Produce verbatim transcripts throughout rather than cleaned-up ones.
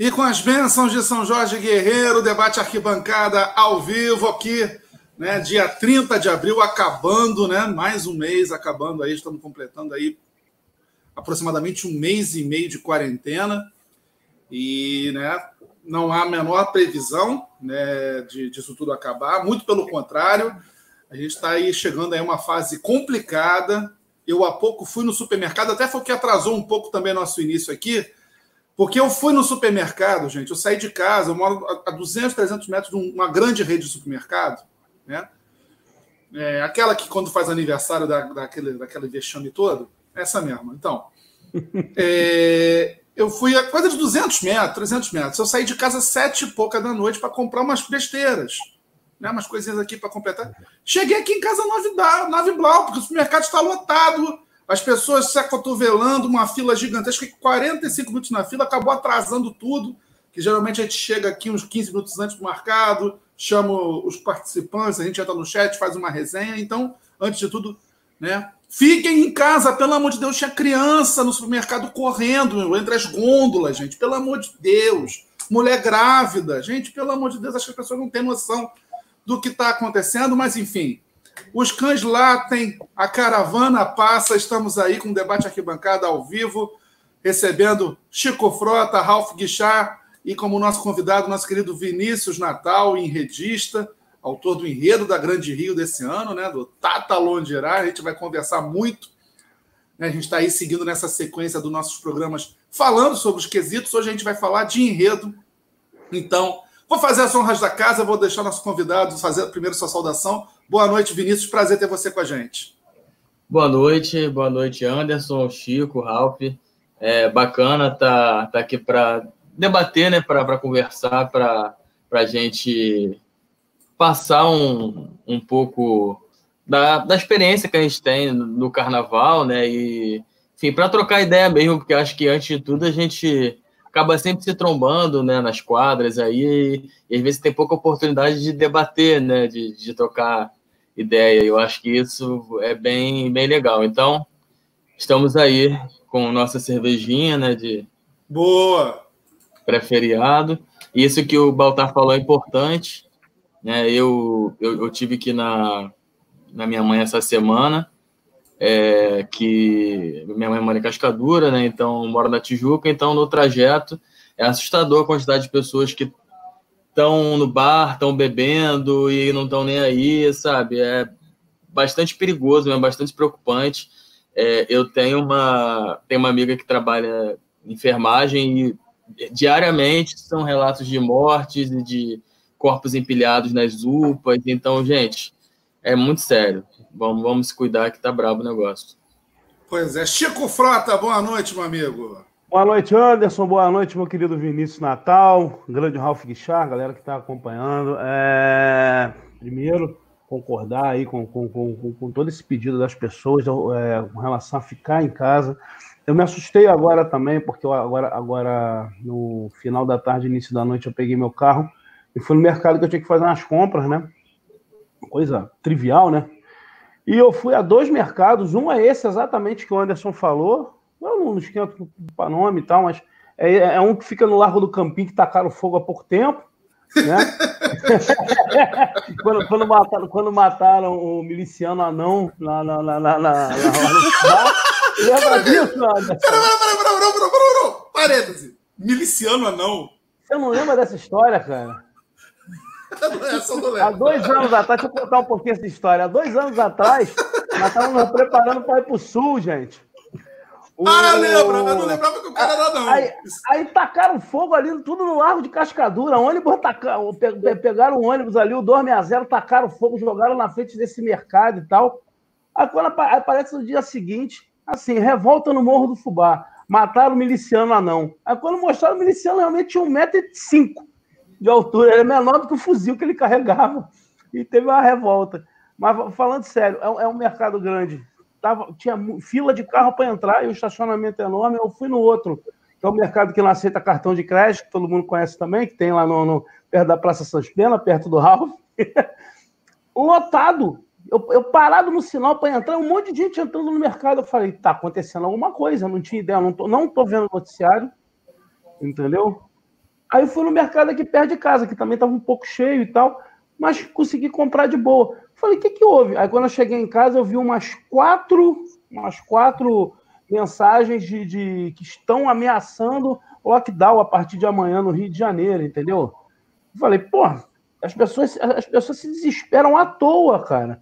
E com as bênçãos de São Jorge Guerreiro, debate arquibancada ao vivo aqui, né, dia trinta de abril, acabando, né, mais um mês, acabando aí, estamos completando aí aproximadamente um mês e meio de quarentena e, né, não há a menor previsão, né, de, disso tudo acabar, muito pelo contrário, a gente está aí chegando aí a uma fase complicada. Eu há pouco fui no supermercado, até foi o que atrasou um pouco também nosso início aqui, porque eu fui no supermercado, gente, eu saí de casa, eu moro a duzentos, trezentos metros de uma grande rede de supermercado, né? É, aquela que quando faz aniversário da, daquele, daquele vexame todo, essa mesma. Então, é, eu fui a coisa de duzentos metros, trezentos metros, eu saí de casa sete e pouca da noite para comprar umas besteiras, né? Umas coisinhas aqui para completar. Cheguei aqui em casa nove, da, nove blau, porque o supermercado está lotado, as pessoas se acotovelando, uma fila gigantesca, quarenta e cinco minutos na fila, acabou atrasando tudo, que geralmente a gente chega aqui uns quinze minutos antes do marcado, chama os participantes, a gente entra no chat, faz uma resenha. Então, antes de tudo, né, fiquem em casa, pelo amor de Deus, tinha criança no supermercado correndo entre as gôndolas, gente, pelo amor de Deus, mulher grávida, gente, pelo amor de Deus, acho que as pessoas não têm noção do que está acontecendo, mas enfim, os cães latem, a caravana passa, estamos aí com o debate arquibancada ao vivo, recebendo Chico Frota, Ralf Guichard e como nosso convidado, nosso querido Vinícius Natal, enredista, autor do enredo da Grande Rio desse ano, né, do Tata Londirá. A gente vai conversar muito, né, a gente está aí seguindo nessa sequência dos nossos programas, falando sobre os quesitos. Hoje a gente vai falar de enredo. Então, vou fazer as honras da casa, vou deixar nosso convidado fazer primeiro sua saudação. Boa noite, Vinícius, prazer ter você com a gente. Boa noite, boa noite, Anderson, Chico, Ralf. É bacana estar tá, tá aqui para debater, né, para conversar, para a gente passar um, um pouco da, da experiência que a gente tem no, no carnaval, né, e, enfim, para trocar ideia mesmo, porque acho que, antes de tudo, a gente acaba sempre se trombando, né, nas quadras aí, e às vezes tem pouca oportunidade de debater, né, de, de trocar ideia. Eu acho que isso é bem, bem legal. Então, estamos aí com nossa cervejinha, né, de boa pré-feriado. Isso que o Baltar falou é importante, né? Eu, eu, eu tive que ir na, na minha mãe essa semana, é, que minha mãe mora em Cascadura, né? Então, mora na Tijuca, então no trajeto é assustador a quantidade de pessoas que estão no bar, estão bebendo e não estão nem aí, sabe? É bastante perigoso, é bastante preocupante. É, eu tenho uma, tenho uma amiga que trabalha em enfermagem e diariamente são relatos de mortes e de corpos empilhados nas U P As. Então, gente, é muito sério. Vamos, vamos se cuidar que tá brabo o negócio. Pois é. Chico Frota, boa noite, meu amigo. Boa noite, Anderson. Boa noite, meu querido Vinícius Natal, grande Ralf Guichard, galera que está acompanhando. É... Primeiro, concordar aí com, com, com, com todo esse pedido das pessoas é, com relação a ficar em casa. Eu me assustei agora também, porque eu agora, agora, no final da tarde, início da noite, eu peguei meu carro e fui no mercado que eu tinha que fazer umas compras, né? Coisa trivial, né? E eu fui a dois mercados, um é esse exatamente que o Anderson falou. Eu não esquento para nome e tal, mas é, é um que fica no Largo do Campinho, que tacaram fogo há pouco tempo, né? quando, quando, mataram, quando mataram o miliciano anão lá na, na, na, na, na lembra disso, Anderson? Pera, pera, pera, pera, pera, pera, parêntese. Miliciano anão? Você não lembra dessa história, cara? Essa eu não lembro. Há dois anos atrás, deixa eu contar um pouquinho essa história. Há dois anos atrás, nós estávamos nos preparando para ir para o Sul, gente. O... Ah, eu lembro, eu não lembrava que o cara era não. Aí, aí tacaram fogo ali, tudo no Largo de Cascadura. Ônibus tacaram, pegaram o ônibus ali, o dois seis zero, tacaram fogo, jogaram na frente desse mercado e tal. Aí quando aparece no dia seguinte, assim, revolta no Morro do Fubá. Mataram o miliciano anão. Aí quando mostraram o miliciano, realmente tinha um metro e cinco de altura. Ele é menor do que o fuzil que ele carregava. E teve uma revolta. Mas falando sério, é um, é um mercado grande. Tava, tinha fila de carro para entrar e o estacionamento enorme. Eu fui no outro, que é o mercado que não aceita cartão de crédito, que todo mundo conhece também, que tem lá no, no, perto da Praça Sans Pena, perto do Ralf. Lotado. Eu, eu parado no sinal para entrar, um monte de gente entrando no mercado. Eu falei, tá acontecendo alguma coisa, eu não tinha ideia, não tô, não tô vendo o noticiário, entendeu? Aí fui no mercado aqui perto de casa, que também estava um pouco cheio e tal, mas consegui comprar de boa. Falei, o que que houve? Aí quando eu cheguei em casa, eu vi umas quatro, umas quatro mensagens de, de que estão ameaçando lockdown a partir de amanhã no Rio de Janeiro, entendeu? Eu falei, pô, as pessoas, as pessoas se desesperam à toa, cara.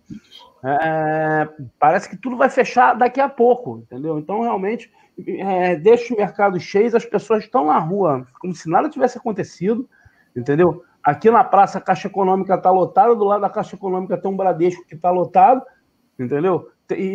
É, parece que tudo vai fechar daqui a pouco, entendeu? Então, realmente, é, deixa o mercado cheio, as pessoas estão na rua como se nada tivesse acontecido, entendeu? Aqui na praça, a Caixa Econômica está lotada, do lado da Caixa Econômica tem um Bradesco que está lotado, entendeu?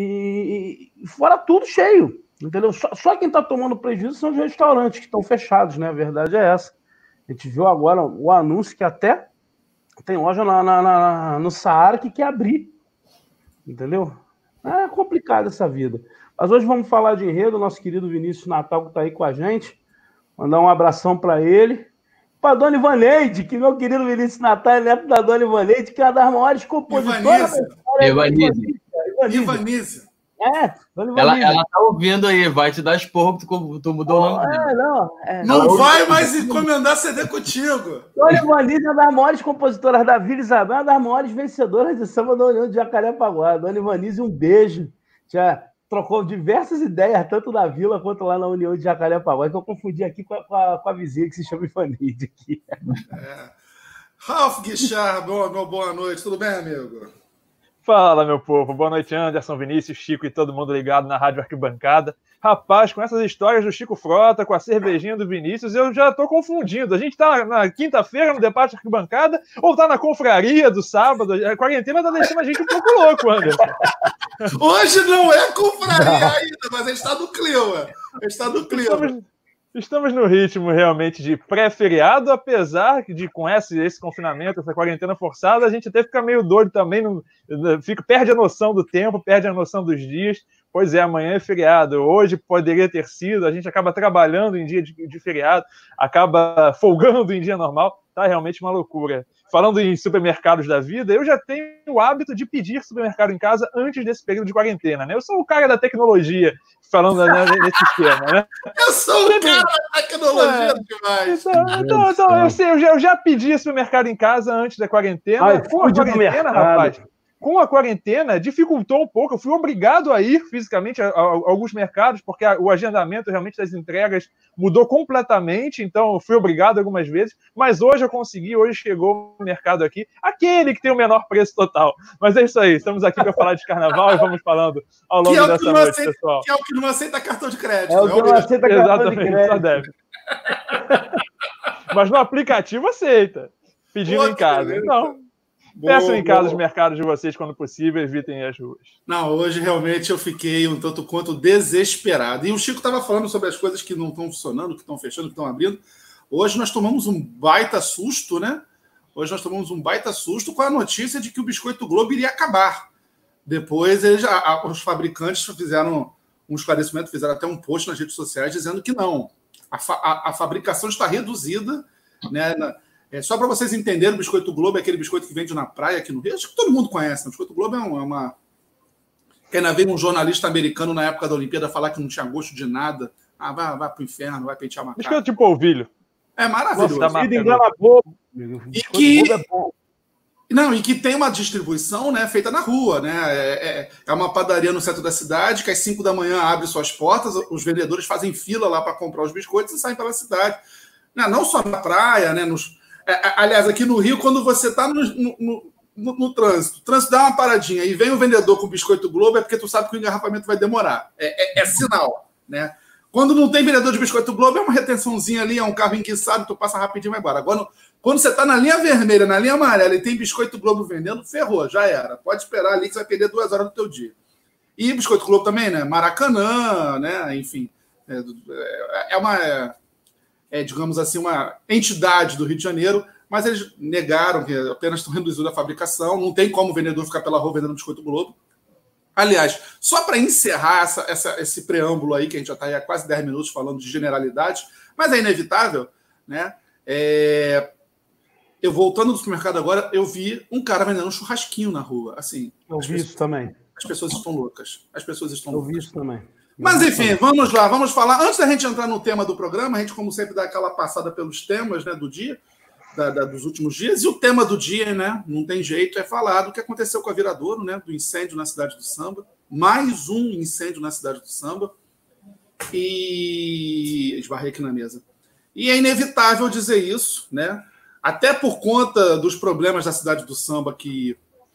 E, e fora tudo cheio, entendeu? Só, só quem está tomando prejuízo são os restaurantes que estão fechados, né? A verdade é essa. A gente viu agora o anúncio que até tem loja na, na, na, no Saara que quer abrir, entendeu? É complicado essa vida. Mas hoje vamos falar de enredo, nosso querido Vinícius Natal que está aí com a gente. Mandar um abração para ele. Para a Dona Ivaneide, que meu querido Vinícius Natal é neto da Dona Ivaneide, que é uma das maiores compositoras da história. Ivanise. Ivanise. É, Dona Ela, Ivanise. ela tá ouvindo aí, vai te dar esporro, tu, tu mudou o nome dela. É, não, é. Não Ela vai ouve- mais encomendar C D contigo. Dona Ivanise é uma das maiores compositoras da Vila Isabel, uma das maiores vencedoras de samba da União de Jacarepaguá. Dona Ivanise, um beijo. Já trocou diversas ideias, tanto na Vila quanto lá na União de Jacarepaguá, que eu confundi aqui com a, com a, com a vizinha que se chama Ivanise aqui. É. Ralf Guichard, meu, meu boa noite. Tudo bem, amigo? Fala, meu povo. Boa noite, Anderson, Vinícius, Chico e todo mundo ligado na Rádio Arquibancada. Rapaz, com essas histórias do Chico Frota, com a cervejinha do Vinícius, eu já tô confundindo. A gente tá na quinta-feira no debate Arquibancada ou tá na confraria do sábado? A quarentena tá deixando a gente um pouco louco, Anderson. Hoje não é confraria ainda, mas a gente está no clima. A gente está no clima. Estamos, estamos no ritmo realmente de pré-feriado, apesar de com esse, esse confinamento, essa quarentena forçada, a gente até fica meio doido também, não, fica, perde a noção do tempo, perde a noção dos dias. Pois é, amanhã é feriado, hoje poderia ter sido, a gente acaba trabalhando em dia de, de feriado, acaba folgando em dia normal, tá realmente uma loucura. Falando em supermercados da vida, eu já tenho o hábito de pedir supermercado em casa antes desse período de quarentena, né? Eu sou o cara da tecnologia, falando né, nesse esquema, né? Eu sou o cara da tecnologia É. demais. Então, então, então eu, sei, eu, já, eu já pedi supermercado em casa antes da quarentena. Ai, Com a fude do quarentena, mercado. rapaz, com a quarentena, dificultou um pouco. Eu fui obrigado a ir fisicamente a, a, a alguns mercados, porque a, o agendamento realmente das entregas mudou completamente, então eu fui obrigado algumas vezes, mas hoje eu consegui, hoje chegou o mercado aqui, aquele que tem o menor preço total. Mas é isso aí, estamos aqui para falar de carnaval e vamos falando ao longo Que é, o dessa que, não noite, aceita, pessoal. que é o que não aceita cartão de crédito. É o que não aceita cartão de Exatamente, só crédito. deve. Mas no aplicativo aceita, pedindo Pô, em casa. beleza. Então, Boa, peçam em casa boa. os mercados de vocês quando possível, evitem as ruas. Não, hoje realmente eu fiquei um tanto quanto desesperado. E o Chico estava falando sobre as coisas que não estão funcionando, que estão fechando, que estão abrindo. Hoje nós tomamos um baita susto, né? Hoje nós tomamos um baita susto com a notícia de que o Biscoito Globo iria acabar. Depois eles, a, a, os fabricantes fizeram um esclarecimento, fizeram até um post nas redes sociais dizendo que não. A, fa, a, a fabricação está reduzida, né? Na, É, só para vocês entenderem, o Biscoito Globo é aquele biscoito que vende na praia aqui no Rio. Acho que todo mundo conhece, né? O Biscoito Globo é uma... uma... Que ainda veio um jornalista americano na época da Olimpíada falar que não tinha gosto de nada. Ah, vai, vai pro inferno, vai pentear uma cara. Biscoito tipo polvilho. É maravilhoso. Nossa, Vida engana bobo. E que... Bobo é bom. Não, e que tem uma distribuição, né, feita na rua, né? É, é, é uma padaria no centro da cidade que às cinco da manhã abre suas portas, os vendedores fazem fila lá para comprar os biscoitos e saem pela cidade. Não, não só na praia, né? Nos... Aliás, aqui no Rio, quando você está no, no, no, no trânsito, o trânsito dá uma paradinha e vem o vendedor com o Biscoito Globo, é porque tu sabe que o engarrafamento vai demorar. É, é, é sinal, né? Quando não tem vendedor de Biscoito Globo, é uma retençãozinha ali, é um carro enguiçado, tu passa rapidinho e vai embora. Agora, quando você está na linha vermelha, na linha amarela e tem Biscoito Globo vendendo, ferrou, já era. Pode esperar ali que você vai perder duas horas do teu dia. E Biscoito Globo também, né? Maracanã, né? Enfim, é, é uma... É, É, digamos assim, uma entidade do Rio de Janeiro, mas eles negaram que apenas estão reduzindo a fabricação, não tem como o vendedor ficar pela rua vendendo Biscoito Globo. Aliás, só para encerrar essa, essa, esse preâmbulo aí, que a gente já está há quase dez minutos falando de generalidade, mas é inevitável, né? É... Eu voltando do supermercado agora, eu vi um cara vendendo um churrasquinho na rua. Assim, Eu vi pessoas, isso também. as pessoas estão loucas. As pessoas estão Eu loucas. vi isso também. Mas, enfim, vamos lá, vamos falar. Antes da gente entrar no tema do programa, a gente, como sempre, dá aquela passada pelos temas, né, do dia, da, da, dos últimos dias. E o tema do dia, né, não tem jeito, é falar do que aconteceu com a Viradouro, né, do incêndio na cidade do Samba. Mais um incêndio na cidade do Samba. E esbarrei aqui na mesa. E é inevitável dizer isso, né? Até por conta dos problemas da cidade do Samba, que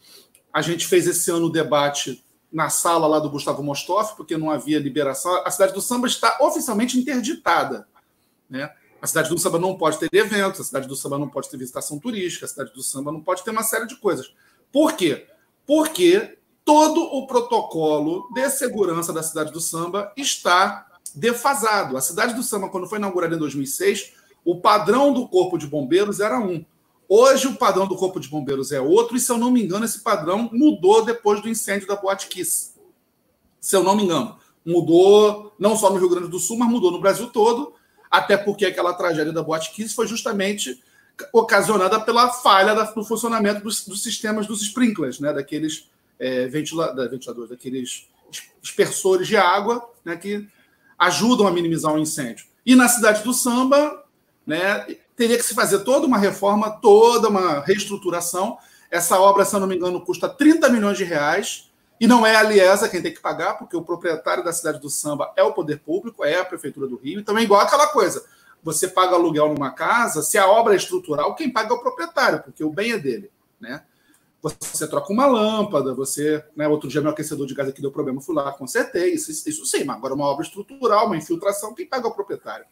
a gente fez esse ano o debate na sala lá do Gustavo Mostoff, porque não havia liberação. A cidade do Samba está oficialmente interditada, né? A cidade do Samba não pode ter eventos, a cidade do Samba não pode ter visitação turística, a cidade do Samba não pode ter uma série de coisas. Por quê? Porque todo o protocolo de segurança da cidade do Samba está defasado. A cidade do Samba, quando foi inaugurada em dois mil e seis, o padrão do Corpo de Bombeiros era um. Hoje o padrão do Corpo de Bombeiros é outro, e, se eu não me engano, esse padrão mudou depois do incêndio da Boate Kiss. Se eu não me engano. Mudou não só no Rio Grande do Sul, mas mudou no Brasil todo, até porque aquela tragédia da Boate Kiss foi justamente ocasionada pela falha do funcionamento dos, dos sistemas dos sprinklers, né, daqueles é, ventila, da, ventiladores, daqueles dispersores de água, né, que ajudam a minimizar o incêndio. E na cidade do Samba, né, teria que se fazer toda uma reforma, toda uma reestruturação. Essa obra, se eu não me engano, custa trinta milhões de reais, e não é a Liesa quem tem que pagar, porque o proprietário da cidade do Samba é o poder público, é a Prefeitura do Rio. Então é igual aquela coisa, você paga aluguel numa casa, se a obra é estrutural, quem paga é o proprietário, porque o bem é dele, né? Você troca uma lâmpada, você... Né, outro dia meu aquecedor de gás aqui deu problema, fui lá, consertei, isso, isso sim, mas agora uma obra estrutural, uma infiltração, quem paga é o proprietário.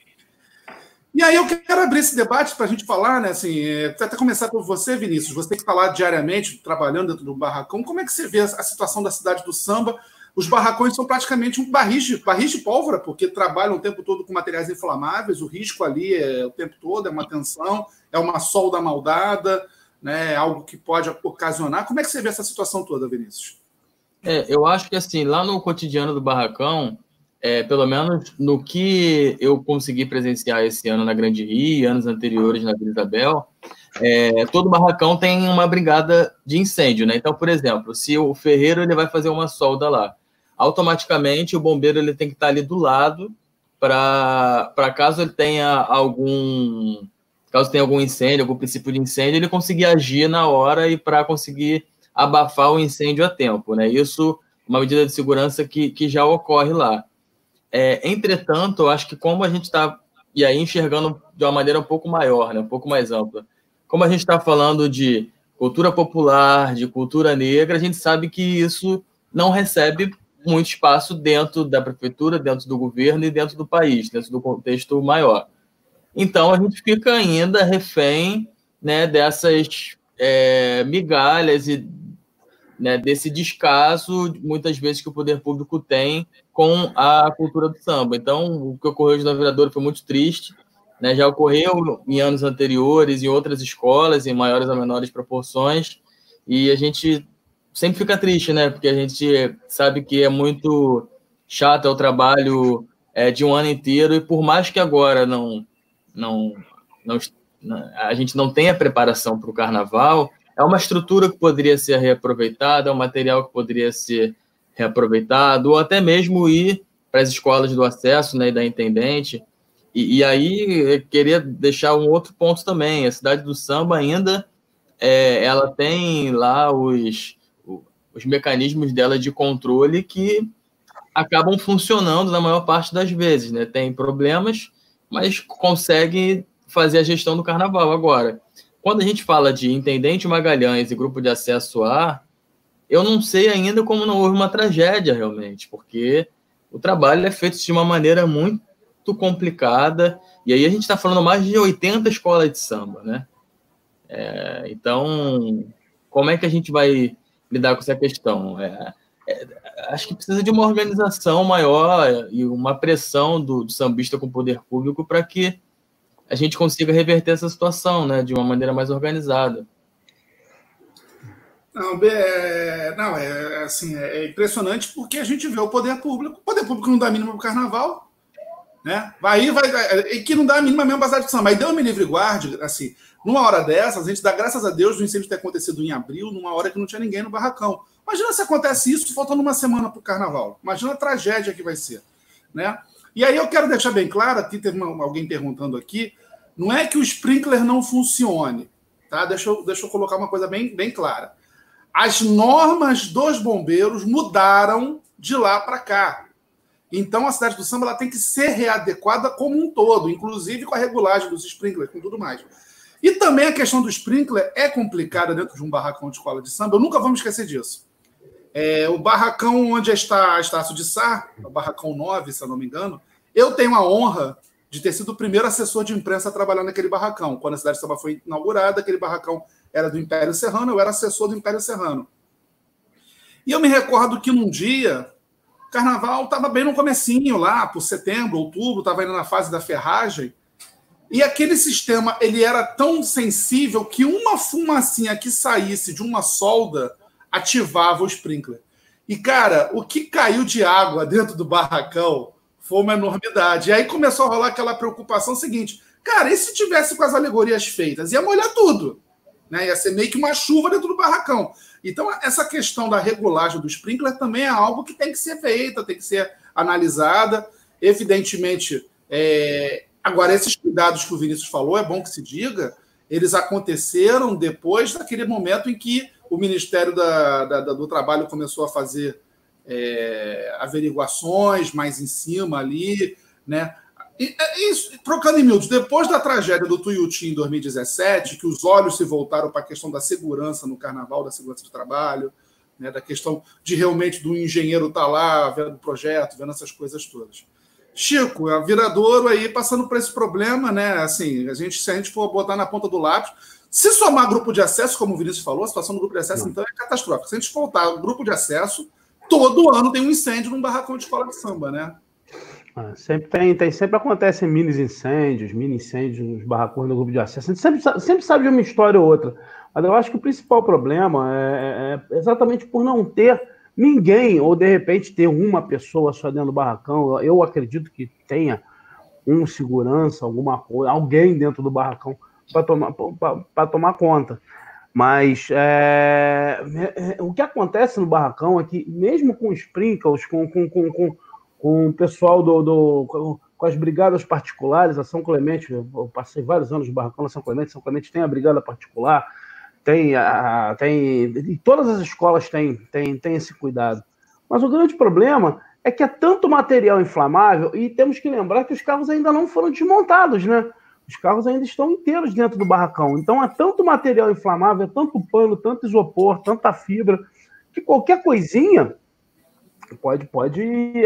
E aí eu quero abrir esse debate para a gente falar, né, assim, até começar por você, Vinícius, você tem que falar diariamente, trabalhando dentro do barracão, como é que você vê a situação da cidade do Samba? Os barracões são praticamente um barris de, barris de pólvora, porque trabalham o tempo todo com materiais inflamáveis, o risco ali é o tempo todo, é uma tensão, é uma solda maldada, né, algo que pode ocasionar. Como é que você vê essa situação toda, Vinícius? É, eu acho que, assim, lá no cotidiano do barracão, É, pelo menos no que eu consegui presenciar esse ano na Grande Rio, anos anteriores na Vila Isabel, é, todo barracão tem uma brigada de incêndio, né? Então, por exemplo, se o ferreiro ele vai fazer uma solda lá, automaticamente o bombeiro ele tem que estar ali do lado para caso ele tenha algum caso tenha algum incêndio, algum princípio de incêndio, ele conseguir agir na hora e para conseguir abafar o incêndio a tempo, né? Isso é uma medida de segurança que, que já ocorre lá. É, entretanto, eu acho que como a gente está, e aí enxergando de uma maneira um pouco maior, né, um pouco mais ampla, como a gente está falando de cultura popular, de cultura negra, a gente sabe que isso não recebe muito espaço dentro da prefeitura, dentro do governo e dentro do país, dentro do contexto maior. Então, a gente fica ainda refém, né, dessas é, migalhas e, né, desse descaso, muitas vezes, que o poder público tem com a cultura do samba. Então, o que ocorreu na Viradouro foi muito triste, né? Já ocorreu em anos anteriores, em outras escolas, em maiores ou menores proporções, e a gente sempre fica triste, né? Porque a gente sabe que é muito chato é o trabalho é, de um ano inteiro, e por mais que agora não, não, não, a gente não tenha preparação para o carnaval, é uma estrutura que poderia ser reaproveitada, é um material que poderia ser reaproveitado, ou até mesmo ir para as escolas do acesso, né, e da intendente. E, e aí eu queria deixar um outro ponto também. A cidade do samba ainda é, ela tem lá os, os mecanismos dela de controle que acabam funcionando na maior parte das vezes, né? Tem problemas, mas consegue fazer a gestão do carnaval. Agora, quando a gente fala de Intendente Magalhães e Grupo de Acesso A, eu não sei ainda como não houve uma tragédia realmente, porque o trabalho é feito de uma maneira muito complicada, e aí a gente está falando mais de oitenta escolas de samba, né? É, então, como é que a gente vai lidar com essa questão? É, é, acho que precisa de uma organização maior e uma pressão do, do sambista com o poder público para que a gente consiga reverter essa situação, né, de uma maneira mais organizada. Não, é, não é, assim, é impressionante porque a gente vê o poder público, o poder público não dá mínima para o carnaval, né? Aí vai, e que não dá a mínima mesmo para a cidade de samba. Aí deu me livre guarde, assim, numa hora dessas, a gente dá graças a Deus do incêndio ter acontecido em abril, numa hora que não tinha ninguém no barracão. Imagina se acontece isso faltando uma semana para o carnaval. Imagina a tragédia que vai ser. né? E aí eu quero deixar bem claro, aqui teve uma, alguém perguntando aqui, não é que o sprinkler não funcione, tá? Deixa eu, deixa eu colocar uma coisa bem, bem clara. As normas dos bombeiros mudaram de lá para cá. Então, a cidade do Samba ela tem que ser readequada como um todo, inclusive com a regulagem dos sprinklers, com tudo mais. E também a questão do sprinkler é complicada dentro de um barracão de escola de samba. Eu nunca vou me esquecer disso. É, o barracão onde está a Estácio de Sá, o barracão nove, se eu não me engano, eu tenho a honra de ter sido o primeiro assessor de imprensa a trabalhar naquele barracão. Quando a cidade de Samba foi inaugurada, aquele barracão era do Império Serrano, eu era assessor do Império Serrano. E eu me recordo que num dia, o carnaval estava bem no comecinho lá, por setembro, outubro, estava indo na fase da ferragem, e aquele sistema ele era tão sensível que uma fumacinha que saísse de uma solda ativava o sprinkler. E, cara, o que caiu de água dentro do barracão foi uma enormidade. E aí começou a rolar aquela preocupação seguinte, cara, e se tivesse com as alegorias feitas? Ia molhar tudo, né? Ia ser meio que uma chuva dentro do barracão. Então, essa questão da regulagem do sprinkler também é algo que tem que ser feita, tem que ser analisada. Evidentemente, é... agora, esses cuidados que o Vinícius falou, é bom que se diga, eles aconteceram depois daquele momento em que o Ministério da, da, do Trabalho começou a fazer é, averiguações mais em cima ali, né? E, e, trocando em miúdos, depois da tragédia do Tuiuti em dois mil e dezessete, que os olhos se voltaram para a questão da segurança no carnaval, da segurança do trabalho, né, da questão de realmente do engenheiro estar lá vendo o projeto, vendo essas coisas todas. Chico, a Viradouro aí passando por esse problema, né? Assim, a gente, se a gente for botar na ponta do lápis, se somar grupo de acesso, como o Vinícius falou, a situação do grupo de acesso, Não. então, é catastrófica. Se a gente voltar o grupo de acesso, todo ano tem um incêndio num barracão de escola de samba, né? Ah, sempre tem, tem, sempre acontecem mini incêndios, mini incêndios nos barracões do grupo de acesso. A gente sempre, sempre sabe de uma história ou outra. Mas eu acho que o principal problema é, é exatamente por não ter ninguém, ou de repente ter uma pessoa só dentro do barracão. Eu acredito que tenha um segurança, alguma coisa, alguém dentro do barracão para tomar, para tomar conta. Mas é, é, o que acontece no barracão é que, mesmo com os sprinkles, com, com, com, com, com o pessoal do, do com, com as brigadas particulares, a São Clemente, eu passei vários anos no barracão na São Clemente, São Clemente tem a brigada particular, tem, a, tem e todas as escolas têm, têm, têm esse cuidado. Mas o grande problema é que é tanto material inflamável, e temos que lembrar que os carros ainda não foram desmontados, né? Os carros ainda estão inteiros dentro do barracão. Então, é tanto material inflamável, é tanto pano, tanto isopor, tanta fibra, que qualquer coisinha pode, pode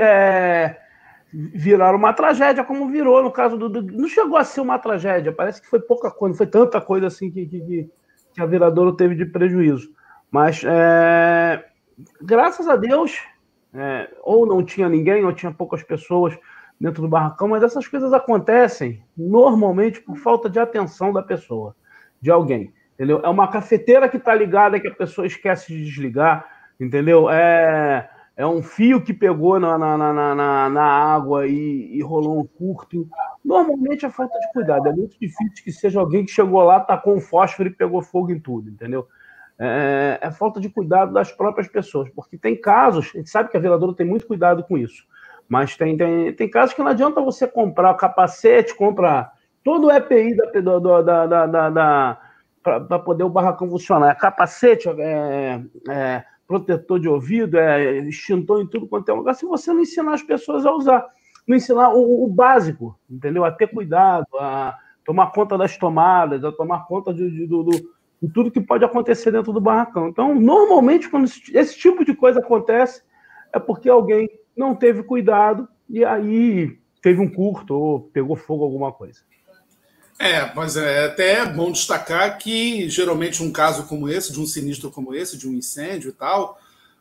é, virar uma tragédia, como virou no caso do, do... Não chegou a ser uma tragédia, parece que foi pouca coisa, não foi tanta coisa assim que, que, que a Viradouro teve de prejuízo. Mas, é, graças a Deus, é, ou não tinha ninguém, ou tinha poucas pessoas dentro do barracão, mas essas coisas acontecem normalmente por falta de atenção da pessoa, de alguém, entendeu? É uma cafeteira que está ligada que a pessoa esquece de desligar, entendeu? É, é um fio que pegou na, na, na, na, na água e, e rolou um curto. Normalmente é falta de cuidado, é muito difícil que seja alguém que chegou lá, tacou um fósforo e pegou fogo em tudo, entendeu? É, é falta de cuidado das próprias pessoas, porque tem casos, a gente sabe que a Viradouro tem muito cuidado com isso, mas tem, tem, tem casos que não adianta você comprar capacete, comprar todo o E P I da, da, da, da, da, para poder o barracão funcionar. É capacete, é, é protetor de ouvido, é extintor em tudo quanto é lugar, se você não ensinar as pessoas a usar, não ensinar o, o básico, entendeu? A ter cuidado, a tomar conta das tomadas, a tomar conta de, de, do, do, de tudo que pode acontecer dentro do barracão. Então, normalmente, quando esse tipo de coisa acontece, é porque alguém não teve cuidado e aí teve um curto ou pegou fogo alguma coisa. É, mas é até bom destacar que, geralmente, um caso como esse, de um sinistro como esse, de um incêndio e tal,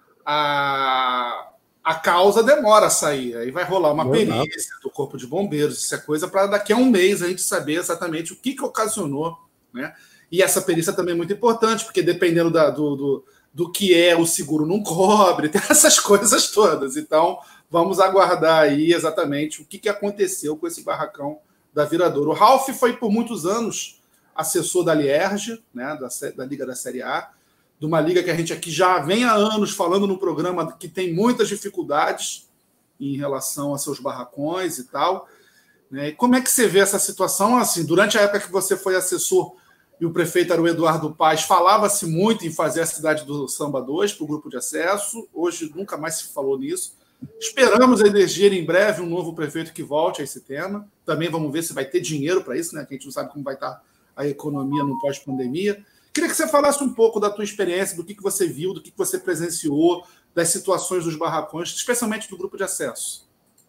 a, a causa demora a sair. Aí vai rolar uma perícia do Corpo de Bombeiros, isso é coisa para daqui a um mês a gente saber exatamente o que, que ocasionou, né? E essa perícia também é muito importante, porque dependendo da, do, do do que é o seguro não cobre, tem essas coisas todas. Então, vamos aguardar aí exatamente o que, que aconteceu com esse barracão da Viradouro. O Ralf foi, por muitos anos, assessor da Lierge, né, da, da Liga da Série A, de uma liga que a gente aqui já vem há anos falando no programa que tem muitas dificuldades, em relação a seus barracões e tal. Né? E como é que você vê essa situação? Assim, durante a época que você foi assessor e o prefeito era o Eduardo Paes, falava-se muito em fazer a Cidade do Samba dois para o grupo de acesso. Hoje nunca mais se falou nisso. Esperamos eleger em breve um novo prefeito que volte a esse tema. Também vamos ver se vai ter dinheiro para isso, né? Que a gente não sabe como vai estar a economia no pós-pandemia. Queria que você falasse um pouco da tua experiência, do que, que você viu, do que, que você presenciou, das situações dos barracões, especialmente do grupo de acesso.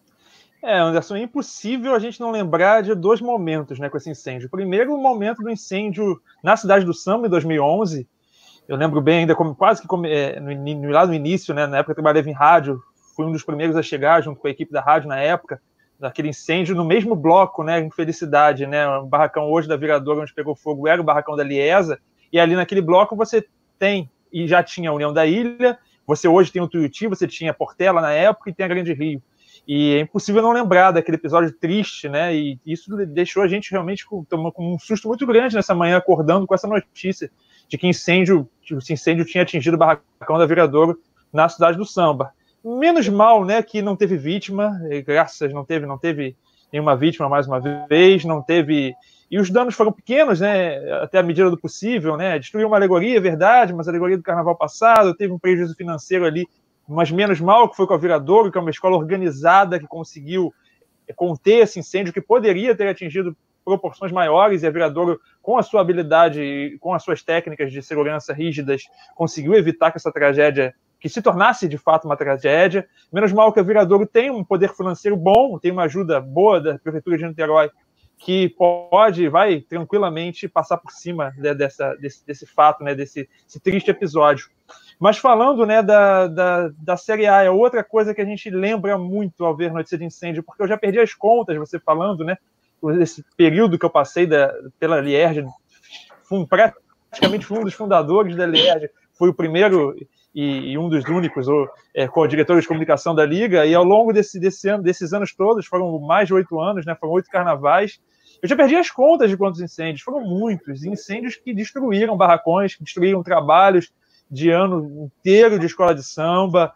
É, Anderson, é impossível a gente não lembrar de dois momentos, né, com esse incêndio. Primeiro, o momento do incêndio na Cidade do Samba, em dois mil e onze. Eu lembro bem ainda, como, quase que como, é, no, lá no início, né, na época eu trabalhava em rádio, fui um dos primeiros a chegar, junto com a equipe da rádio na época, daquele incêndio no mesmo bloco, né, infelicidade, né, o barracão hoje da Viradora, onde pegou fogo, era o barracão da Liesa, e ali naquele bloco você tem, e já tinha a União da Ilha, você hoje tem o Tuiuti, você tinha a Portela na época e tem a Grande Rio. E é impossível não lembrar daquele episódio triste, né? E isso deixou a gente realmente com, com um susto muito grande nessa manhã, acordando com essa notícia de que incêndio, esse incêndio tinha atingido o barracão da Viradouro na Cidade do Samba. Menos mal, né, que não teve vítima, graças, não teve, não teve nenhuma vítima mais uma vez, não teve... E os danos foram pequenos, né, até a medida do possível, né? Destruiu uma alegoria, é verdade, mas a alegoria do carnaval passado, teve um prejuízo financeiro ali, mas menos mal, que foi com a Viradouro, que é uma escola organizada que conseguiu conter esse incêndio que poderia ter atingido proporções maiores, e a Viradouro, com a sua habilidade e com as suas técnicas de segurança rígidas, conseguiu evitar que essa tragédia, que se tornasse de fato uma tragédia. Menos mal que a Viradouro tem um poder financeiro bom, tem uma ajuda boa da Prefeitura de Niterói, que pode, vai tranquilamente passar por cima, né, dessa, desse, desse fato, né, desse, desse triste episódio. Mas falando, né, da, da, da Série A, é outra coisa que a gente lembra muito ao ver notícia de incêndio, porque eu já perdi as contas, você falando, né, desse período que eu passei da, pela Lierge, fui, praticamente fui um dos fundadores da Lierge, fui o primeiro e, e um dos únicos ou, é, co-diretores de comunicação da Liga, e ao longo desse, desse ano, desses anos todos, foram mais de oito anos, né, foram oito carnavais, eu já perdi as contas de quantos incêndios, foram muitos, incêndios que destruíram barracões, que destruíram trabalhos de ano inteiro de escola de samba,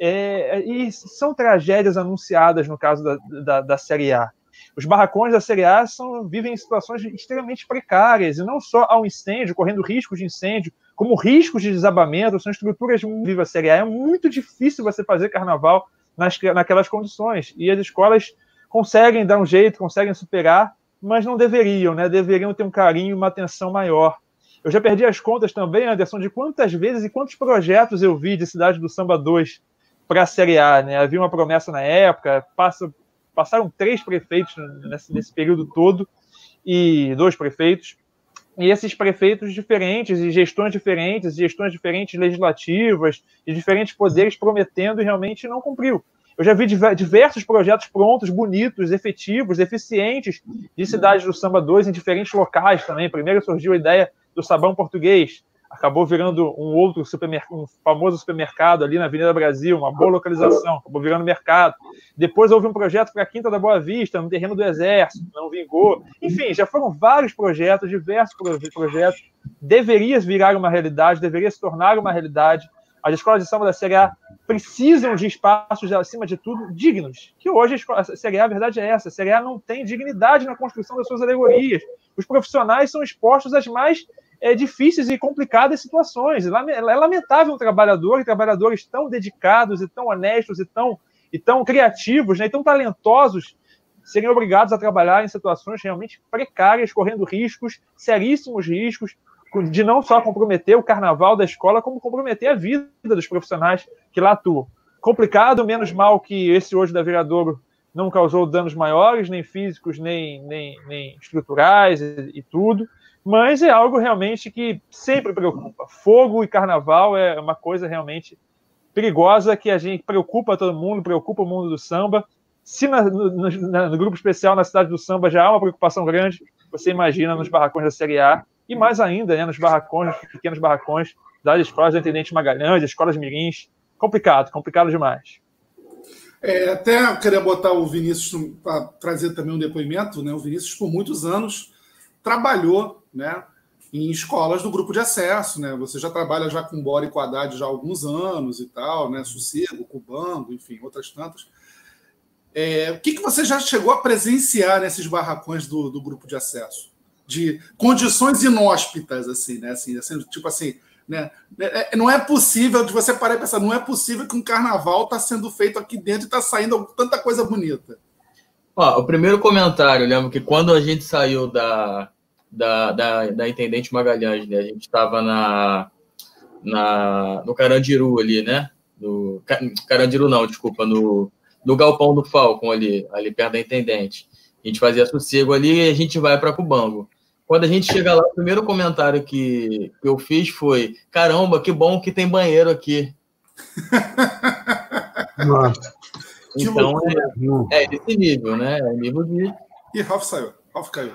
é, e são tragédias anunciadas no caso da, da, da Série A. Os barracões da Série A são, vivem em situações extremamente precárias, e não só ao incêndio, correndo riscos de incêndio, como riscos de desabamento, são estruturas muito vivas. A Série A é muito difícil você fazer carnaval nas, naquelas condições, e as escolas conseguem dar um jeito, conseguem superar, mas não deveriam, né? Deveriam ter um carinho e uma atenção maior. Eu já perdi as contas também, Anderson, de quantas vezes e quantos projetos eu vi de Cidade do Samba dois para a Série A, né? Havia uma promessa na época, passa, passaram três prefeitos nesse, nesse período todo, e dois prefeitos, e esses prefeitos diferentes, e gestões diferentes, gestões diferentes legislativas, de diferentes poderes prometendo e realmente não cumpriu. Eu já vi diversos projetos prontos, bonitos, efetivos, eficientes de Cidade do Samba dois em diferentes locais também. Primeiro surgiu a ideia do sabão português, acabou virando um outro supermercado, um famoso supermercado ali na Avenida Brasil, uma boa localização, acabou virando mercado. Depois houve um projeto para a Quinta da Boa Vista, no terreno do Exército, não vingou. Enfim, já foram vários projetos, diversos projetos. Deveria virar uma realidade, deveria se tornar uma realidade. As escolas de samba da Série A precisam de espaços, acima de tudo, dignos. Que hoje a, escola, a Série A, a verdade é essa, a Série A não tem dignidade na construção das suas alegorias. Os profissionais são expostos às mais é, difíceis e complicadas situações. É lamentável um trabalhador e trabalhadores tão dedicados e tão honestos e tão, e tão criativos, né, e tão talentosos serem obrigados a trabalhar em situações realmente precárias, correndo riscos, seríssimos riscos, de não só comprometer o carnaval da escola, como comprometer a vida dos profissionais que lá atuam. Complicado, menos mal que esse hoje da Viradouro não causou danos maiores, nem físicos, nem, nem, nem estruturais e, e tudo, mas é algo realmente que sempre preocupa. Fogo e carnaval é uma coisa realmente perigosa que a gente preocupa todo mundo, preocupa o mundo do samba. Se na, no, no, no grupo especial na Cidade do Samba já há uma preocupação grande, você imagina nos barracões da Série A, e mais ainda, né, nos barracões, nos pequenos barracões das escolas do Intendente Magalhães, escolas mirins. Complicado, complicado demais. É, até queria botar o Vinícius para trazer também um depoimento, né? O Vinícius, por muitos anos, trabalhou, né, em escolas do grupo de acesso, né? Você já trabalha já com Bora e com Haddad já há alguns anos e tal, né? Sossego, Cubando, enfim, outras tantas. É, o que, que você já chegou a presenciar nesses barracões do, do grupo de acesso? De condições inóspitas, assim, né? Assim, assim, tipo assim, né? É, não é possível de você parar e pensar, não é possível que um carnaval está sendo feito aqui dentro e está saindo tanta coisa bonita. Ó, o primeiro comentário, eu lembro que quando a gente saiu da, da, da, da Intendente Magalhães, né? A gente estava na, na, no Carandiru ali, né? No, Carandiru não, desculpa, no, no Galpão do Falcon ali, ali perto da Intendente. A gente fazia sossego ali e a gente vai para Cubango. Quando a gente chega lá, o primeiro comentário que, que eu fiz foi: caramba, que bom que tem banheiro aqui. Nossa. Então, é, é esse nível, né? É nível de... E Ralf saiu, Ralf caiu.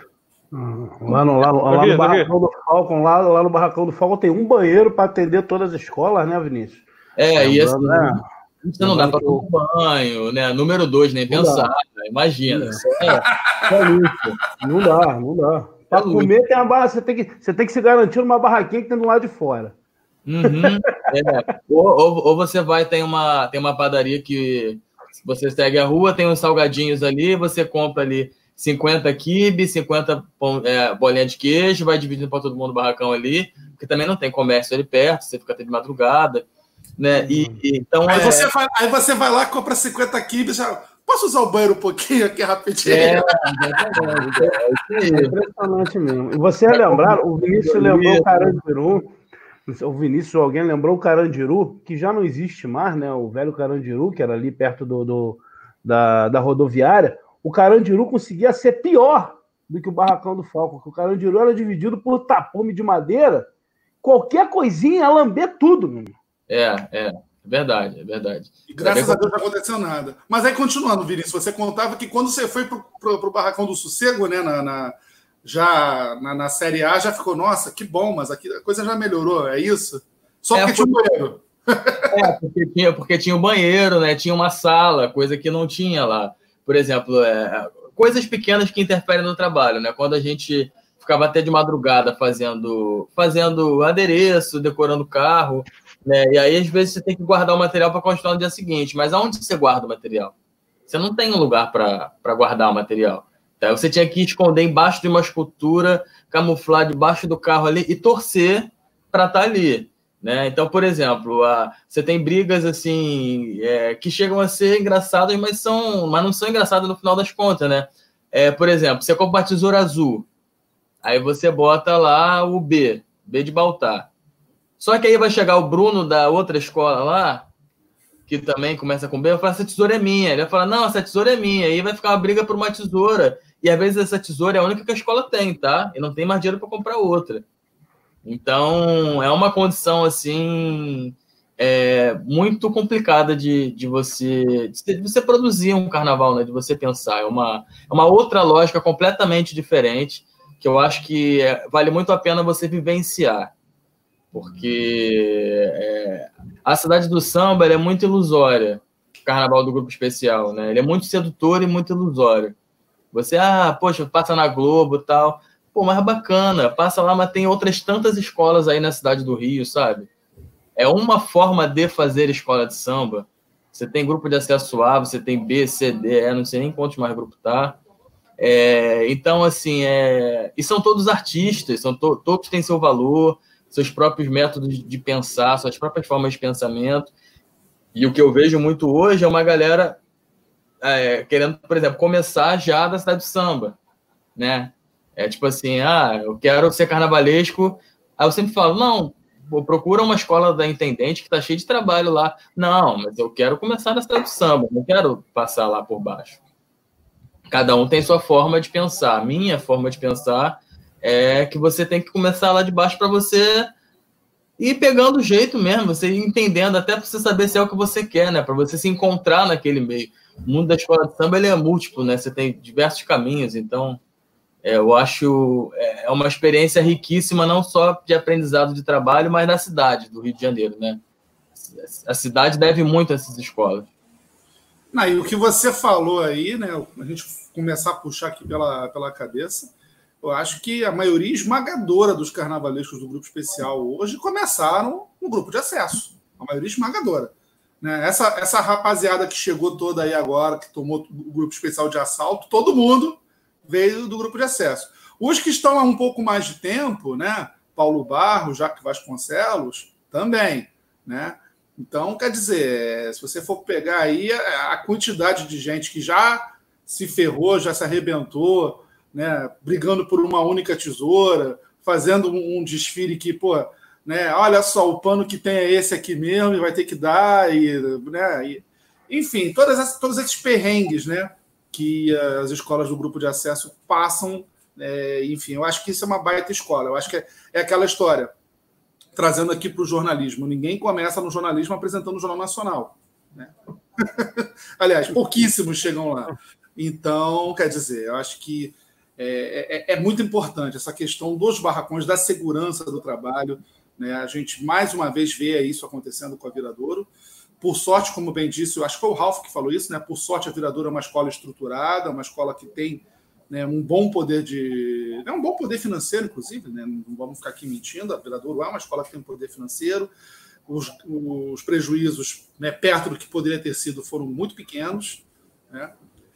Lá no, lá, lá no Barracão do Falcon, lá, lá no Barracão do Falcon tem um banheiro para atender todas as escolas, né, Vinícius? É, e assim, né? Você não dá para tomar um banho, né? Número dois, nem não pensar, né? Imagina. É. Isso é, é isso. Não dá, não dá. Para comer, tem uma barra, você, tem que, você tem que se garantir numa barraquinha que tem do lado de fora. Uhum, é. ou, ou, ou você vai, tem uma, tem uma padaria que você segue a rua, tem uns salgadinhos ali, você compra ali cinquenta quibe, cinquenta é, bolinhas de queijo, vai dividindo para todo mundo no barracão ali, porque também não tem comércio ali perto, você fica até de madrugada. Né? E, e, então, aí, é... você vai, aí você vai lá, compra cinquenta quibes, já... Posso usar o banheiro um pouquinho aqui rapidinho? É, exatamente. É, é impressionante mesmo. E você lembrar, o Vinícius lembrou o Carandiru, o Vinícius, alguém lembrou o Carandiru, que já não existe mais, né? O velho Carandiru, que era ali perto do, do, da, da rodoviária. O Carandiru conseguia ser pior do que o Barracão do Falcon, porque o Carandiru era dividido por tapume de madeira, qualquer coisinha ia lamber tudo, meu irmão. É, é, verdade, é verdade. E graças é a Deus não aconteceu nada. Mas aí, continuando, Vinícius, você contava que quando você foi pro, pro, pro Barracão do Sossego, né, na, na, já na, na Série A, já ficou, nossa, que bom, mas aqui a coisa já melhorou, é isso? Só porque é, tinha um banheiro. É, porque tinha, porque tinha um banheiro, né, tinha uma sala, coisa que não tinha lá. Por exemplo, é, coisas pequenas que interferem no trabalho, né? Quando a gente ficava até de madrugada fazendo, fazendo adereço, decorando o carro, né? E aí, às vezes, você tem que guardar o material para continuar no dia seguinte. Mas aonde você guarda o material? Você não tem um lugar para guardar o material. Então, você tinha que esconder embaixo de uma escultura, camuflar debaixo do carro ali e torcer para estar ali. Né? Então, por exemplo, a, você tem brigas assim é, que chegam a ser engraçadas, mas, são, mas não são engraçadas no final das contas. Né? É, por exemplo, você compra uma tesoura azul, aí você bota lá o B, B de Baltar. Só que aí vai chegar o Bruno da outra escola lá, que também começa com B, eu falo, essa tesoura é minha. Ele vai falar, não, essa tesoura é minha. Aí vai ficar uma briga por uma tesoura. E às vezes essa tesoura é a única que a escola tem, tá? E não tem mais dinheiro para comprar outra. Então, é uma condição, assim, é, muito complicada de, de, você, de você produzir um carnaval, né? De você pensar. É uma, é uma outra lógica completamente diferente, que eu acho que é, vale muito a pena você vivenciar. Porque é, a cidade do samba é muito ilusória, o carnaval do grupo especial, né? Ele é muito sedutor e muito ilusório. Você, ah, poxa, passa na Globo e tal. Pô, mas bacana, passa lá, mas tem outras tantas escolas aí na cidade do Rio, sabe? É uma forma de fazer escola de samba. Você tem grupo de acesso A, você tem B, C, D, E, não sei nem quantos mais grupos tá. É, então, assim, é, e são todos artistas, são to, todos têm seu valor, seus próprios métodos de pensar, suas próprias formas de pensamento. E o que eu vejo muito hoje é uma galera é, querendo, por exemplo, começar já da cidade do samba, né? É tipo assim, ah, eu quero ser carnavalesco. Aí eu sempre falo, não, procura uma escola da Intendente que tá cheia de trabalho lá. Não, mas eu quero começar na cidade do samba, não quero passar lá por baixo. Cada um tem sua forma de pensar. A minha forma de pensar é que você tem que começar lá de baixo para você ir pegando o jeito mesmo, você ir entendendo, até para você saber se é o que você quer, né? Para você se encontrar naquele meio. O mundo da escola de samba ele é múltiplo, né? Você tem diversos caminhos, então é, eu acho é uma experiência riquíssima, não só de aprendizado de trabalho, mas na cidade do Rio de Janeiro, né? A cidade deve muito a essas escolas. Não, e o que você falou aí, né? A gente começar a puxar aqui pela, pela cabeça, eu acho que a maioria esmagadora dos carnavalescos do grupo especial hoje começaram no grupo de acesso. A maioria esmagadora. Né? Essa, essa rapaziada que chegou toda aí agora, que tomou o grupo especial de assalto, todo mundo veio do grupo de acesso. Os que estão há um pouco mais de tempo, né? Paulo Barros, Jaque Vasconcelos, também, né? Então, quer dizer, se você for pegar aí a quantidade de gente que já se ferrou, já se arrebentou, né? Brigando por uma única tesoura, fazendo um desfile que, pô, né? Olha só, o pano que tem é esse aqui mesmo e vai ter que dar, e, né? E, enfim, todas essas, todos esses perrengues, né? Que as escolas do grupo de acesso passam. É, enfim, eu acho que isso é uma baita escola. Eu acho que é, é aquela história, trazendo aqui para o jornalismo. Ninguém começa no jornalismo apresentando o Jornal Nacional. Né? Aliás, pouquíssimos chegam lá. Então, quer dizer, eu acho que é, é, é muito importante essa questão dos barracões, da segurança do trabalho. Né? A gente, mais uma vez, vê isso acontecendo com a Viradouro. Por sorte, como bem disse, eu acho que foi o Ralf que falou isso, né? Por sorte, a Viradouro é uma escola estruturada, uma escola que tem, né, um bom poder de. É um bom poder financeiro, inclusive, né? Não vamos ficar aqui mentindo, a Viradouro é uma escola que tem um poder financeiro. Os, os prejuízos, né, perto do que poderia ter sido, foram muito pequenos. Né?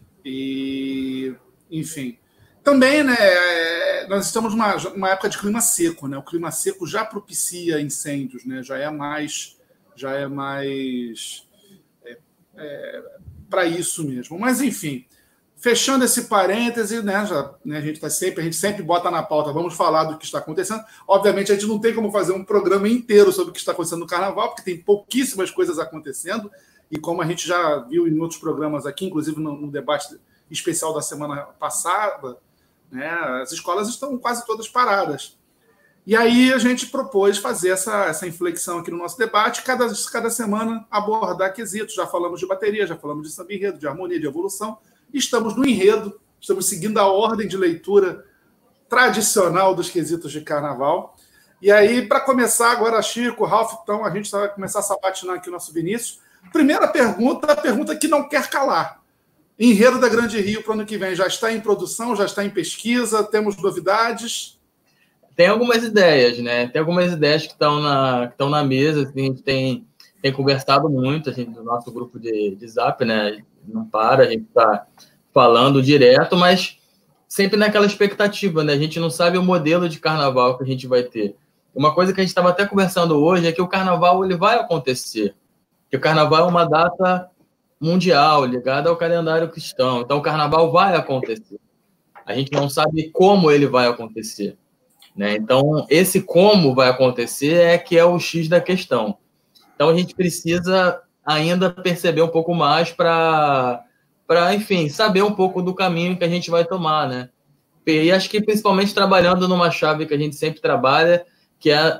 E, enfim. Também, né, nós estamos numa, numa época de clima seco, né? O clima seco já propicia incêndios, né? Já é mais. Já é mais é, é, para isso mesmo. Mas, enfim, fechando esse parêntese, né, já, né, a gente tá sempre, a gente sempre bota na pauta, vamos falar do que está acontecendo. Obviamente, a gente não tem como fazer um programa inteiro sobre o que está acontecendo no Carnaval, porque tem pouquíssimas coisas acontecendo, e como a gente já viu em outros programas aqui, inclusive no, no debate especial da semana passada, né, as escolas estão quase todas paradas. E aí a gente propôs fazer essa, essa inflexão aqui no nosso debate, cada, cada semana abordar quesitos. Já falamos de bateria, já falamos de samba enredo, de harmonia, de evolução. Estamos no enredo, estamos seguindo a ordem de leitura tradicional dos quesitos de carnaval. E aí, para começar agora, Chico, Ralf, então a gente vai começar a sabatinar aqui o nosso Vinícius. Primeira pergunta, a pergunta que não quer calar. Enredo da Grande Rio para o ano que vem já está em produção, já está em pesquisa, temos novidades? Tem algumas ideias, né? Tem algumas ideias que estão na, que estão na mesa, assim, a gente tem, tem conversado muito, a gente, no nosso grupo de, de Zap, né? Não para, a gente está falando direto, mas sempre naquela expectativa, né? A gente não sabe o modelo de carnaval que a gente vai ter. Uma coisa que a gente estava até conversando hoje é que o carnaval ele vai acontecer. Que o carnaval é uma data mundial ligada ao calendário cristão. Então, o carnaval vai acontecer. A gente não sabe como ele vai acontecer. Né? Então, esse como vai acontecer é que é o X da questão. Então, a gente precisa ainda perceber um pouco mais para, para, enfim, saber um pouco do caminho que a gente vai tomar, né? E acho que principalmente trabalhando numa chave que a gente sempre trabalha, que é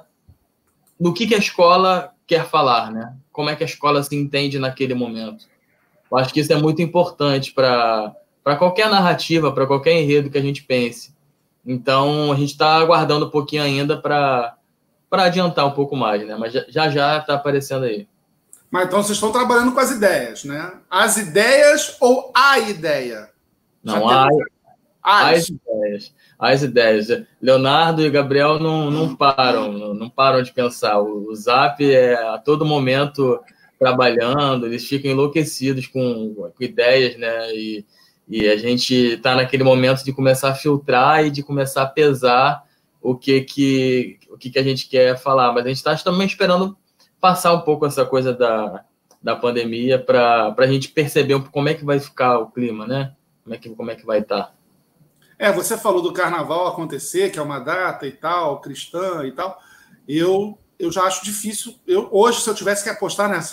do que, que a escola quer falar, né? Como é que a escola se entende naquele momento. Eu acho que isso é muito importante para, para qualquer narrativa, para qualquer enredo que a gente pense. Então, a gente está aguardando um pouquinho ainda para adiantar um pouco mais, né? Mas já já está aparecendo aí. Mas então vocês estão trabalhando com as ideias, né? As ideias ou a ideia? Não, há as... as ideias. As ideias. Leonardo e Gabriel não, não param, não, não param de pensar. O, o Zap é a todo momento trabalhando, eles ficam enlouquecidos com, com ideias, né? E E a gente está naquele momento de começar a filtrar e de começar a pesar o que, que, o que, que a gente quer falar. Mas a gente está também esperando passar um pouco essa coisa da, da pandemia para a gente perceber como é que vai ficar o clima, né? Como é que, como é que vai estar. É, você falou do carnaval acontecer, que é uma data e tal, cristã e tal. Eu... eu já acho difícil. Eu, hoje, se eu tivesse que apostar, né,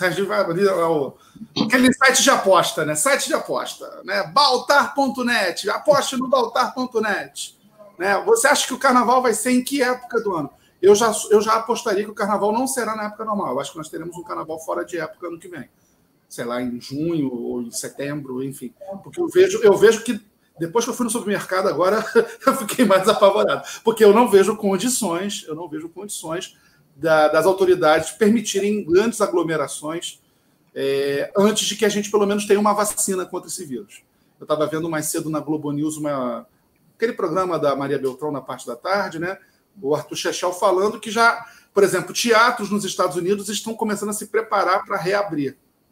aquele site de aposta, né? Site de aposta, né? Baltar ponto net, aposte no baltar ponto net. Né? Você acha que o carnaval vai ser em que época do ano? Eu já, eu já apostaria que o carnaval não será na época normal. Eu acho que nós teremos um carnaval fora de época ano que vem. Sei lá, em junho ou em setembro, enfim. Porque eu vejo, eu vejo que depois que eu fui no supermercado agora, eu fiquei mais apavorado. Porque eu não vejo condições, eu não vejo condições Da, das autoridades permitirem grandes aglomerações é, antes de que a gente, pelo menos, tenha uma vacina contra esse vírus. Eu estava vendo mais cedo na Globo News uma, aquele programa da Maria Beltrão na parte da tarde, né? O Arthur Chechel falando que já, por exemplo, teatros nos Estados Unidos estão começando a se preparar para reabrir.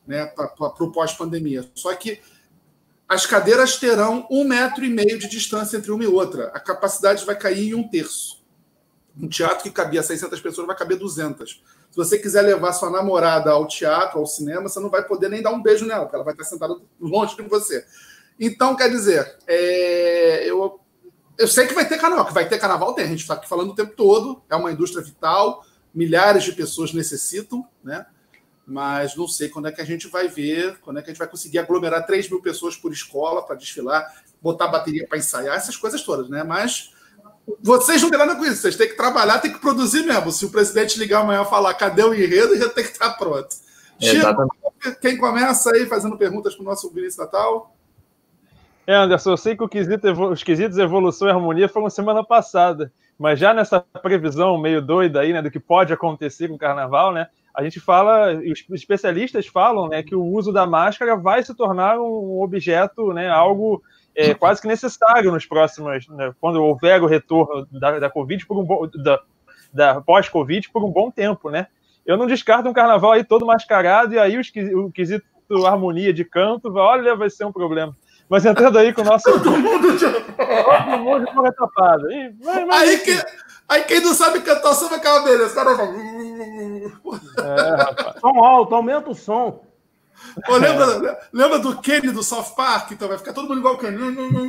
né, para o pós-pandemia. Só que as cadeiras terão um metro e meio de distância entre uma e outra. A capacidade vai cair em um terço. Um teatro que cabia seiscentas pessoas vai caber duzentas. Se você quiser levar sua namorada ao teatro, ao cinema, você não vai poder nem dar um beijo nela, porque ela vai estar sentada longe de você. Então, quer dizer, é, eu, eu sei que vai ter carnaval, que vai ter carnaval, tem. A gente está aqui falando o tempo todo, é uma indústria vital, milhares de pessoas necessitam, né? Mas não sei quando é que a gente vai ver, quando é que a gente vai conseguir aglomerar três mil pessoas por escola para desfilar, botar bateria para ensaiar, essas coisas todas, né? Mas vocês não têm nada com isso, vocês têm que trabalhar, têm que produzir mesmo. Se o presidente ligar amanhã e falar cadê o enredo, já tem que estar pronto. Chico, quem começa aí fazendo perguntas para o nosso Vinícius Natal? É, Anderson, eu sei que o quesito, os quesitos evolução e harmonia foram semana passada, mas já nessa previsão meio doida aí, né, do que pode acontecer com o carnaval, né, a gente fala, os especialistas falam, né, que o uso da máscara vai se tornar um objeto, né, algo é, quase que necessário nos próximos, né, quando houver o retorno da, da Covid, por um bom, da, da pós-Covid por um bom tempo, né. Eu não descarto um carnaval aí todo mascarado e aí os, o quesito harmonia de canto, olha, vai ser um problema. Mas entrando aí com o nosso... Todo mundo de... Todo mundo de boca tapada. Aí, que... aí quem não sabe cantar samba, aquela beleza. Cara, é, rapaz. Som alto, aumenta o som. Pô, lembra, é. lembra do Kenny do South Park? Então vai ficar todo mundo igual o Kenny.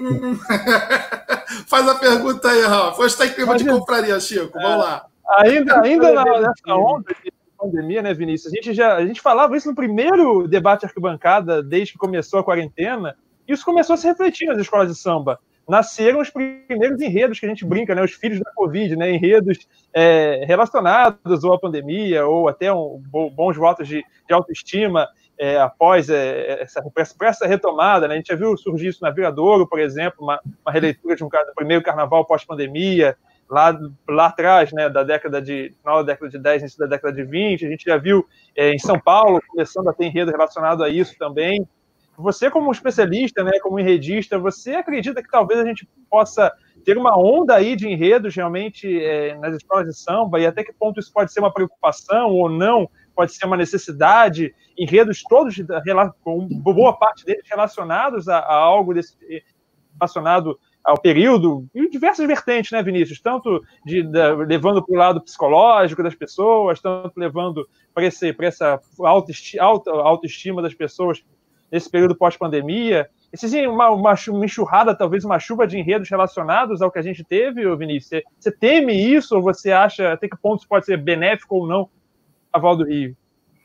Faz a pergunta aí, Rafa. Hoje está em clima de compraria, Chico. Vamos é. lá. Ainda, ainda na, nessa onda de pandemia, né, Vinícius? A gente, já, a gente falava isso no primeiro debate arquibancada, desde que começou a quarentena. Isso começou a se refletir nas escolas de samba. Nasceram os primeiros enredos que a gente brinca, né? Os filhos da Covid, né? Enredos é, relacionados ou à pandemia, ou até um, bons votos de, de autoestima é, após é, essa, essa retomada, né? A gente já viu surgir isso na Viradouro, por exemplo, uma, uma releitura de um do primeiro carnaval pós-pandemia, lá, lá atrás, né? Da década de, final da década de dez, início da década de vinte. A gente já viu é, em São Paulo começando a ter enredo relacionado a isso também. Você, como especialista, né, como enredista, você acredita que talvez a gente possa ter uma onda aí de enredos realmente é, nas escolas de samba, e até que ponto isso pode ser uma preocupação ou não, pode ser uma necessidade, enredos todos, com boa parte deles relacionados a, a algo desse, relacionado ao período, e diversas vertentes, né, Vinícius? Tanto de, de, levando para o lado psicológico das pessoas, tanto levando para essa autoestima, auto, autoestima das pessoas nesse período pós-pandemia. Uma, uma, uma enxurrada, talvez uma chuva de enredos relacionados ao que a gente teve, Vinícius? Você, você teme isso ou você acha até que ponto isso pode ser benéfico ou não no Carnaval do Rio?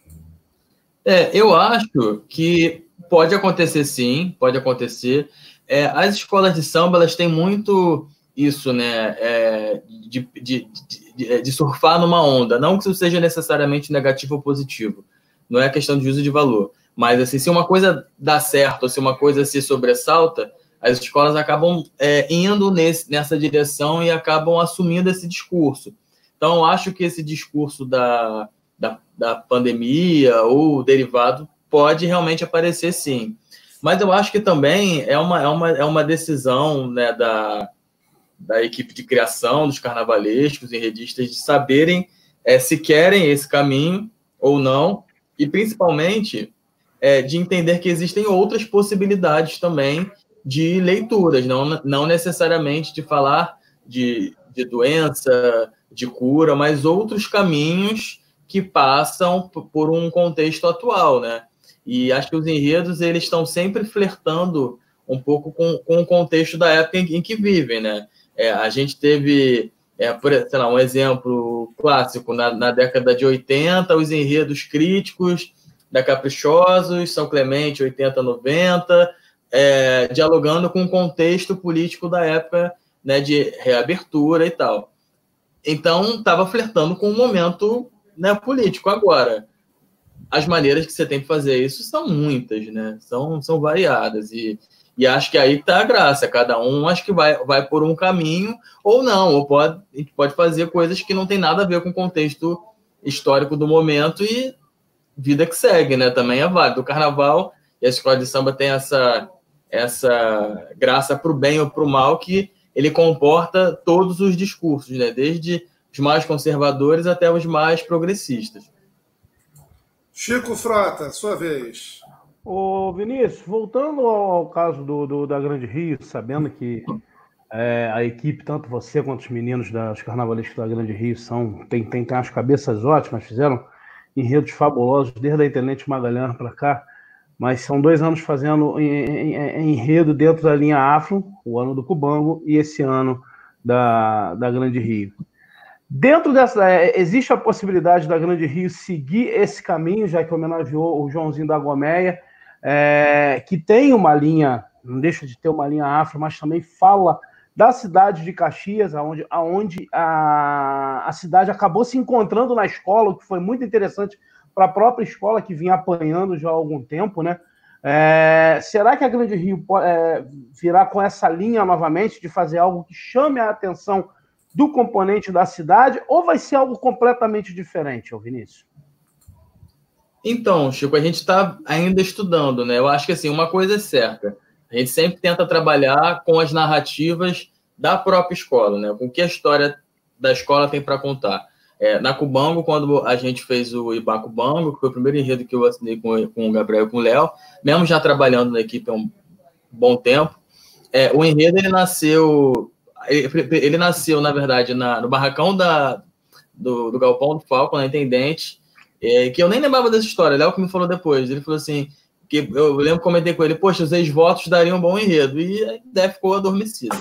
É, eu acho que pode acontecer sim, pode acontecer. É, as escolas de samba, elas têm muito isso, né, é, de, de, de, de surfar numa onda. Não que isso seja necessariamente negativo ou positivo. Não é questão de uso de valor. Mas, assim, se uma coisa dá certo, ou se uma coisa se sobressalta, as escolas acabam é, indo nesse, nessa direção e acabam assumindo esse discurso. Então, eu acho que esse discurso da, da, da pandemia ou derivado pode realmente aparecer, sim. Mas eu acho que também é uma, é uma, é uma decisão, né, da, da equipe de criação, dos carnavalescos, enredistas, de saberem é, se querem esse caminho ou não, e, principalmente... É, de entender que existem outras possibilidades também de leituras, não, não necessariamente de falar de, de doença, de cura, mas outros caminhos que passam por um contexto atual, né? E acho que os enredos, eles estão sempre flertando um pouco com, com o contexto da época em, em que vivem, né? É, a gente teve, é, por, sei lá, um exemplo clássico, na, na década de oitenta, os enredos críticos da Caprichosos, São Clemente, oitenta, noventa, é, dialogando com o contexto político da época, né, de reabertura e tal. Então, estava flertando com o momento, né, político. Agora, as maneiras que você tem de fazer isso são muitas, né? São, são variadas. E, e acho que aí está a graça. Cada um acho que vai, vai por um caminho ou não. Ou pode, a gente pode fazer coisas que não tem nada a ver com o contexto histórico do momento e vida que segue, né? Também é válido. O carnaval e a escola de samba tem essa, essa graça para o bem ou para o mal, que ele comporta todos os discursos, né? Desde os mais conservadores até os mais progressistas. Chico Frota, sua vez. Ô, Vinícius, voltando ao caso do, do da Grande Rio, sabendo que é, a equipe, tanto você quanto os meninos das carnavalescas da Grande Rio, são, tem, tem, tem umas cabeças ótimas, fizeram enredos fabulosos desde a Intendente Magalhães para cá, mas são dois anos fazendo em, em, em, enredo dentro da linha Afro, o ano do Cubango, e esse ano da, da Grande Rio. Dentro dessa, é, existe a possibilidade da Grande Rio seguir esse caminho, já que homenageou o Joãozinho da Gomeia, é, que tem uma linha, não deixa de ter uma linha afro, mas também fala da cidade de Caxias, onde, onde a, a cidade acabou se encontrando na escola, o que foi muito interessante para a própria escola, que vinha apanhando já há algum tempo, né? É, será que a Grande Rio é, virá com essa linha novamente, de fazer algo que chame a atenção do componente da cidade, ou vai ser algo completamente diferente, Vinícius? Então, Chico, a gente está ainda estudando, né? Eu acho que, assim, uma coisa é certa. A gente sempre tenta trabalhar com as narrativas da própria escola, né? Com o que a história da escola tem para contar. É, na Cubango, quando a gente fez o Ibá Cubango, que foi o primeiro enredo que eu assinei com, com o Gabriel e com o Léo, mesmo já trabalhando na equipe há um bom tempo, é, o enredo, ele nasceu... Ele, ele nasceu, na verdade, na, no barracão da, do, do Galpão do Falco, na Intendente, é, que eu nem lembrava dessa história, Léo que me falou depois. Ele falou assim, que eu lembro que comentei com ele, poxa, os ex-votos dariam um bom enredo, e a ideia ficou adormecida.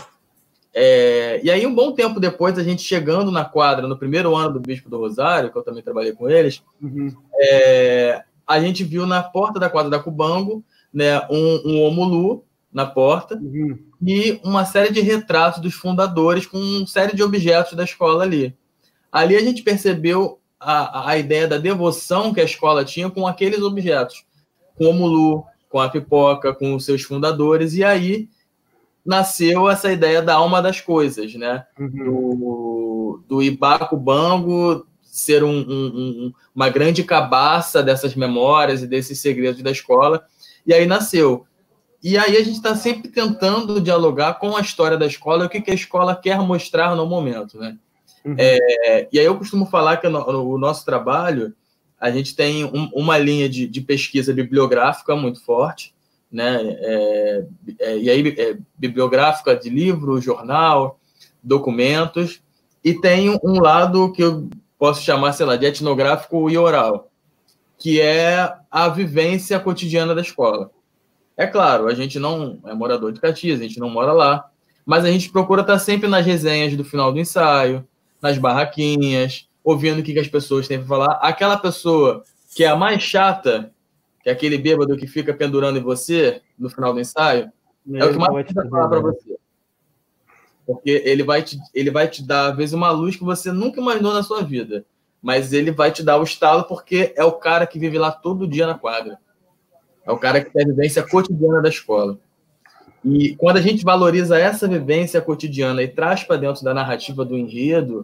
É, e aí, um bom tempo depois, a gente chegando na quadra, no primeiro ano do Bispo do Rosário, que eu também trabalhei com eles, uhum. é, a gente viu na porta da quadra da Cubango, né, um, um Omulu na porta, uhum. e uma série de retratos dos fundadores com uma série de objetos da escola ali. Ali a gente percebeu a, a ideia da devoção que a escola tinha com aqueles objetos, com o Omulu, com a pipoca, com os seus fundadores, e aí nasceu essa ideia da alma das coisas, né? Uhum. Do, do Ibá Cubango ser um, um, uma grande cabaça dessas memórias e desses segredos da escola, e aí nasceu. E aí a gente está sempre tentando dialogar com a história da escola, o que, que a escola quer mostrar no momento, né? Uhum. É, e aí eu costumo falar que no, o nosso trabalho, a gente tem um, uma linha de, de pesquisa bibliográfica muito forte, né? É, é, e aí é, bibliográfica de livro, jornal, documentos, e tem um lado que eu posso chamar, sei lá, de etnográfico e oral, que é a vivência cotidiana da escola. É claro, a gente não é morador de Caxias, a gente não mora lá, mas a gente procura estar sempre nas resenhas do final do ensaio, nas barraquinhas, ouvindo o que as pessoas têm para falar. Aquela pessoa que é a mais chata, que é aquele bêbado que fica pendurando em você no final do ensaio, é, é o que mais vai falar para você. Porque ele vai, te, ele vai te dar, às vezes, uma luz que você nunca imaginou na sua vida, mas ele vai te dar o estalo porque é o cara que vive lá todo dia na quadra. É o cara que tem a vivência cotidiana da escola. E quando a gente valoriza essa vivência cotidiana e traz para dentro da narrativa do enredo,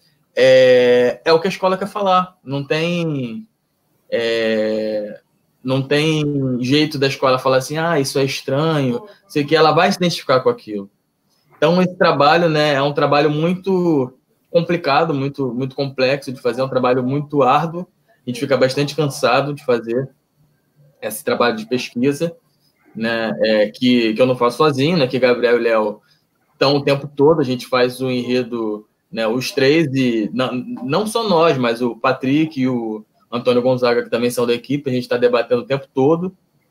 é, é o que a escola quer falar. Não tem, é, não tem jeito da escola falar assim, ah, isso é estranho, sei que ela vai se identificar com aquilo. Então, esse trabalho, né, é um trabalho muito complicado, muito, muito complexo de fazer, é um trabalho muito árduo, a gente fica bastante cansado de fazer esse trabalho de pesquisa, né, é, que, que eu não faço sozinho, né, que Gabriel e Léo estão o tempo todo, a gente faz o enredo, né, os três, e não, não só nós, mas o Patrick e o Antônio Gonzaga, que também são da equipe, a gente está debatendo o tempo todo.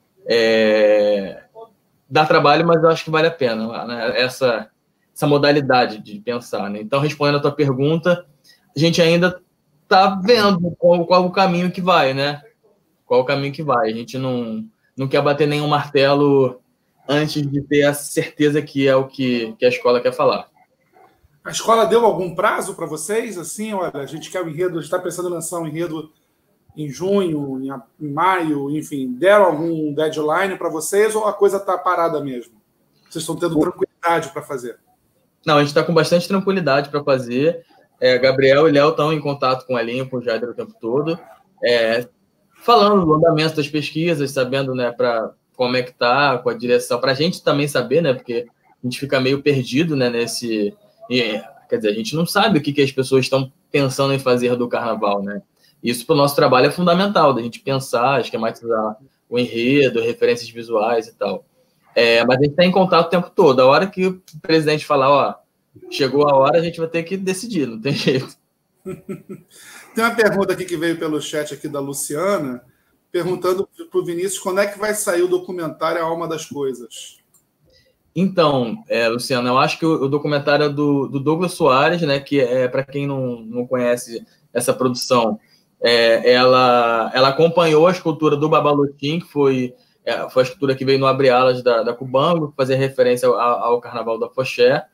É, dá trabalho, mas eu acho que vale a pena, né, essa, essa modalidade de pensar. Né? Então, respondendo a tua pergunta, a gente ainda está vendo qual, qual o caminho que vai, né? Qual o caminho que vai. A gente não, não quer bater nenhum martelo antes de ter a certeza que é o que, que a escola quer falar. A escola deu algum prazo para vocês? Assim, olha, a gente quer o enredo, a gente está pensando em lançar um enredo em junho, em, em maio, enfim, deram algum deadline para vocês ou a coisa está parada mesmo? Vocês estão tendo tranquilidade para fazer? Não, a gente está com bastante tranquilidade para fazer. É, Gabriel e Léo estão em contato com a linha, com o Jader o tempo todo. É, falando do andamento das pesquisas, sabendo, né, para como é que tá, com a direção, para a gente também saber, né, porque a gente fica meio perdido, né, nesse... E, quer dizer, a gente não sabe o que, que as pessoas estão pensando em fazer do carnaval, né? Isso para o nosso trabalho é fundamental, da gente pensar, esquematizar o enredo, referências visuais e tal. É, mas a gente está em contato o tempo todo. A hora que o presidente falar, ó, chegou a hora, a gente vai ter que decidir, não tem jeito. Tem uma pergunta aqui que veio pelo chat aqui da Luciana, perguntando para o Vinícius quando é que vai sair o documentário A Alma das Coisas. Então, é, Luciano, eu acho que o, o documentário é do, do Douglas Soares, né, que é, para quem não, não conhece essa produção, é, ela, ela acompanhou a escultura do Babalutim, que foi, é, foi a escultura que veio no Abre Alas da, da Cubango, fazer referência ao, ao Carnaval da Foché,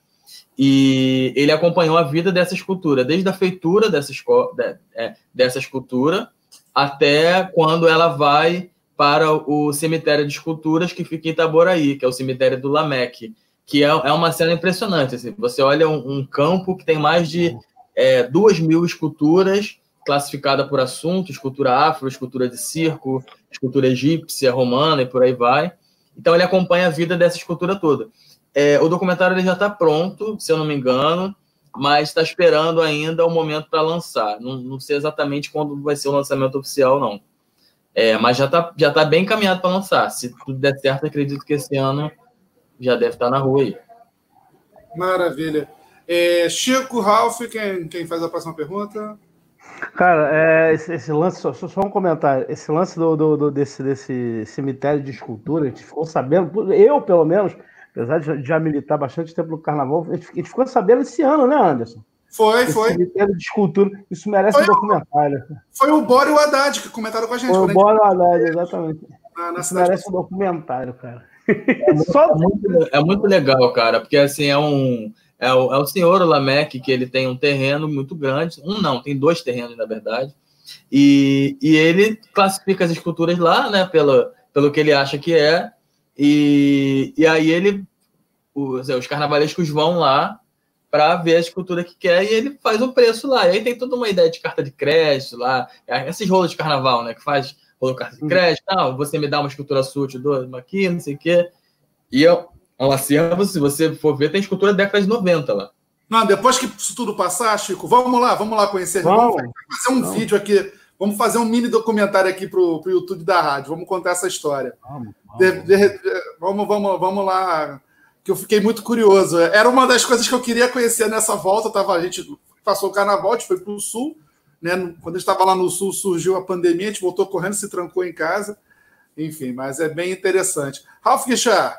e ele acompanhou a vida dessa escultura, desde a feitura dessa, esco, de, é, dessa escultura até quando ela vai para o cemitério de esculturas que fica em Itaboraí, que é o cemitério do Lamec, que é, é uma cena impressionante. Assim, você olha um, um campo que tem mais de é, duas mil esculturas classificadas por assunto, escultura afro, escultura de circo, escultura egípcia, romana e por aí vai. Então ele acompanha a vida dessa escultura toda. É, o documentário ele já está pronto, se eu não me engano, mas está esperando ainda o momento para lançar. Não, não sei exatamente quando vai ser o lançamento oficial, não. É, mas já está já tá bem encaminhado para lançar. Se tudo der certo, acredito que esse ano já deve estar na rua aí. Maravilha. É, Chico, Ralf, quem, quem faz a próxima pergunta? Cara, é, esse, esse lance, só, só um comentário. Esse lance do, do, do, desse, desse cemitério de escultura, a gente ficou sabendo, eu pelo menos, apesar de já militar bastante tempo no Carnaval, a gente ficou sabendo esse ano, né, Anderson? Foi, Esse foi. Cemitério de escultura, isso merece foi um documentário. Foi o Bório e o Haddad que comentaram com a gente. Foi o gente... Bório e o Haddad, exatamente. Na, na isso merece um documentário, cara. É muito, Só... é, muito, é muito legal, cara, porque assim, é um... É o, é o senhor Lamec, que ele tem um terreno muito grande, um não, tem dois terrenos, na verdade, e, e ele classifica as esculturas lá, né, pelo, pelo que ele acha que é, e, e aí ele, os, os carnavalescos vão lá para ver a escultura que quer, e ele faz um preço lá, e aí tem toda uma ideia de carta de crédito lá, esses rolos de carnaval, né, que faz rolo de carta de crédito, não, você me dá uma escultura sua, te dou uma aqui, não sei o quê, e eu... Um acervo, se você for ver, tem escultura da década de noventa lá. Não, depois que isso tudo passar, Chico, vamos lá, vamos lá conhecer. Vamos, vamos fazer um vamos. vídeo aqui, vamos fazer um mini documentário aqui para o YouTube da rádio, vamos contar essa história. Vamos, vamos. De, de, de, vamos, vamos, vamos lá, que eu fiquei muito curioso. Era uma das coisas que eu queria conhecer nessa volta, tava, a gente passou o carnaval, a gente foi para o Sul, né? Quando a gente estava lá no Sul, surgiu a pandemia, a gente voltou correndo, se trancou em casa, enfim, mas é bem interessante. Ralf Guichard.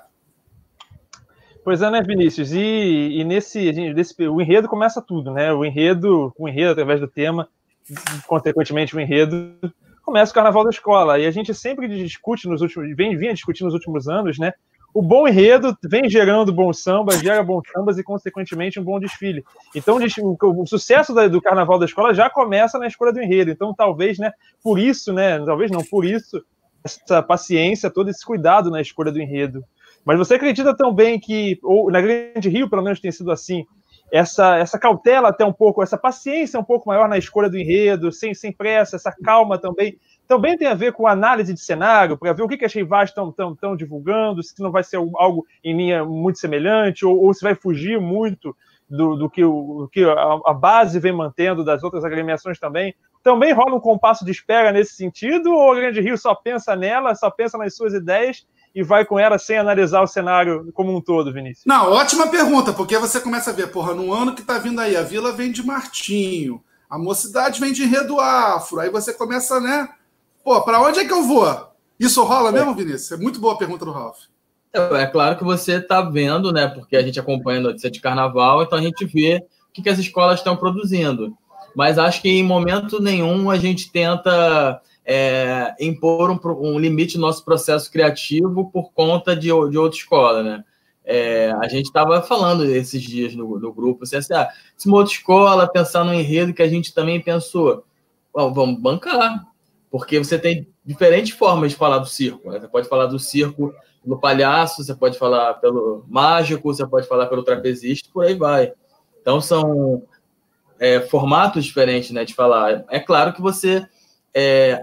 Pois é, né, Vinícius? E, e nesse, nesse o enredo começa tudo, né? O enredo, o enredo através do tema, consequentemente o enredo, começa o Carnaval da Escola. E a gente sempre discute nos últimos, vem vinha discutindo nos últimos anos, né? O bom enredo vem gerando bons sambas, gera bons sambas e, consequentemente, um bom desfile. Então, o, o sucesso da, do Carnaval da Escola já começa na escolha do enredo. Então, talvez, né? Por isso, né? Talvez não, por isso, essa paciência, todo esse cuidado na escolha do enredo. Mas você acredita também que, ou na Grande Rio, pelo menos tem sido assim, essa, essa cautela até um pouco, essa paciência um pouco maior na escolha do enredo, sem, sem pressa, essa calma também, também tem a ver com análise de cenário, para ver o que, que as rivais estão tão, tão divulgando, se não vai ser algo em linha muito semelhante, ou, ou se vai fugir muito do, do que, o, do que a, a base vem mantendo das outras agremiações também. Também rola um compasso de espera nesse sentido, ou a Grande Rio só pensa nela, só pensa nas suas ideias, e vai com ela sem analisar o cenário como um todo, Vinícius? Não, ótima pergunta, porque você começa a ver, porra, no ano que tá vindo aí, a Vila vem de Martinho, a Mocidade vem de Enredo Afro, aí você começa, né? Pô, pra onde é que eu vou? Isso rola é. mesmo, Vinícius? É muito boa a pergunta do Ralf. É, é claro que você tá vendo, né? Porque a gente acompanha a notícia de carnaval, então a gente vê o que, que as escolas estão produzindo. Mas acho que em momento nenhum a gente tenta... É, impor um, um limite no nosso processo criativo por conta de, de outra escola, né? É, a gente estava falando esses dias no, no grupo, assim, assim, ah, se uma outra escola pensar no enredo que a gente também pensou, bom, vamos bancar, porque você tem diferentes formas de falar do circo, né? Você pode falar do circo no palhaço, você pode falar pelo mágico, você pode falar pelo trapezista, por aí vai. Então são é, formatos diferentes, né, de falar. É claro que você É,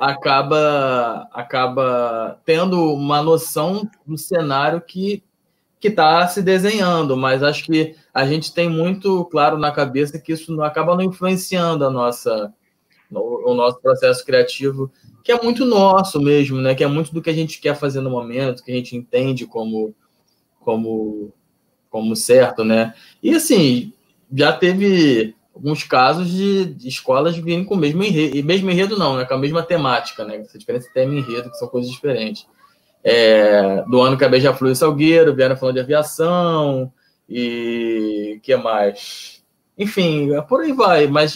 acaba, acaba tendo uma noção do cenário que está se desenhando, mas acho que a gente tem muito claro na cabeça que isso não, acaba não influenciando a nossa, o, o nosso processo criativo, que é muito nosso mesmo, né? Que é muito do que a gente quer fazer no momento, que a gente entende como, como, como certo, né? E, assim, já teve alguns casos de, de escolas virem com o mesmo enredo, e mesmo enredo não, né? Com a mesma temática, né? Essa diferença de tema e enredo, que são coisas diferentes. É, do ano que a Beija-Flor e Salgueiro vieram falando de aviação, e o que mais? Enfim, por aí vai, mas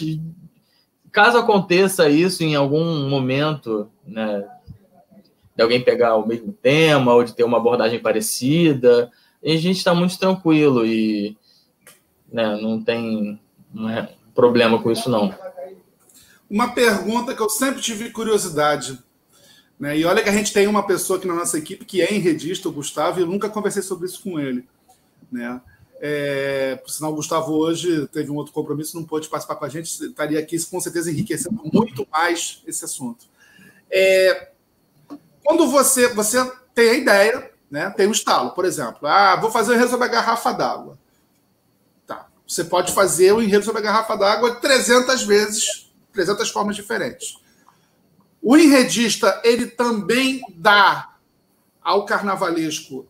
caso aconteça isso em algum momento, né, de alguém pegar o mesmo tema ou de ter uma abordagem parecida, a gente está muito tranquilo e, né, não tem não é problema com isso, não. Uma pergunta que eu sempre tive curiosidade, né, e olha que a gente tem uma pessoa aqui na nossa equipe que é enredista, o Gustavo, e eu nunca conversei sobre isso com ele, né? É, por sinal, o Gustavo hoje teve um outro compromisso, não pôde participar com a gente, estaria aqui com certeza enriquecendo muito mais esse assunto. É, quando você, você tem a ideia, né, tem um estalo, por exemplo, ah, vou fazer um enredo sobre a garrafa d'água. Tá. Você pode fazer o um enredo sobre a garrafa d'água trezentas vezes, trezentas formas diferentes. O enredista, ele também dá ao carnavalesco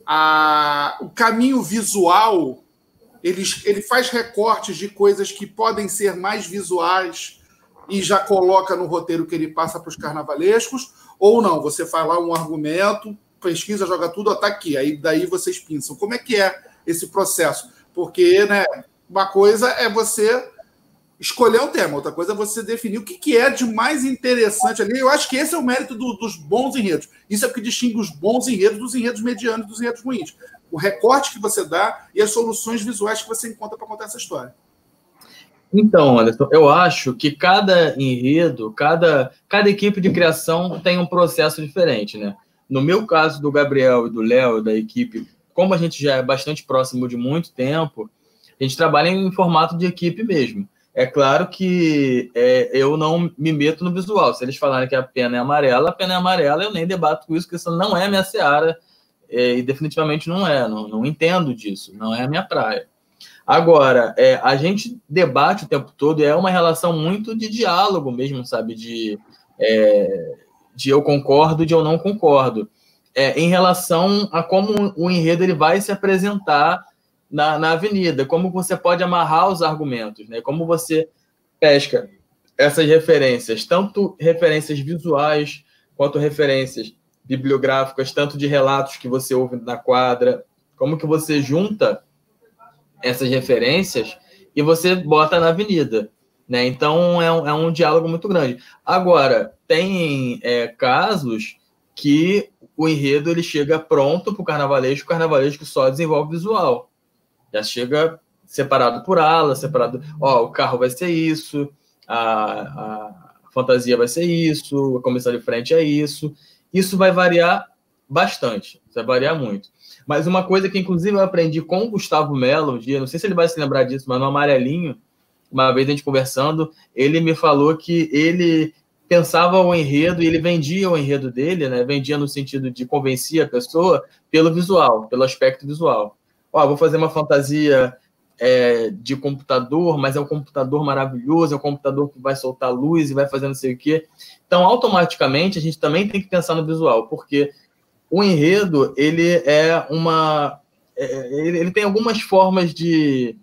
A, o caminho visual, ele, ele faz recortes de coisas que podem ser mais visuais e já coloca no roteiro que ele passa para os carnavalescos, ou não, você faz lá um argumento, pesquisa, joga tudo, está aqui, aí daí vocês pensam. Como é que é esse processo? Porque, né, uma coisa é você escolher um tema, outra coisa é você definir o que, que é de mais interessante ali. Eu acho que esse é o mérito do, dos bons enredos. Isso é o que distingue os bons enredos dos enredos medianos dos enredos ruins. O recorte que você dá e as soluções visuais que você encontra para contar essa história. Então, Anderson, eu acho que cada enredo, cada, cada equipe de criação tem um processo diferente, né? No meu caso, do Gabriel e do Léo, da equipe, como a gente já é bastante próximo de muito tempo, a gente trabalha em formato de equipe mesmo. É claro que é, eu não me meto no visual. Se eles falarem que a pena é amarela, a pena é amarela, eu nem debato com isso, porque isso não é a minha seara, é, e definitivamente não é. Não, não entendo disso, não é a minha praia. Agora, é, a gente debate o tempo todo, e é uma relação muito de diálogo mesmo, sabe? De, é, de eu concordo, de eu não concordo. É, em relação a como o enredo ele vai se apresentar Na, na avenida, como você pode amarrar os argumentos, né? Como você pesca essas referências, tanto referências visuais quanto referências bibliográficas, tanto de relatos que você ouve na quadra, como que você junta essas referências e você bota na avenida, né? Então é um, é um diálogo muito grande. Agora, tem é, casos que o enredo ele chega pronto para o carnavalesco, o carnavalesco só desenvolve visual. Já chega separado por ala, separado... Ó, o carro vai ser isso, a, a fantasia vai ser isso, a comissão de frente é isso. Isso vai variar bastante, vai variar muito. Mas uma coisa que, inclusive, eu aprendi com o Gustavo Melo um dia, não sei se ele vai se lembrar disso, mas no Amarelinho, uma vez a gente conversando, ele me falou que ele pensava o enredo e ele vendia o enredo dele, né? Vendia no sentido de convencer a pessoa pelo visual, pelo aspecto visual. Ó, vou fazer uma fantasia é, de computador, mas é um computador maravilhoso, é um computador que vai soltar luz e vai fazer não sei o quê. Então, automaticamente, a gente também tem que pensar no visual, porque o enredo, ele é uma... É, ele, ele tem algumas formas de,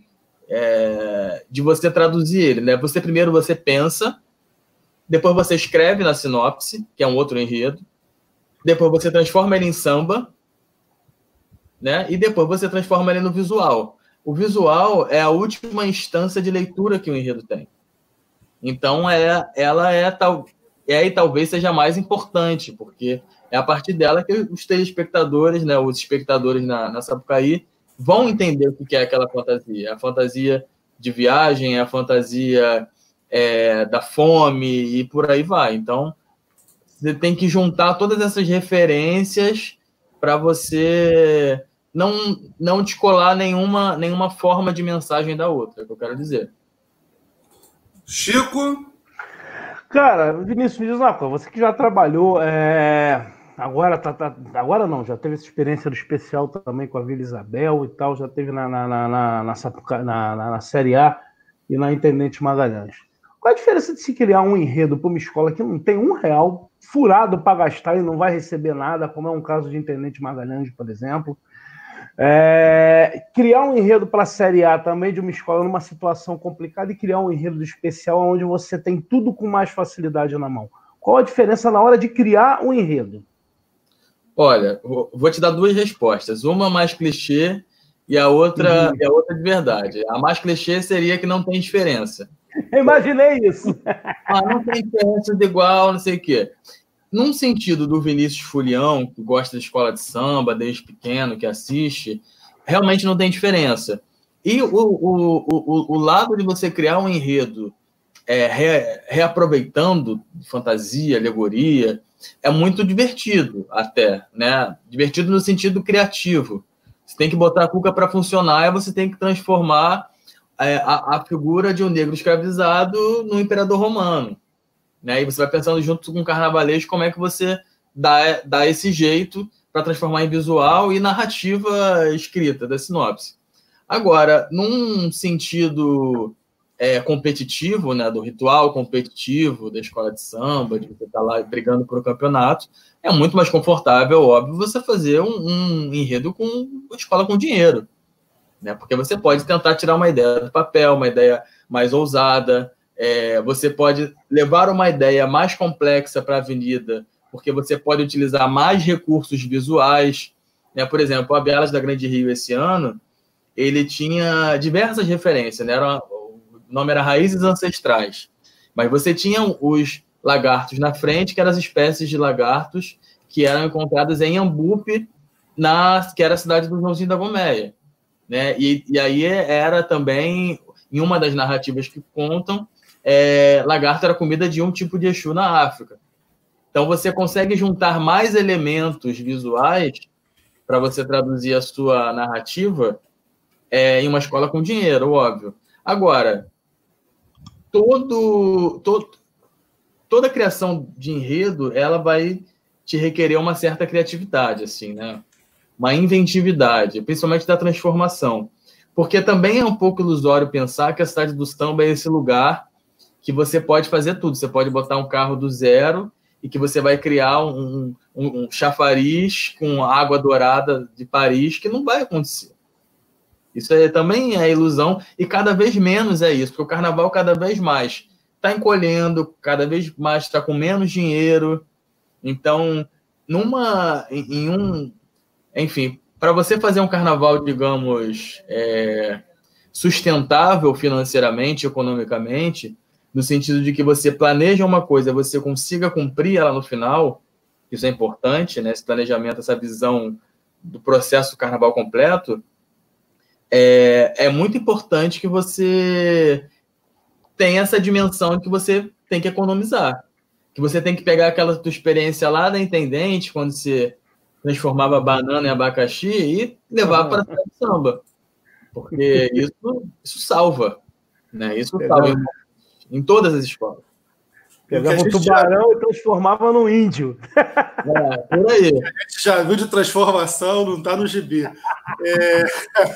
é, de você traduzir ele, né? Você, primeiro, você pensa, depois você escreve na sinopse, que é um outro enredo, depois você transforma ele em samba, né? E depois você transforma ele no visual. O visual é a última instância de leitura que o enredo tem. Então, é, ela é, tal, é e talvez seja mais importante, porque é a partir dela que os telespectadores, né, os espectadores na, na Sapucaí, vão entender o que é aquela fantasia. A fantasia de viagem, a fantasia é, da fome e por aí vai. Então, você tem que juntar todas essas referências para você... não, não descolar nenhuma, nenhuma forma de mensagem da outra, é o que eu quero dizer. Chico? Cara, Vinícius, me diz uma coisa, você que já trabalhou, é... agora, tá, tá... agora não, já teve essa experiência do especial também com a Vila Isabel e tal, já teve na, na, na, na, na, na, na, na Série A e na Intendente Magalhães. Qual a diferença de se criar um enredo para uma escola que não tem um real furado para gastar e não vai receber nada, como é um caso de Intendente Magalhães, por exemplo? É, criar um enredo para a Série A também de uma escola numa situação complicada e criar um enredo especial onde você tem tudo com mais facilidade na mão. Qual a diferença na hora de criar um enredo? Olha, vou te dar duas respostas. Uma mais clichê e a outra, uhum. e a outra de verdade. A mais clichê seria que não tem diferença. Eu imaginei isso. Ah, não tem diferença de igual, não sei o quê. Num sentido do Vinícius Fulião, que gosta de escola de samba desde pequeno, que assiste, realmente não tem diferença. E o, o, o, o lado de você criar um enredo é, re, reaproveitando fantasia, alegoria, é muito divertido até, né? Divertido no sentido criativo. Você tem que botar a cuca para funcionar e você tem que transformar é, a, a figura de um negro escravizado no imperador romano. Né? E você vai pensando junto com o carnavalesco como é que você dá, dá esse jeito para transformar em visual e narrativa escrita da sinopse. Agora, num sentido é, competitivo, né, do ritual competitivo da escola de samba, de você estar lá brigando por um campeonato, é muito mais confortável, óbvio, você fazer um, um enredo com uma escola com dinheiro. Né? Porque você pode tentar tirar uma ideia do papel, uma ideia mais ousada. É, você pode levar uma ideia mais complexa para a avenida, porque você pode utilizar mais recursos visuais. Né? Por exemplo, o Abialas da Grande Rio esse ano, ele tinha diversas referências, né? Era, o nome era Raízes Ancestrais, mas você tinha os lagartos na frente, que eram as espécies de lagartos que eram encontradas em Iambupe, na, que era a cidade do Joãozinho da Gomeia. Né? E, e aí era também, em uma das narrativas que contam, É, lagarto era comida de um tipo de Exu na África. Então, você consegue juntar mais elementos visuais para você traduzir a sua narrativa é, em uma escola com dinheiro, óbvio. Agora, todo, todo, toda criação de enredo ela vai te requerer uma certa criatividade, assim, né? Uma inventividade, principalmente da transformação. Porque também é um pouco ilusório pensar que a cidade do samba é esse lugar que você pode fazer tudo. Você pode botar um carro do zero e que você vai criar um, um, um chafariz com água dourada de Paris, que não vai acontecer. Isso é, também é ilusão, e cada vez menos é isso, porque o carnaval cada vez mais está encolhendo, cada vez mais está com menos dinheiro. Então, numa, em, em um... Enfim, para você fazer um carnaval, digamos, é, sustentável financeiramente, economicamente, no sentido de que você planeja uma coisa, você consiga cumprir ela no final, isso é importante, né? Esse planejamento, essa visão do processo do carnaval completo, é, é muito importante que você tenha essa dimensão que você tem que economizar, que você tem que pegar aquela tua experiência lá da Intendente, quando você transformava banana em abacaxi e levar para a samba, porque isso, isso salva, né? Isso salva em em todas as escolas. Pegava um tubarão já... e transformava num índio. É, por aí. A gente já viu de transformação, não está no gibi. É...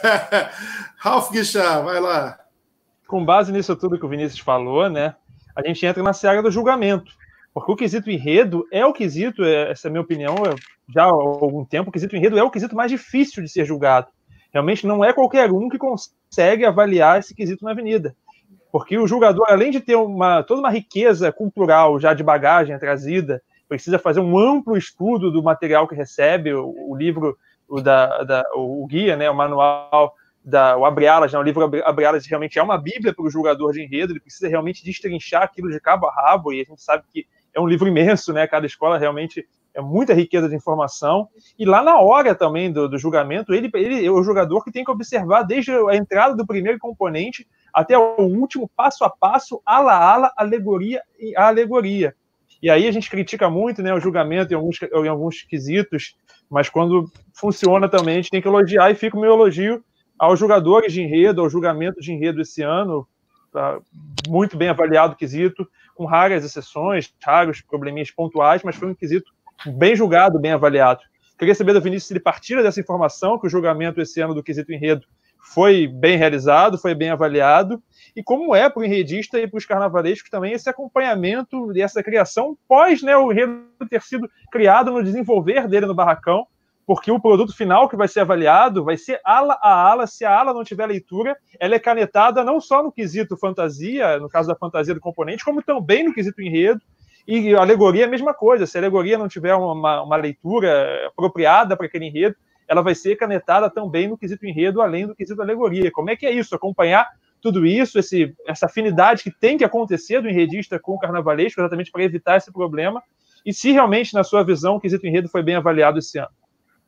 Ralf Guichard, vai lá. Com base nisso tudo que o Vinícius falou, né, a gente entra na seara do julgamento. Porque o quesito enredo é o quesito, essa é a minha opinião, já há algum tempo, o quesito enredo é o quesito mais difícil de ser julgado. Realmente não é qualquer um que consegue avaliar esse quesito na avenida. Porque o julgador, além de ter uma, toda uma riqueza cultural já de bagagem trazida, precisa fazer um amplo estudo do material que recebe, o, o livro, o, da, da, o guia, né, o manual, da, o Abre Alas, né, o livro Abre Alas realmente é uma bíblia para o julgador de enredo, ele precisa realmente destrinchar aquilo de cabo a rabo, e a gente sabe que é um livro imenso, né, cada escola realmente é muita riqueza de informação, e lá na hora também do, do julgamento, ele, ele é o jogador que tem que observar desde a entrada do primeiro componente até o último, passo a passo, ala a ala, alegoria a alegoria. E aí a gente critica muito, né, o julgamento em alguns, em alguns quesitos, mas quando funciona também, a gente tem que elogiar, e fica o meu elogio aos jogadores de enredo, ao julgamento de enredo esse ano, tá muito bem avaliado o quesito, com raras exceções, raros probleminhas pontuais, mas foi um quesito bem julgado, bem avaliado. Queria saber do Vinícius se ele partilha dessa informação, que o julgamento esse ano do quesito enredo foi bem realizado, foi bem avaliado, e como é para o enredista e para os carnavalescos também esse acompanhamento e essa criação pós, né, o enredo ter sido criado no desenvolver dele no barracão, porque o produto final que vai ser avaliado vai ser ala a ala. Se a ala não tiver leitura, ela é canetada não só no quesito fantasia, no caso da fantasia do componente, como também no quesito enredo, e a alegoria é a mesma coisa. Se a alegoria não tiver uma, uma leitura apropriada para aquele enredo, ela vai ser canetada também no quesito enredo, além do quesito alegoria. Como é que é isso? Acompanhar tudo isso, esse, essa afinidade que tem que acontecer do enredista com o carnavalesco, exatamente para evitar esse problema, e se realmente, na sua visão, o quesito enredo foi bem avaliado esse ano.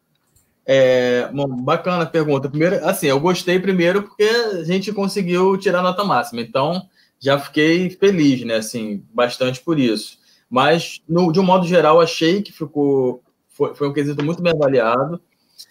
É, bom, bacana a pergunta. Primeiro, assim, eu gostei primeiro porque a gente conseguiu tirar a nota máxima, então já fiquei feliz, né, assim, bastante por isso. Mas, no, de um modo geral, achei que ficou, foi, foi um quesito muito bem avaliado.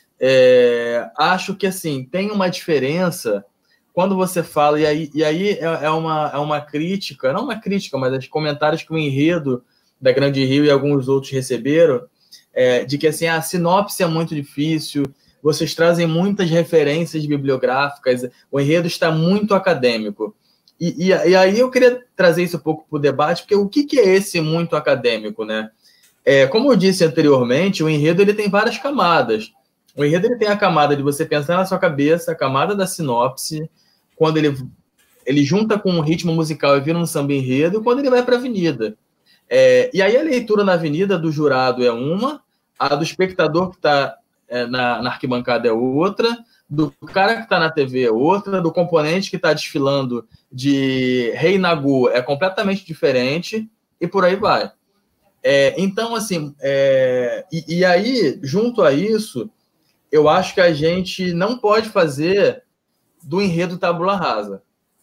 É, acho que, assim, tem uma diferença quando você fala, e aí, e aí é, é, uma, é uma crítica, não uma crítica, mas os comentários que o enredo da Grande Rio e alguns outros receberam, é, de que, assim, a sinopse é muito difícil, vocês trazem muitas referências bibliográficas, o enredo está muito acadêmico. E, e, e aí eu queria trazer isso um pouco para o debate, porque o que, que é esse muito acadêmico, né? É, como eu disse anteriormente, o enredo ele tem várias camadas. O enredo ele tem a camada de você pensar na sua cabeça, a camada da sinopse, quando ele, ele junta com um ritmo musical e vira um samba enredo, e quando ele vai para a avenida. É, e aí a leitura na avenida do jurado é uma, a do espectador que está é, na, na arquibancada é outra, do cara que está na T V é outra, do componente que está desfilando de Rei Nagu é completamente diferente, e por aí vai. É, então, assim, é, e, e aí, junto a isso, eu acho que a gente não pode fazer do enredo tabula rasa.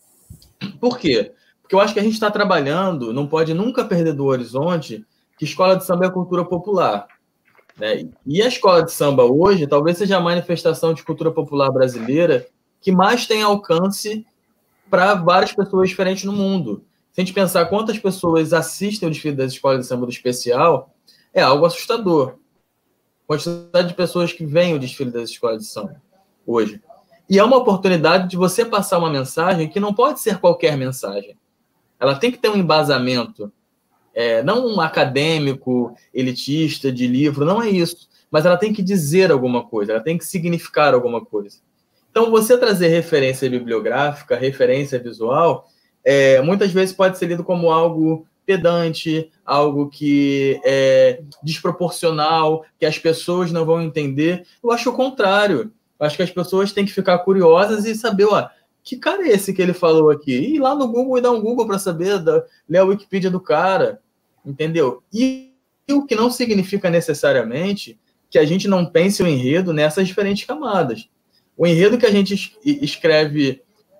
Por quê? Porque eu acho que a gente está trabalhando, não pode nunca perder do horizonte que escola de samba é cultura popular. Né? E a escola de samba hoje talvez seja a manifestação de cultura popular brasileira que mais tem alcance para várias pessoas diferentes no mundo. Se a gente pensar quantas pessoas assistem o desfile das escolas de samba do especial, é algo assustador. A quantidade de pessoas que veem o desfile das escolas de samba hoje. E é uma oportunidade de você passar uma mensagem que não pode ser qualquer mensagem. Ela tem que ter um embasamento, é, não um acadêmico, elitista, de livro, não é isso. Mas ela tem que dizer alguma coisa, ela tem que significar alguma coisa. Então, você trazer referência bibliográfica, referência visual, é, muitas vezes pode ser lido como algo pedante, algo que é desproporcional, que as pessoas não vão entender. Eu acho o contrário. Eu acho que as pessoas têm que ficar curiosas e saber, ó, que cara é esse que ele falou aqui? Ir lá no Google e dar um Google para saber, da, ler a Wikipedia do cara, entendeu? E, e o que não significa necessariamente que a gente não pense o enredo nessas diferentes camadas. O enredo que a gente escreve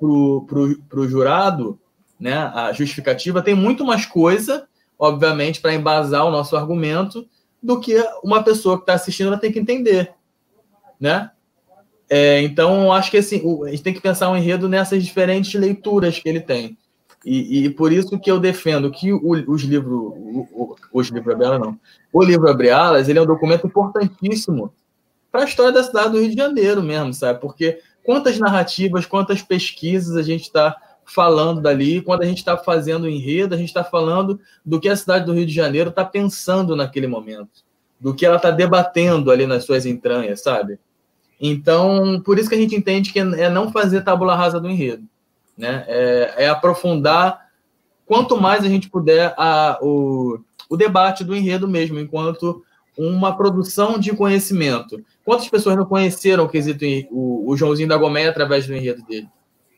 para o jurado, né, a justificativa, tem muito mais coisa, obviamente, para embasar o nosso argumento do que uma pessoa que está assistindo ela tem que entender, né? É, então, acho que assim, a gente tem que pensar um enredo nessas diferentes leituras que ele tem. E, e por isso que eu defendo que o, os livros, o, os livros Abre Alas, não, o livro Abre Alas, ele é um documento importantíssimo para a história da cidade do Rio de Janeiro mesmo, sabe? Porque quantas narrativas, quantas pesquisas a gente está falando dali, quando a gente está fazendo o enredo, a gente está falando do que a cidade do Rio de Janeiro está pensando naquele momento, do que ela está debatendo ali nas suas entranhas, sabe? Então, por isso que a gente entende que é não fazer tábula rasa do enredo, né? É, é aprofundar quanto mais a gente puder a, o, o debate do enredo mesmo, enquanto uma produção de conhecimento. Quantas pessoas não conheceram o quesito, o, o Joãozinho da Gomeia através do enredo dele?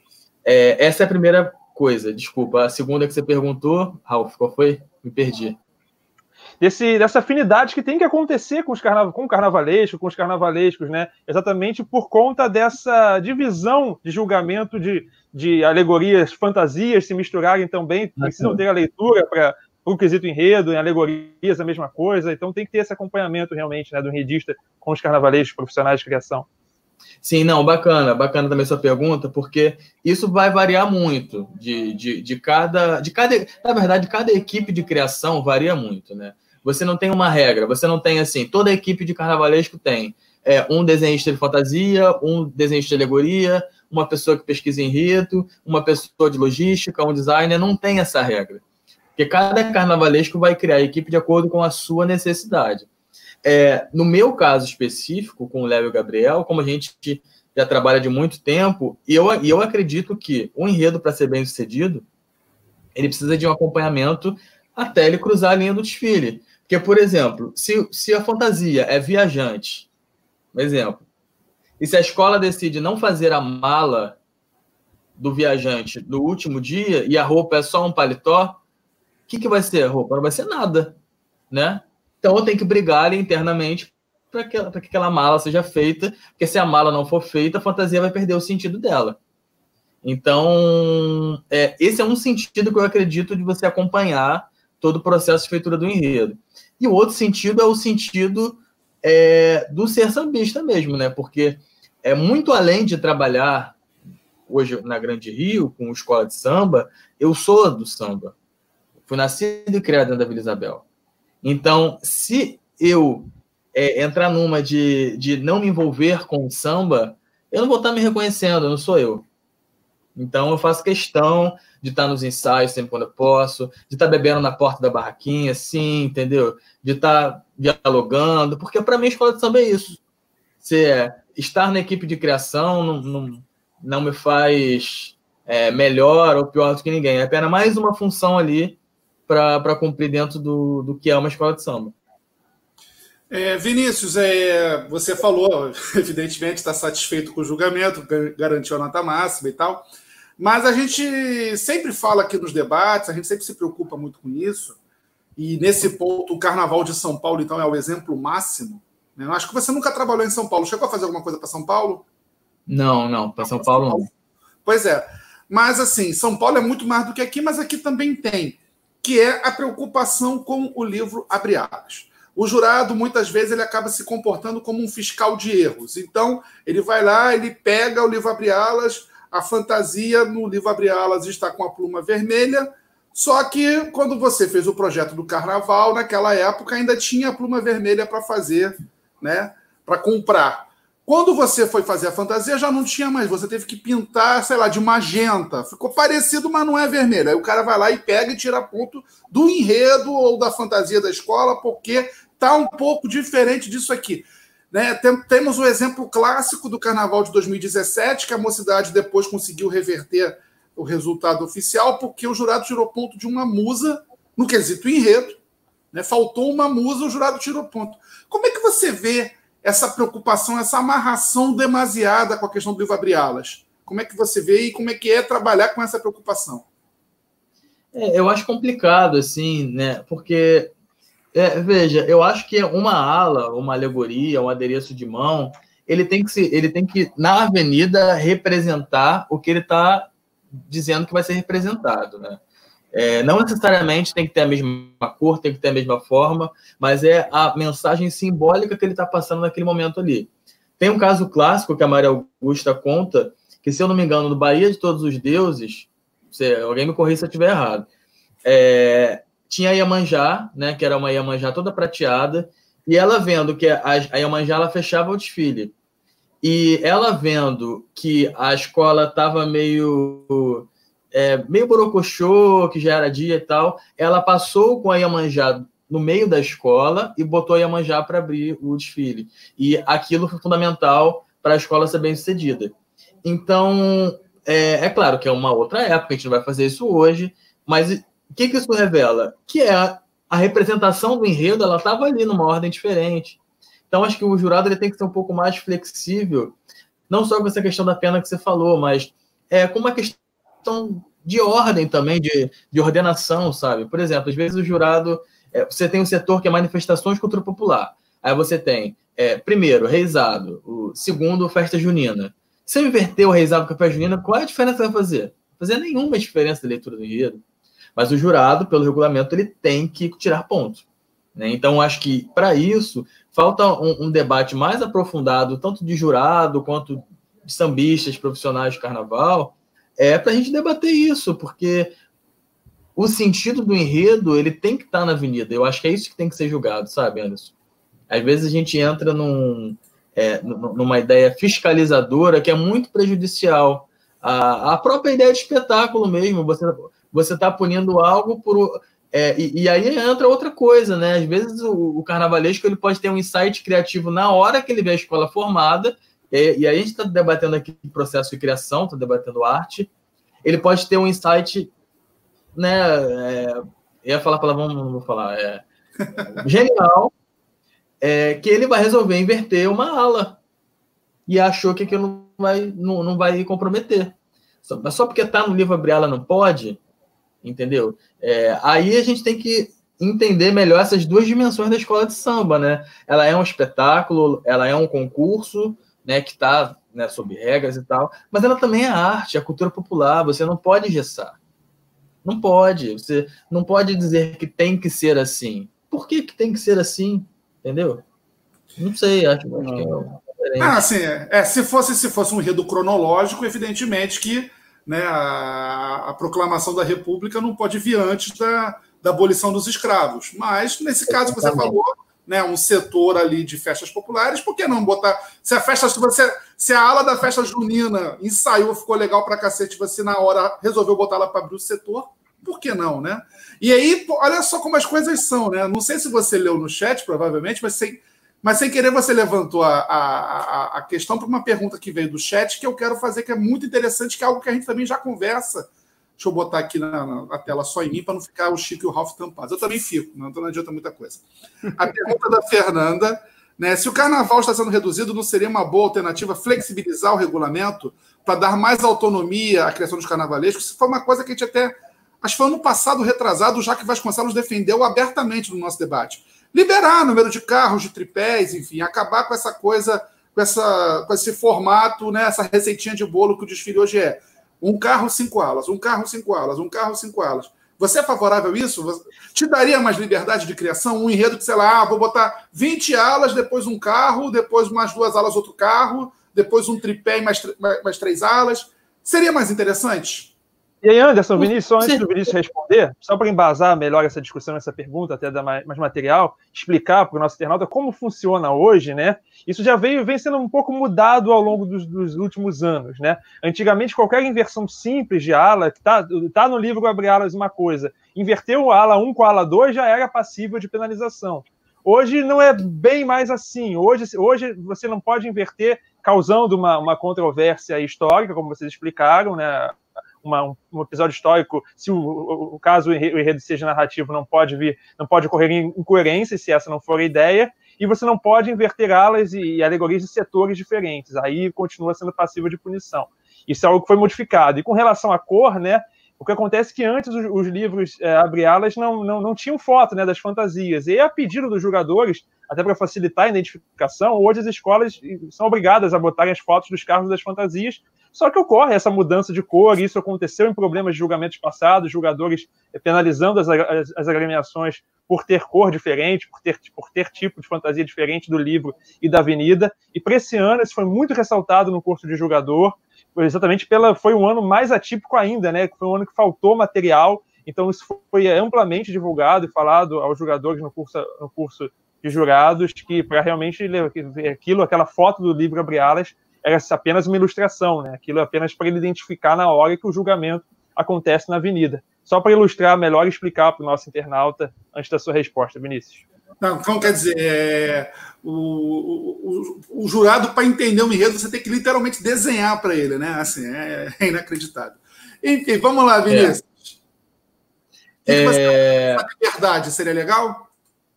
É, essa é a primeira coisa. Desculpa, a segunda que você perguntou, Ralf, qual foi? Me perdi. Desse, dessa afinidade que tem que acontecer com, os carna... com o carnavalesco, com os carnavalescos, né? Exatamente por conta dessa divisão de julgamento de, de alegorias, fantasias se misturarem também, precisam ter a leitura para o quesito enredo, em alegorias a mesma coisa, então tem que ter esse acompanhamento realmente, né, do enredista com os carnavalescos profissionais de criação. Sim, não, bacana, bacana também sua pergunta, porque isso vai variar muito de, de, de, cada, de cada, na verdade, cada equipe de criação varia muito, né? Você não tem uma regra, você não tem assim, toda equipe de carnavalesco tem é, um desenhista de fantasia, um desenhista de alegoria, uma pessoa que pesquisa enredo, uma pessoa de logística, um designer, não tem essa regra. Porque cada carnavalesco vai criar a equipe de acordo com a sua necessidade. É, no meu caso específico, com o Léo e o Gabriel, como a gente já trabalha de muito tempo, e eu, e eu acredito que o enredo, para ser bem sucedido, ele precisa de um acompanhamento até ele cruzar a linha do desfile. Porque, por exemplo, se, se a fantasia é viajante, um exemplo, e se a escola decide não fazer a mala do viajante no último dia e a roupa é só um paletó, o que, que vai ser a roupa? Não vai ser nada, né? Então eu tenho que brigar ali internamente para que, para que aquela mala seja feita, porque se a mala não for feita, a fantasia vai perder o sentido dela. Então, é, esse é um sentido que eu acredito de você acompanhar todo o processo de feitura do enredo. E o outro sentido é o sentido é, do ser sambista mesmo, né? Porque é muito além de trabalhar hoje na Grande Rio, com escola de samba, eu sou do samba. Fui nascido e criado dentro da Vila Isabel. Então, se eu é, entrar numa de, de não me envolver com o samba, eu não vou estar me reconhecendo, eu não sou eu. Então, eu faço questão de estar nos ensaios sempre quando eu posso, de estar bebendo na porta da barraquinha, sim, entendeu? De estar dialogando, porque para mim a escola de samba é isso. Se é, estar na equipe de criação não, não, não me faz é, melhor ou pior do que ninguém. É apenas mais uma função ali para cumprir dentro do, do que é uma escola de samba. É, Vinícius, é, você falou, evidentemente, está satisfeito com o julgamento, garantiu a nota máxima e tal, mas a gente sempre fala aqui nos debates, a gente sempre se preocupa muito com isso, e nesse ponto o Carnaval de São Paulo, então, é o exemplo máximo. Né? Eu acho que você nunca trabalhou em São Paulo. Chegou a fazer alguma coisa para São Paulo? Não, não, para São Paulo não. Pois é, mas assim, São Paulo é muito mais do que aqui, mas aqui também tem, que é a preocupação com o livro Abre Alas. O jurado, muitas vezes, ele acaba se comportando como um fiscal de erros. Então, ele vai lá, ele pega o livro Abre Alas, a fantasia no livro Abre Alas está com a pluma vermelha, só que quando você fez o projeto do Carnaval, naquela época, ainda tinha a pluma vermelha para fazer, né, para comprar. Quando você foi fazer a fantasia, já não tinha mais. Você teve que pintar, sei lá, de magenta. Ficou parecido, mas não é vermelho. Aí o cara vai lá e pega e tira ponto do enredo ou da fantasia da escola, porque está um pouco diferente disso aqui. Né? Tem, temos o exemplo clássico do Carnaval de dois mil e dezessete, que a Mocidade depois conseguiu reverter o resultado oficial, porque o jurado tirou ponto de uma musa no quesito enredo. Né? Faltou uma musa, o jurado tirou ponto. Como é que você vê essa preocupação, essa amarração demasiada com a questão do livro Abre Alas? Como é que você vê e como é que é trabalhar com essa preocupação? É, eu acho complicado, assim, né? Porque, é, veja, eu acho que uma ala, uma alegoria, um adereço de mão, ele tem que, se, ele tem que na avenida, representar o que ele está dizendo que vai ser representado, né? É, não necessariamente tem que ter a mesma cor, tem que ter a mesma forma, mas é a mensagem simbólica que ele está passando naquele momento ali. Tem um caso clássico que a Maria Augusta conta, que, se eu não me engano, no Bahia de Todos os Deuses, se alguém me corrija se eu estiver errado, é, tinha a Iemanjá, né, que era uma Iemanjá toda prateada, e ela vendo que a, a Iemanjá ela fechava o desfile. E ela vendo que a escola estava meio... É, meio borocochô, que já era dia e tal, ela passou com a Iemanjá no meio da escola e botou a Iemanjá para abrir o desfile. E aquilo foi fundamental para a escola ser bem sucedida. Então, é, é claro que é uma outra época, a gente não vai fazer isso hoje, mas o que, que isso revela? Que é a, a representação do enredo, ela estava ali numa ordem diferente. Então, acho que o jurado ele tem que ser um pouco mais flexível, não só com essa questão da pena que você falou, mas é, com uma questão de ordem também, de, de ordenação, sabe? Por exemplo, às vezes o jurado, é, você tem um setor que é manifestações cultura popular. Aí você tem, é, primeiro, reizado, o segundo, festa junina. Se eu inverter o reizado com a festa junina, qual é a diferença que vai fazer? Não vai fazer nenhuma diferença da leitura do enredo. Mas o jurado, pelo regulamento, ele tem que tirar ponto. Né? Então, acho que, para isso, falta um, um debate mais aprofundado, tanto de jurado quanto de sambistas, profissionais de carnaval, é para a gente debater isso, porque o sentido do enredo ele tem que estar na avenida. Eu acho que é isso que tem que ser julgado, sabe, Anderson? Às vezes a gente entra num, é, numa ideia fiscalizadora que é muito prejudicial a, a própria ideia de espetáculo mesmo. Você você está punindo algo por... É, e, e aí entra outra coisa, né? Às vezes o, o carnavalesco ele pode ter um insight criativo na hora que ele vê a escola formada, e, e aí a gente está debatendo aqui o processo de criação, está debatendo arte. Ele pode ter um insight, né? É, eu ia falar palavrão, não vou falar. É, genial, é, que ele vai resolver inverter uma ala e achou que aquilo não vai, não, não vai comprometer. Só, mas só porque está no livro Abrir Ala não pode, entendeu? É, aí a gente tem que entender melhor essas duas dimensões da escola de samba, né? Ela é um espetáculo, ela é um concurso, né, que está, né, sob regras e tal, mas ela também é arte, é cultura popular, você não pode engessar. Não pode, você não pode dizer que tem que ser assim. Por que que tem que ser assim? Entendeu? Não sei, acho, acho que é diferente. Ah, assim, é, é, se fosse se fosse um enredo cronológico, evidentemente que, né, a, a proclamação da República não pode vir antes da, da abolição dos escravos. Mas, nesse caso que você falou, né, um setor ali de festas populares, por que não botar... Se a festa, se, você, se a ala da festa junina ensaiou, ficou legal pra cacete, você na hora resolveu botar ela para abrir o setor, por que não, né? E aí, olha só como as coisas são, né? Não sei se você leu no chat, provavelmente, mas sem, mas sem querer você levantou a, a, a questão para uma pergunta que veio do chat, que eu quero fazer, que é muito interessante, que é algo que a gente também já conversa. Deixa eu botar aqui na, na tela só em mim, para não ficar o Chico e o Ralf tampados. Eu também fico, não, então não adianta muita coisa. A pergunta da Fernanda, né? Se o carnaval está sendo reduzido, não seria uma boa alternativa flexibilizar o regulamento para dar mais autonomia à criação dos carnavalescos? Isso foi uma coisa que a gente até... Acho que foi ano passado, retrasado, o Jaque Vasconcelos defendeu abertamente no nosso debate. Liberar número de carros, de tripés, enfim, acabar com essa coisa, com, essa, com esse formato, né, essa receitinha de bolo que o desfile hoje é. Um carro, cinco alas, um carro, cinco alas, um carro, cinco alas. Você é favorável a isso? Te daria mais liberdade de criação? Um enredo que, sei lá, ah, vou botar vinte alas, depois um carro, depois mais duas alas, outro carro, depois um tripé e mais, mais, mais três alas. Seria mais interessante? E aí, Anderson, Vinícius, só antes do Vinícius responder, só para embasar melhor essa discussão, essa pergunta, até dar mais, mais material, explicar para o nosso internauta como funciona hoje, né? Isso já veio, vem sendo um pouco mudado ao longo dos, dos últimos anos, né? Antigamente, qualquer inversão simples de ala, que está tá no livro Abrir Alas uma coisa, inverter o ala um com a ala dois já era passível de penalização. Hoje não é bem mais assim. Hoje, hoje você não pode inverter, causando uma, uma controvérsia histórica, como vocês explicaram, né? Uma, um, um episódio histórico, se o, o, o caso o enredo seja narrativo, não pode vir, não pode ocorrer incoerência, se essa não for a ideia, e você não pode inverter alas e, e alegorias de setores diferentes, aí continua sendo passível de punição. Isso é algo que foi modificado. E com relação à cor, né, o que acontece é que antes os, os livros é, Abre Alas não, não, não tinham foto, né, das fantasias, e a pedido dos jogadores, até para facilitar a identificação, hoje as escolas são obrigadas a botarem as fotos dos carros das fantasias. Só que ocorre essa mudança de cor, isso aconteceu em problemas de julgamentos passados, jogadores penalizando as, as, as agremiações por ter cor diferente, por ter, por ter tipo de fantasia diferente do livro e da avenida. E para esse ano, isso foi muito ressaltado no curso de jogador, exatamente pela, foi um ano mais atípico ainda, né? Foi um ano que faltou material, então isso foi amplamente divulgado e falado aos jogadores no curso, no curso de jurados, que para realmente ver aquilo, aquela foto do livro Abre Alas, era apenas uma ilustração, né? Aquilo é apenas para ele identificar na hora que o julgamento acontece na avenida. Só para ilustrar melhor e explicar para o nosso internauta antes da sua resposta, Vinícius. Não, então, quer dizer, é, o, o, o jurado, para entender o enredo, você tem que literalmente desenhar para ele, né? Assim, é, é inacreditável. Enfim, vamos lá, Vinícius. É. O que, que você é... acha da liberdade? Seria legal?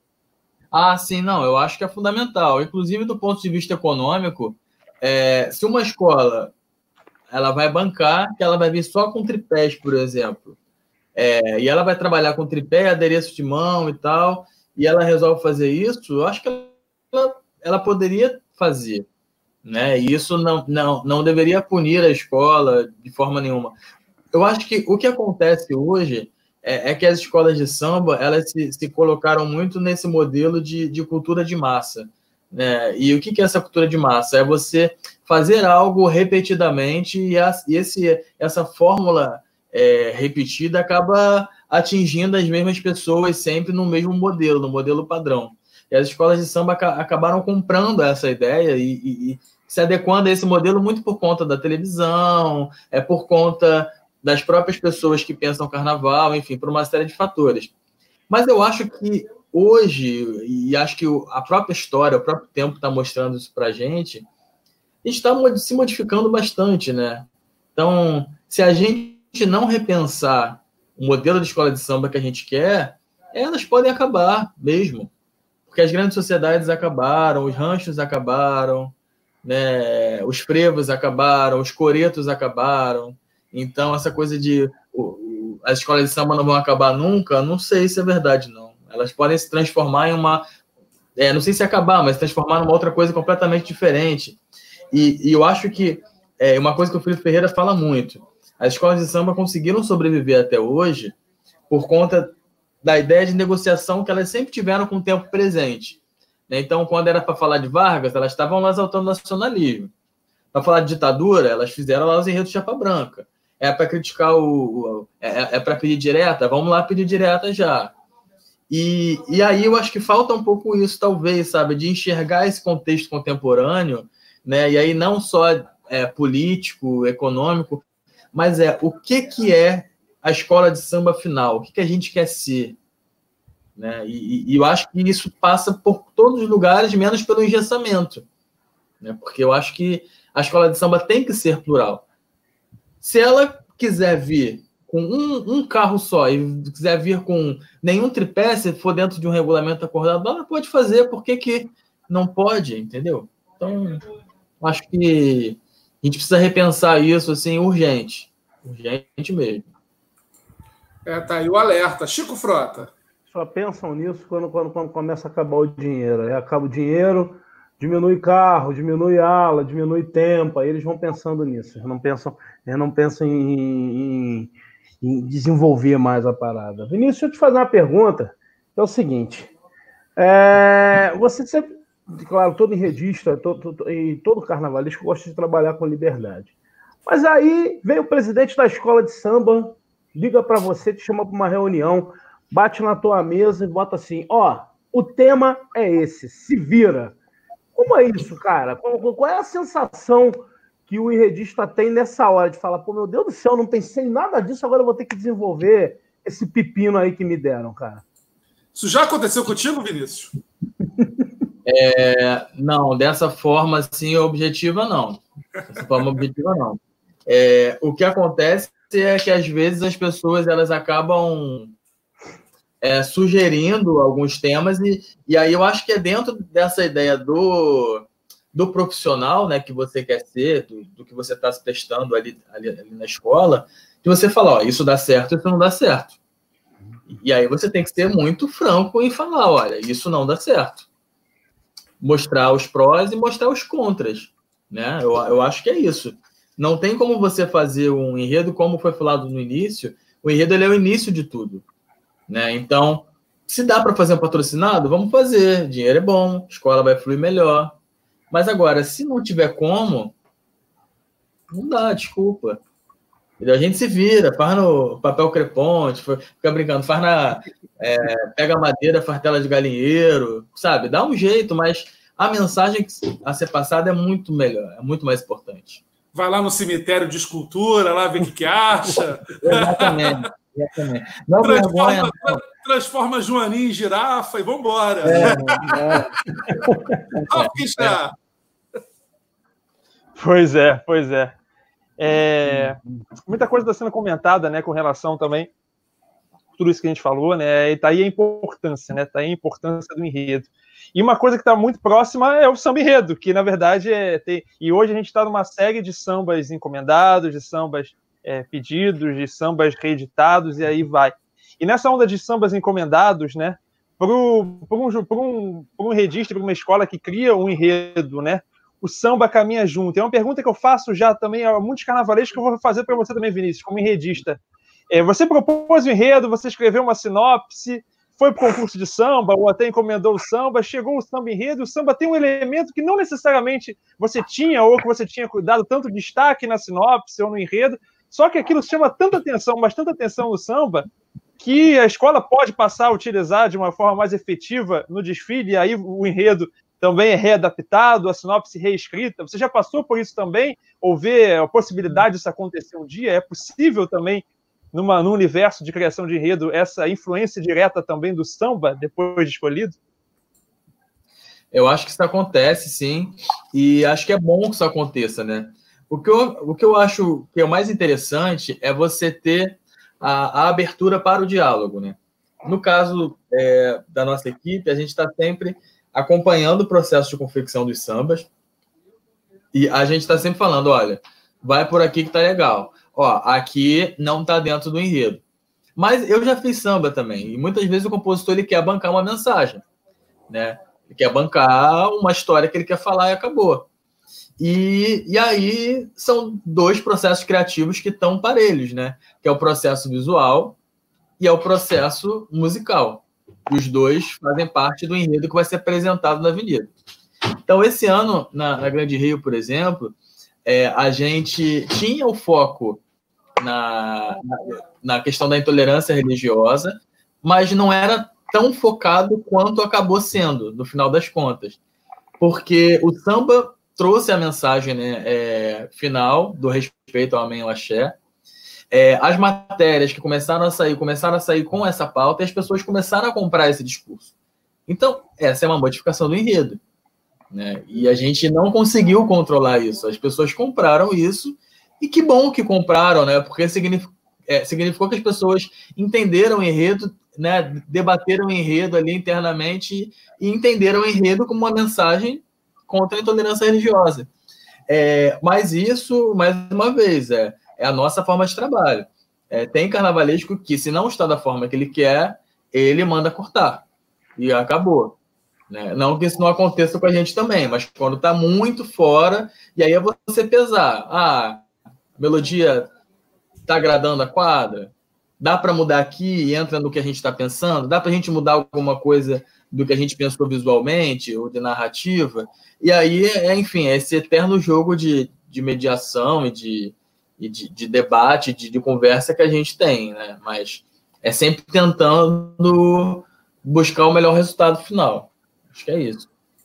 Ah, sim, não, eu acho que é fundamental. Inclusive, do ponto de vista econômico, É, se uma escola ela vai bancar, que ela vai vir só com tripés, por exemplo, é, e ela vai trabalhar com tripé, adereço de mão e tal, e ela resolve fazer isso, eu acho que ela, ela poderia fazer, né? E isso não, não, não deveria punir a escola de forma nenhuma. Eu acho que o que acontece hoje é, é que as escolas de samba elas se, se colocaram muito nesse modelo de, de cultura de massa. É, e o que é essa cultura de massa? É você fazer algo repetidamente e, a, e esse, essa fórmula é, repetida acaba atingindo as mesmas pessoas sempre no mesmo modelo, no modelo padrão. E as escolas de samba aca, acabaram comprando essa ideia e, e, se adequando a esse modelo muito por conta da televisão, é por conta das próprias pessoas que pensam carnaval, enfim, por uma série de fatores. Mas eu acho que hoje, e acho que a própria história, o próprio tempo está mostrando isso para a gente, está se modificando bastante, né? Então, se a gente não repensar o modelo de escola de samba que a gente quer, elas podem acabar mesmo. Porque as grandes sociedades acabaram, os ranchos acabaram, né? Os frevos acabaram, os coretos acabaram. Então, essa coisa de o, o, as escolas de samba não vão acabar nunca, não sei se é verdade, não. Elas podem se transformar em uma... É, não sei se acabar, mas se transformar numa outra coisa completamente diferente. E, e eu acho que é uma coisa que o Felipe Ferreira fala muito. As escolas de samba conseguiram sobreviver até hoje por conta da ideia de negociação que elas sempre tiveram com o tempo presente. Então, quando era para falar de Vargas, elas estavam lá exaltando o nacionalismo. Para falar de ditadura, elas fizeram lá os enredos de chapa branca. É para criticar o... o é é para pedir direta? Vamos lá pedir direta já. E, e aí eu acho que falta um pouco isso, talvez, sabe? De enxergar esse contexto contemporâneo, né? E aí não só é, político, econômico, mas é o que, que é a escola de samba final, o que, que a gente quer ser. Né? E, e eu acho que isso passa por todos os lugares, menos pelo engessamento. Né? Porque eu acho que a escola de samba tem que ser plural. Se ela quiser vir com um, um carro só e quiser vir com nenhum tripé, se for dentro de um regulamento acordado, ela pode fazer, por que, que não pode, entendeu? Então, acho que a gente precisa repensar isso, assim, urgente. Urgente mesmo. É, tá aí o alerta. Chico Frota. Só pensam nisso quando, quando, quando começa a acabar o dinheiro. Aí acaba o dinheiro, diminui carro, diminui ala, diminui tempo, aí eles vão pensando nisso. Eles não pensam, eles não pensam em, em, em desenvolver mais a parada. Vinícius, deixa eu te fazer uma pergunta, que é o seguinte. É, você sempre, claro, todo enredista, todo, todo, e todo carnavalesco gosta de trabalhar com liberdade. Mas aí vem o presidente da escola de samba, liga para você, te chama para uma reunião, bate na tua mesa e bota assim, ó, o tema é esse, se vira. Como é isso, cara? Qual, qual é a sensação que o enredista tem nessa hora de falar, pô, meu Deus do céu, não pensei em nada disso, agora eu vou ter que desenvolver esse pepino aí que me deram, cara? Isso já aconteceu contigo, Vinícius? É, não, dessa forma, assim, objetiva, não. Dessa forma objetiva, não. É, o que acontece é que, às vezes, as pessoas elas acabam é, sugerindo alguns temas e, e aí eu acho que é dentro dessa ideia do, do profissional, né, que você quer ser, do, do que você está se testando ali, ali, ali na escola, que você fala, ó, isso dá certo, isso não dá certo. E aí você tem que ser muito franco em falar, olha, isso não dá certo. Mostrar os prós e mostrar os contras, né? Eu, eu acho que é isso. Não tem como você fazer um enredo, como foi falado no início, o enredo ele é o início de tudo, né? Então, se dá para fazer um patrocinado, vamos fazer, dinheiro é bom, a escola vai fluir melhor. Mas agora, se não tiver como, não dá, desculpa. A gente se vira, faz no papel crepom, fica brincando, faz na... É, pega madeira, faz tela de galinheiro, sabe? Dá um jeito, mas a mensagem a ser passada é muito melhor, é muito mais importante. Vai lá no cemitério de escultura, lá ver o que, que acha. Exatamente. exatamente. Não transforma, vergonha, não. transforma Joaninha em girafa e vambora. É, é. é. Pois é, pois é. É, muita coisa está sendo comentada, né, com relação também a tudo isso que a gente falou, né, e tá aí a importância, né, tá aí a importância do enredo. E uma coisa que está muito próxima é o samba enredo, que na verdade é ter, e hoje a gente está numa série de sambas encomendados, de sambas é, pedidos, de sambas reeditados, e aí vai. E nessa onda de sambas encomendados, né, para um, um, um enredista, para uma escola que cria um enredo, né, o samba caminha junto. É uma pergunta que eu faço já também a muitos carnavalescos que eu vou fazer para você também, Vinícius, como enredista. É, você propôs o enredo, você escreveu uma sinopse, foi para o concurso de samba, ou até encomendou o samba, chegou o samba enredo, o samba tem um elemento que não necessariamente você tinha, ou que você tinha dado tanto destaque na sinopse ou no enredo, só que aquilo chama tanta atenção, mas tanta atenção no samba, que a escola pode passar a utilizar de uma forma mais efetiva no desfile, e aí o enredo também é readaptado, a sinopse reescrita? Você já passou por isso também? Ou vê a possibilidade disso acontecer um dia? É possível também, numa, num universo de criação de enredo, essa influência direta também do samba, depois de escolhido? Eu acho que isso acontece, sim, e acho que é bom que isso aconteça, né? O que eu, o que eu acho que é o mais interessante é você ter a, a abertura para o diálogo, né? No caso é, da nossa equipe, a gente está sempre acompanhando o processo de confecção dos sambas e a gente está sempre falando, olha, vai por aqui que tá legal. Ó, aqui não tá dentro do enredo. Mas eu já fiz samba também, e muitas vezes o compositor ele quer bancar uma mensagem, né? Ele quer bancar uma história que ele quer falar e acabou. E, e aí são dois processos criativos que estão parelhos, né? Que é o processo visual e é o processo musical. Os dois fazem parte do enredo que vai ser apresentado na Avenida. Então, esse ano, na, na Grande Rio, por exemplo, é, a gente tinha o foco na, na, na questão da intolerância religiosa, mas não era tão focado quanto acabou sendo, no final das contas. Porque o samba trouxe a mensagem, né, é, final do respeito ao amém e ao axé. É, as matérias que começaram a sair, começaram a sair com essa pauta e as pessoas começaram a comprar esse discurso. Então, essa é uma modificação do enredo, né? E a gente não conseguiu controlar isso. As pessoas compraram isso e que bom que compraram, né? Porque significou, é, significou que as pessoas entenderam o enredo, né? Debateram o enredo ali internamente e entenderam o enredo como uma mensagem contra a intolerância religiosa. É, mas isso, mais uma vez, é, é a nossa forma de trabalho. É, tem carnavalesco que, se não está da forma que ele quer, ele manda cortar. E acabou. Né? Não que isso não aconteça com a gente também, mas quando está muito fora, e aí é você pesar. Ah, a melodia está agradando a quadra? Dá para mudar aqui e entra no que a gente está pensando? Dá para a gente mudar alguma coisa do que a gente pensou visualmente ou de narrativa? E aí, é, enfim, é esse eterno jogo de, de mediação e de, e de, de debate, de, de conversa que a gente tem, né? Mas é sempre tentando buscar o melhor resultado final. Acho que é isso.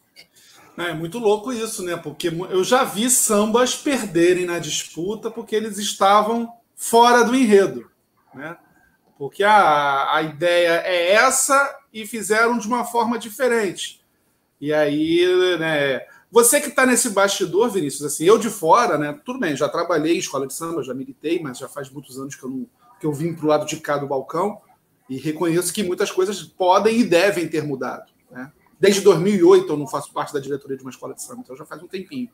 É muito louco isso, né? Porque eu já vi sambas perderem na disputa porque eles estavam fora do enredo, né? Porque a, a ideia é essa e fizeram de uma forma diferente. E aí, né? Você que está nesse bastidor, Vinícius, assim, eu de fora, né? Tudo bem, já trabalhei em escola de samba, já militei, mas já faz muitos anos que eu, não, que eu vim para o lado de cá do balcão e reconheço que muitas coisas podem e devem ter mudado, né? Desde dois mil e oito eu não faço parte da diretoria de uma escola de samba, então já faz um tempinho.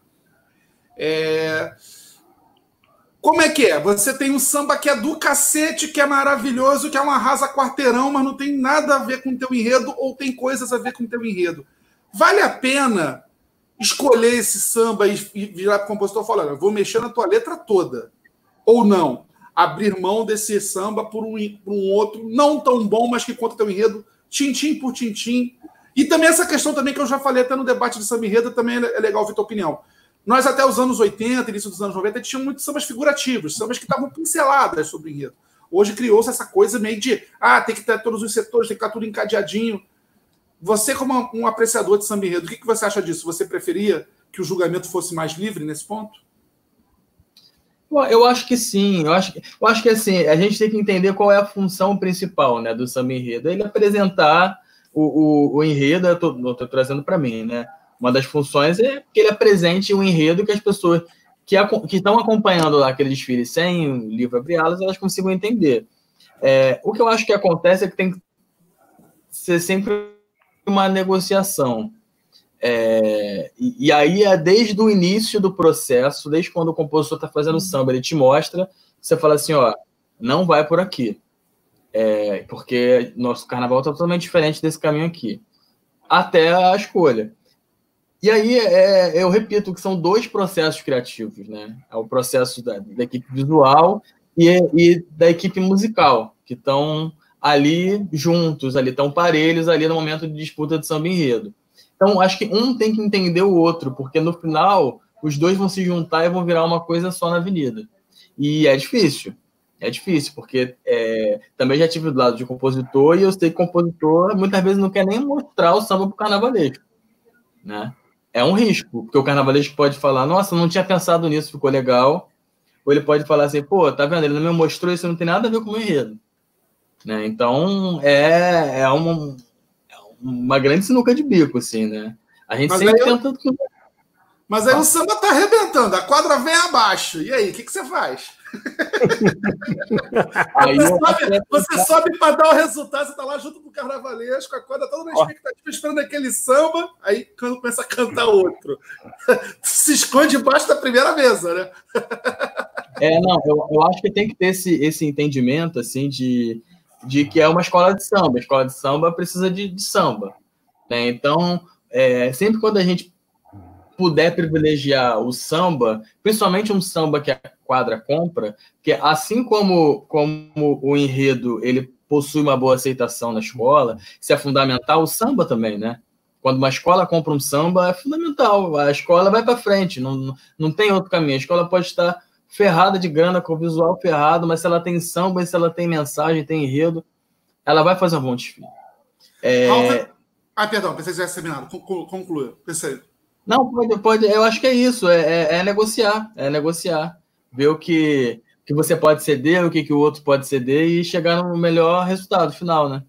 É... Como é que é? Você tem um samba que é do cacete, que é maravilhoso, que é um arrasa quarteirão, mas não tem nada a ver com o teu enredo ou tem coisas a ver com o teu enredo. Vale a pena escolher esse samba e virar para o compositor e falar, eu vou mexer na tua letra toda. Ou não. Abrir mão desse samba por um, por um outro, não tão bom, mas que conta o teu enredo, tintim por tintim. E também essa questão também que eu já falei até no debate de samba enredo, também é legal ver tua opinião. Nós até os anos oitenta, início dos anos noventa, tínhamos muitos sambas figurativos, sambas que estavam pinceladas sobre o enredo. Hoje criou-se essa coisa meio de, ah, tem que ter todos os setores, tem que estar tudo encadeadinho. Você, como um apreciador de samba enredo, o que você acha disso? Você preferia que o julgamento fosse mais livre nesse ponto? Eu acho que sim. Eu acho que, eu acho que assim, a gente tem que entender qual é a função principal, né, do samba enredo. Ele apresentar o, o, o enredo, eu estou trazendo para mim, né? Uma das funções é que ele apresente o enredo que as pessoas que, a, que estão acompanhando lá aquele desfile sem o livro abrir alas, elas consigam entender. É, o que eu acho que acontece é que tem que ser sempre uma negociação. É, e, e aí é desde o início do processo, desde quando o compositor está fazendo samba, ele te mostra, você fala assim, ó, não vai por aqui. É, porque nosso carnaval está totalmente diferente desse caminho aqui. Até a escolha. E aí, é, eu repito que são dois processos criativos, né? É o processo da, da equipe visual e, e da equipe musical, que estão ali juntos, ali estão parelhos ali no momento de disputa de samba enredo. Então, acho que um tem que entender o outro, porque no final, os dois vão se juntar e vão virar uma coisa só na avenida. E é difícil, é difícil, porque é, também já tive do lado de compositor e eu sei que compositor muitas vezes não quer nem mostrar o samba para o carnavalesco. né? É um risco, porque o carnavalesco pode falar, nossa, não tinha pensado nisso, ficou legal. Ou ele pode falar assim, pô, tá vendo, ele não me mostrou isso, não tem nada a ver com o meu enredo. Né? Então, é, é, uma, é uma grande sinuca de bico, assim, né? A gente Mas sempre aí eu- tenta... Mas aí o samba tá arrebentando, a quadra vem abaixo. E aí, o que, que você faz? Aí você eu- sobe, você sobe para dar o resultado, você tá lá junto com o carnavalesco, a quadra toda na expectativa, esperando aquele samba, aí quando começa a cantar outro. Se esconde embaixo da primeira mesa, né? É, não, eu, eu acho que tem que ter esse, esse entendimento, assim, de, de que é uma escola de samba. A escola de samba precisa de, de samba, né? Então, é, sempre quando a gente puder privilegiar o samba, principalmente um samba que a quadra compra, que assim como, como o enredo ele possui uma boa aceitação na escola, isso é fundamental, o samba também, né? Quando uma escola compra um samba, é fundamental, a escola vai para frente, não, não tem outro caminho. A escola pode estar ferrada de grana, com o visual ferrado, mas se ela tem samba, se ela tem mensagem, tem enredo, ela vai fazer um bom desfile. É... Ralf... Ah, perdão, pensei que você tivesse terminado. Conclua, pensei. Não, pode, pode, eu acho que é isso, é, é, é negociar, é negociar, ver o que, que você pode ceder, o que, que o outro pode ceder e chegar no melhor resultado final, né?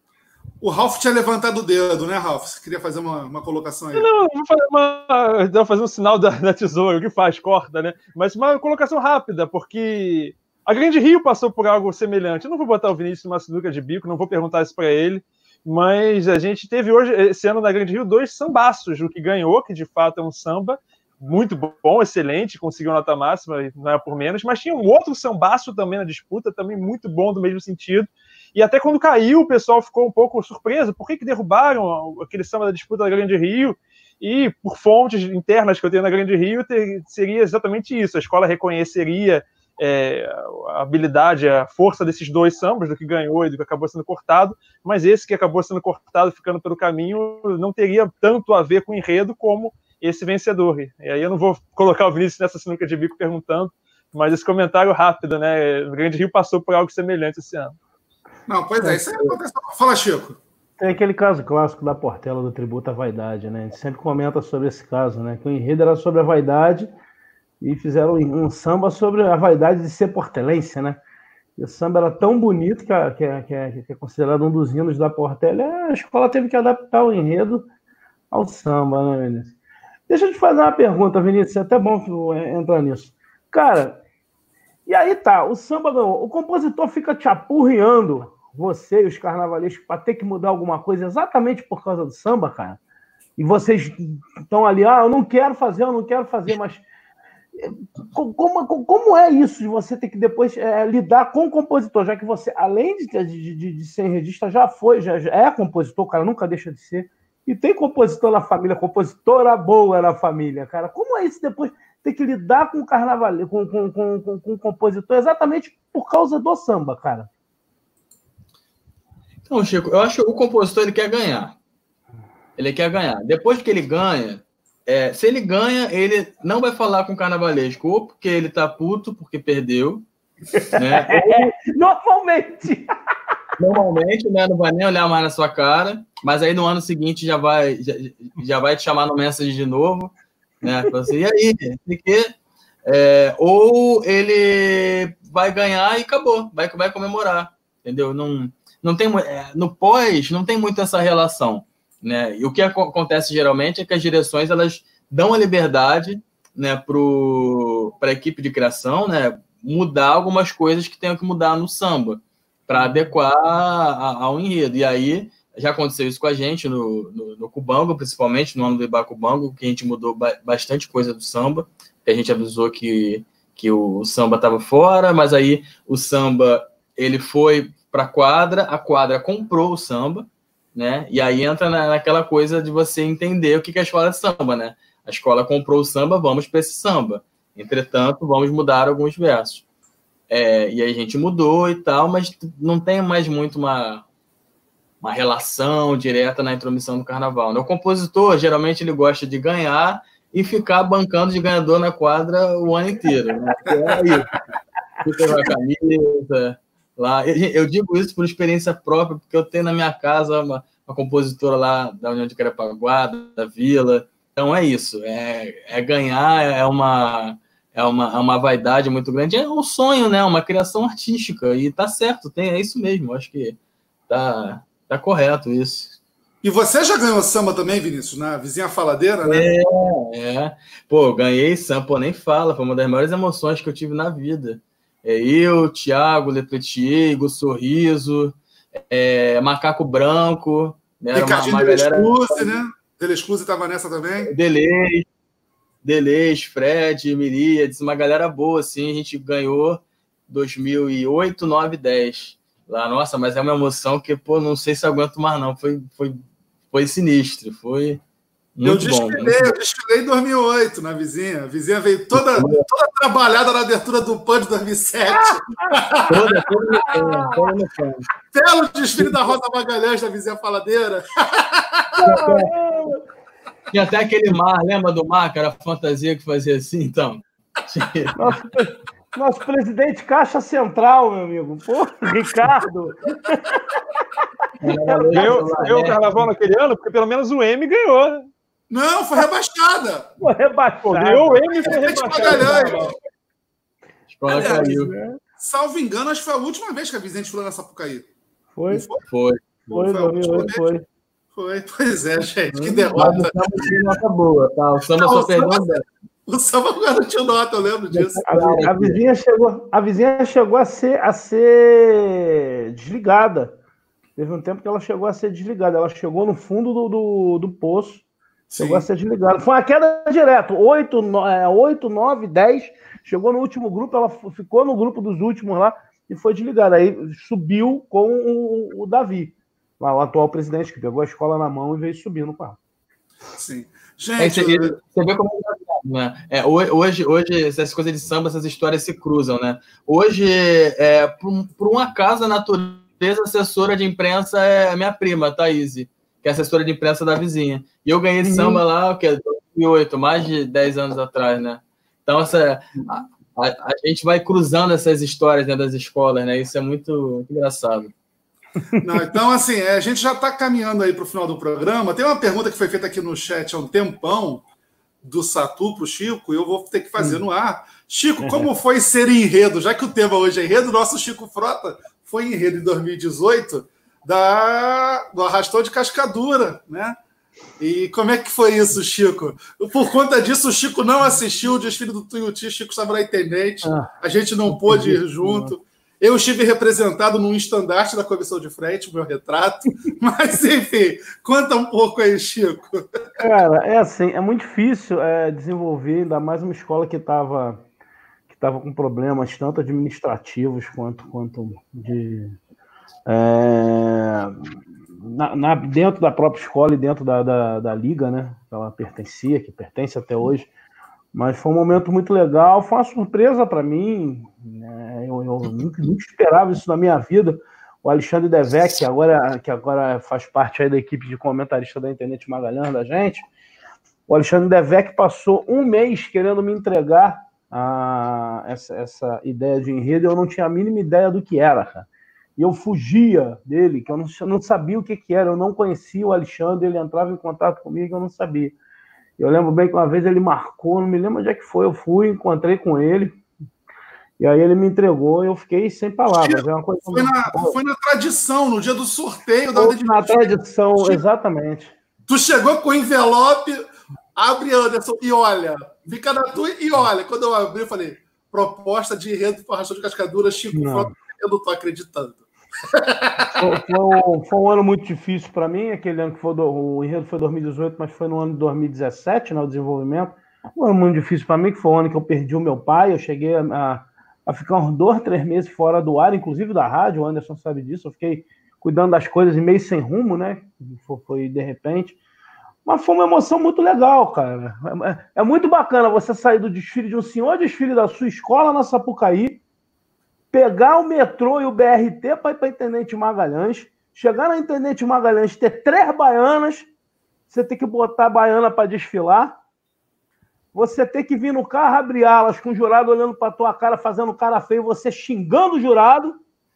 O Ralf tinha levantado o dedo, né, Ralf? Você queria fazer uma, uma colocação aí? Não, vou fazer, uma, vou fazer um sinal da, da tesoura, o que faz, corta, né? Mas uma colocação rápida, porque a Grande Rio passou por algo semelhante. Eu não vou botar o Vinícius numa sinuca de bico, não vou perguntar isso para ele, mas a gente teve hoje, esse ano na Grande Rio, dois sambaços, o que ganhou, que de fato é um samba muito bom, excelente, conseguiu nota máxima, não é por menos, mas tinha um outro sambaço também na disputa, também muito bom do mesmo sentido, e até quando caiu o pessoal ficou um pouco surpreso, por que que derrubaram aquele samba da disputa da Grande Rio? E por fontes internas que eu tenho na Grande Rio, ter, seria exatamente isso, a escola reconheceria É, a habilidade, a força desses dois sambas, do que ganhou e do que acabou sendo cortado, mas esse que acabou sendo cortado, ficando pelo caminho, não teria tanto a ver com o enredo como esse vencedor. E aí eu não vou colocar o Vinícius nessa sinuca de bico perguntando, mas esse comentário rápido, né? O Grande Rio passou por algo semelhante esse ano. Não, pois é, isso aí acontece. Fala, Chico. Tem aquele caso clássico da Portela do tributo à vaidade, né? A gente sempre comenta sobre esse caso, né? Que o enredo era sobre a vaidade e fizeram um samba sobre a vaidade de ser portelense, né? E o samba era tão bonito que, a, que, a, que, a, que é considerado um dos hinos da Portela, a escola teve que adaptar o enredo ao samba, né, Vinícius? Deixa eu te fazer uma pergunta, Vinícius, é até bom entrar nisso. Cara, e aí tá, o samba ganhou, o compositor fica te apurreando, você e os carnavalescos, para ter que mudar alguma coisa exatamente por causa do samba, cara? E vocês estão ali, ah, eu não quero fazer, eu não quero fazer, mas... Como, como é isso de você ter que depois é, lidar com o compositor, já que você, além de, de, de, de ser enredista, já foi, já, já é compositor, cara, nunca deixa de ser, e tem compositor na família, compositora boa na família, cara. Como é isso depois ter que lidar com o carnaval, com, com, com, com, com o compositor, exatamente por causa do samba, cara? Então, Chico, eu acho que o compositor ele quer ganhar. Ele quer ganhar. Depois que ele ganha, É, se ele ganha, ele não vai falar com o carnavalesco, ou porque ele tá puto, porque perdeu, né? Ou, normalmente! Normalmente, né? Não vai nem olhar mais na sua cara, mas aí no ano seguinte já vai, já, já vai te chamar no message de novo, né? Assim, e aí? É, ou ele vai ganhar e acabou, vai, vai comemorar, entendeu? Não, não tem, no pós, não tem muito essa relação. Né? E o que acontece geralmente é que as direções elas dão a liberdade, né, para a equipe de criação, né, mudar algumas coisas que tenham que mudar no samba para adequar ao enredo. E aí já aconteceu isso com a gente no, no, no Cubango, principalmente no ano do Ibá Cubango, que a gente mudou ba bastante coisa do samba, que a gente avisou que, que o samba estava fora, mas aí o samba ele foi para a quadra, a quadra comprou o samba, né? E aí entra na, naquela coisa de você entender o que, que é a escola de samba, né? A escola comprou o samba, vamos para esse samba. Entretanto, vamos mudar alguns versos. É, e aí a gente mudou e tal, mas não tem mais muito uma, uma relação direta na intromissão do carnaval, né? O compositor, geralmente, ele gosta de ganhar e ficar bancando de ganhador na quadra o ano inteiro, né? É isso. Fica com a camisa, lá. Eu, eu digo isso por experiência própria, porque eu tenho na minha casa uma, uma compositora lá da União de Carapaguá, da Vila. Então é isso, é, é ganhar, é uma, é, uma, é uma vaidade muito grande, é um sonho, né? Uma criação artística, e tá certo, tem, é isso mesmo, acho que tá, tá correto isso. E você já ganhou samba também, Vinícius, na Vizinha Faladeira, né? É, é. Pô, ganhei samba, pô, nem fala, foi uma das maiores emoções que eu tive na vida. É, eu, Thiago, Letretier, Igor Sorriso, é, Macaco Branco, né? Era uma, uma galera... Delescluze, né? Delescluze estava nessa também? Deleuze, Deleuze, Fred, Miríades, uma galera boa, assim, a gente ganhou dois mil e oito, nove, dez. Lá, nossa, mas é uma emoção que, pô, não sei se aguento mais, não. Foi, foi, foi sinistro, foi muito eu bom. Desfilei, eu desfilei em dois mil e oito na Vizinha. A Vizinha veio toda, toda trabalhada na abertura do P A N de dois mil e sete. Toda, toda, toda no pano. Belo desfile da Rosa Magalhães da Vizinha Faladeira. Tinha até aquele mar, lembra do mar, que era a fantasia que fazia assim, então? Nosso, nosso presidente Caixa Central, meu amigo. Pô, Ricardo. Ganhou o carnaval naquele ano, porque pelo menos o M ganhou. Não, foi rebaixada. Foi rebaixada. Ganhou o M e foi rebaixada. Escola caiu. Salvo engano, acho que foi a última vez que a Vizinha desfilou na Sapucaí. Foi? Foi. Foi, foi, foi. foi. Foi, pois é, gente, que derrota. Mas o samba tinha nota boa, tá? O samba só perdeu dez. O samba agora tinha nota, eu lembro disso. A, a, vizinha, chegou, a vizinha chegou a ser, a ser desligada. Teve um tempo que ela chegou a ser desligada. Ela chegou no fundo do, do, do poço, Sim. Chegou a ser desligada. Foi uma queda direto. oito, nove, dez. Chegou no último grupo, ela ficou no grupo dos últimos lá e foi desligada. Aí subiu com o, o Davi, lá, o atual presidente, que pegou a escola na mão e veio subindo com ela. Sim. Gente, é, você, você vê como é, né? É, hoje, hoje, essas coisas de samba, essas histórias se cruzam, né? Hoje, é, por, por um acaso, a natureza, a assessora de imprensa é a minha prima, Thaís, que é assessora de imprensa da vizinha. E eu ganhei uhum. samba lá, o que é dois mil e oito, mais de dez anos atrás, né? Então, essa, a, a, a gente vai cruzando essas histórias, né, das escolas, né? Isso é muito, muito engraçado. Não, então, assim, a gente já está caminhando aí para o final do programa. Tem uma pergunta que foi feita aqui no chat há um tempão, do Satu para o Chico, e eu vou ter que fazer no ar. Chico, como foi ser enredo? Já que o tema hoje é enredo, o nosso Chico Frota foi enredo em dois mil e dezoito da, do Arrastão de Cascadura, né? E como é que foi isso, Chico? Por conta disso, o Chico não assistiu o desfile do Tuiuti, o Chico estava lá intendente, a gente não pôde ir junto. Eu estive representado num estandarte da comissão de frente, o meu retrato. Mas, enfim, conta um pouco aí, Chico. Cara, é assim, é muito difícil é, desenvolver, ainda mais uma escola que estava que tava com problemas tanto administrativos quanto, quanto de... É, na, na, dentro da própria escola e dentro da, da, da liga, né? Que ela pertencia, que pertence até hoje. Mas foi um momento muito legal, foi uma surpresa para mim, né? eu, eu nunca, nunca esperava isso na minha vida. O Alexandre Devec, que agora, que agora faz parte aí da equipe de comentarista da Internet Magalhães da gente, o Alexandre Devec passou um mês querendo me entregar a, essa, essa ideia de enredo, eu não tinha a mínima ideia do que era, cara. E eu fugia dele, que eu não, eu não sabia o que, que era, eu não conhecia o Alexandre, ele entrava em contato comigo, eu não sabia. Eu lembro bem que uma vez ele marcou, não me lembro onde é que foi, eu fui, encontrei com ele, e aí ele me entregou e eu fiquei sem palavras. É uma coisa foi, na, foi na tradição, no dia do sorteio. Da de... Na tradição, Chico, exatamente. Tu chegou com o envelope, abre, Anderson, e olha, fica na tua e olha. Quando eu abri, eu falei, proposta de enredo para Arrastão de Cascadura, Chico, não. Eu não estou acreditando. Foi, foi, um, foi um ano muito difícil para mim, aquele ano que foi do, o enredo foi dois mil e dezoito, mas foi no ano de dois mil e dezessete, né, o desenvolvimento. Um ano muito difícil para mim, que foi o ano que eu perdi o meu pai, eu cheguei a, a ficar uns dois, três meses fora do ar, inclusive da rádio, o Anderson sabe disso, eu fiquei cuidando das coisas e meio sem rumo, né, foi, foi de repente, mas foi uma emoção muito legal, cara. É, é muito bacana você sair do desfile de um senhor desfile da sua escola na Sapucaí, pegar o metrô e o B R T para ir para a Intendente Magalhães, chegar na Intendente Magalhães, ter três baianas, você ter que botar a baiana para desfilar, você ter que vir no carro abrir alas com o jurado olhando para tua cara, fazendo cara feio, você xingando o jurado,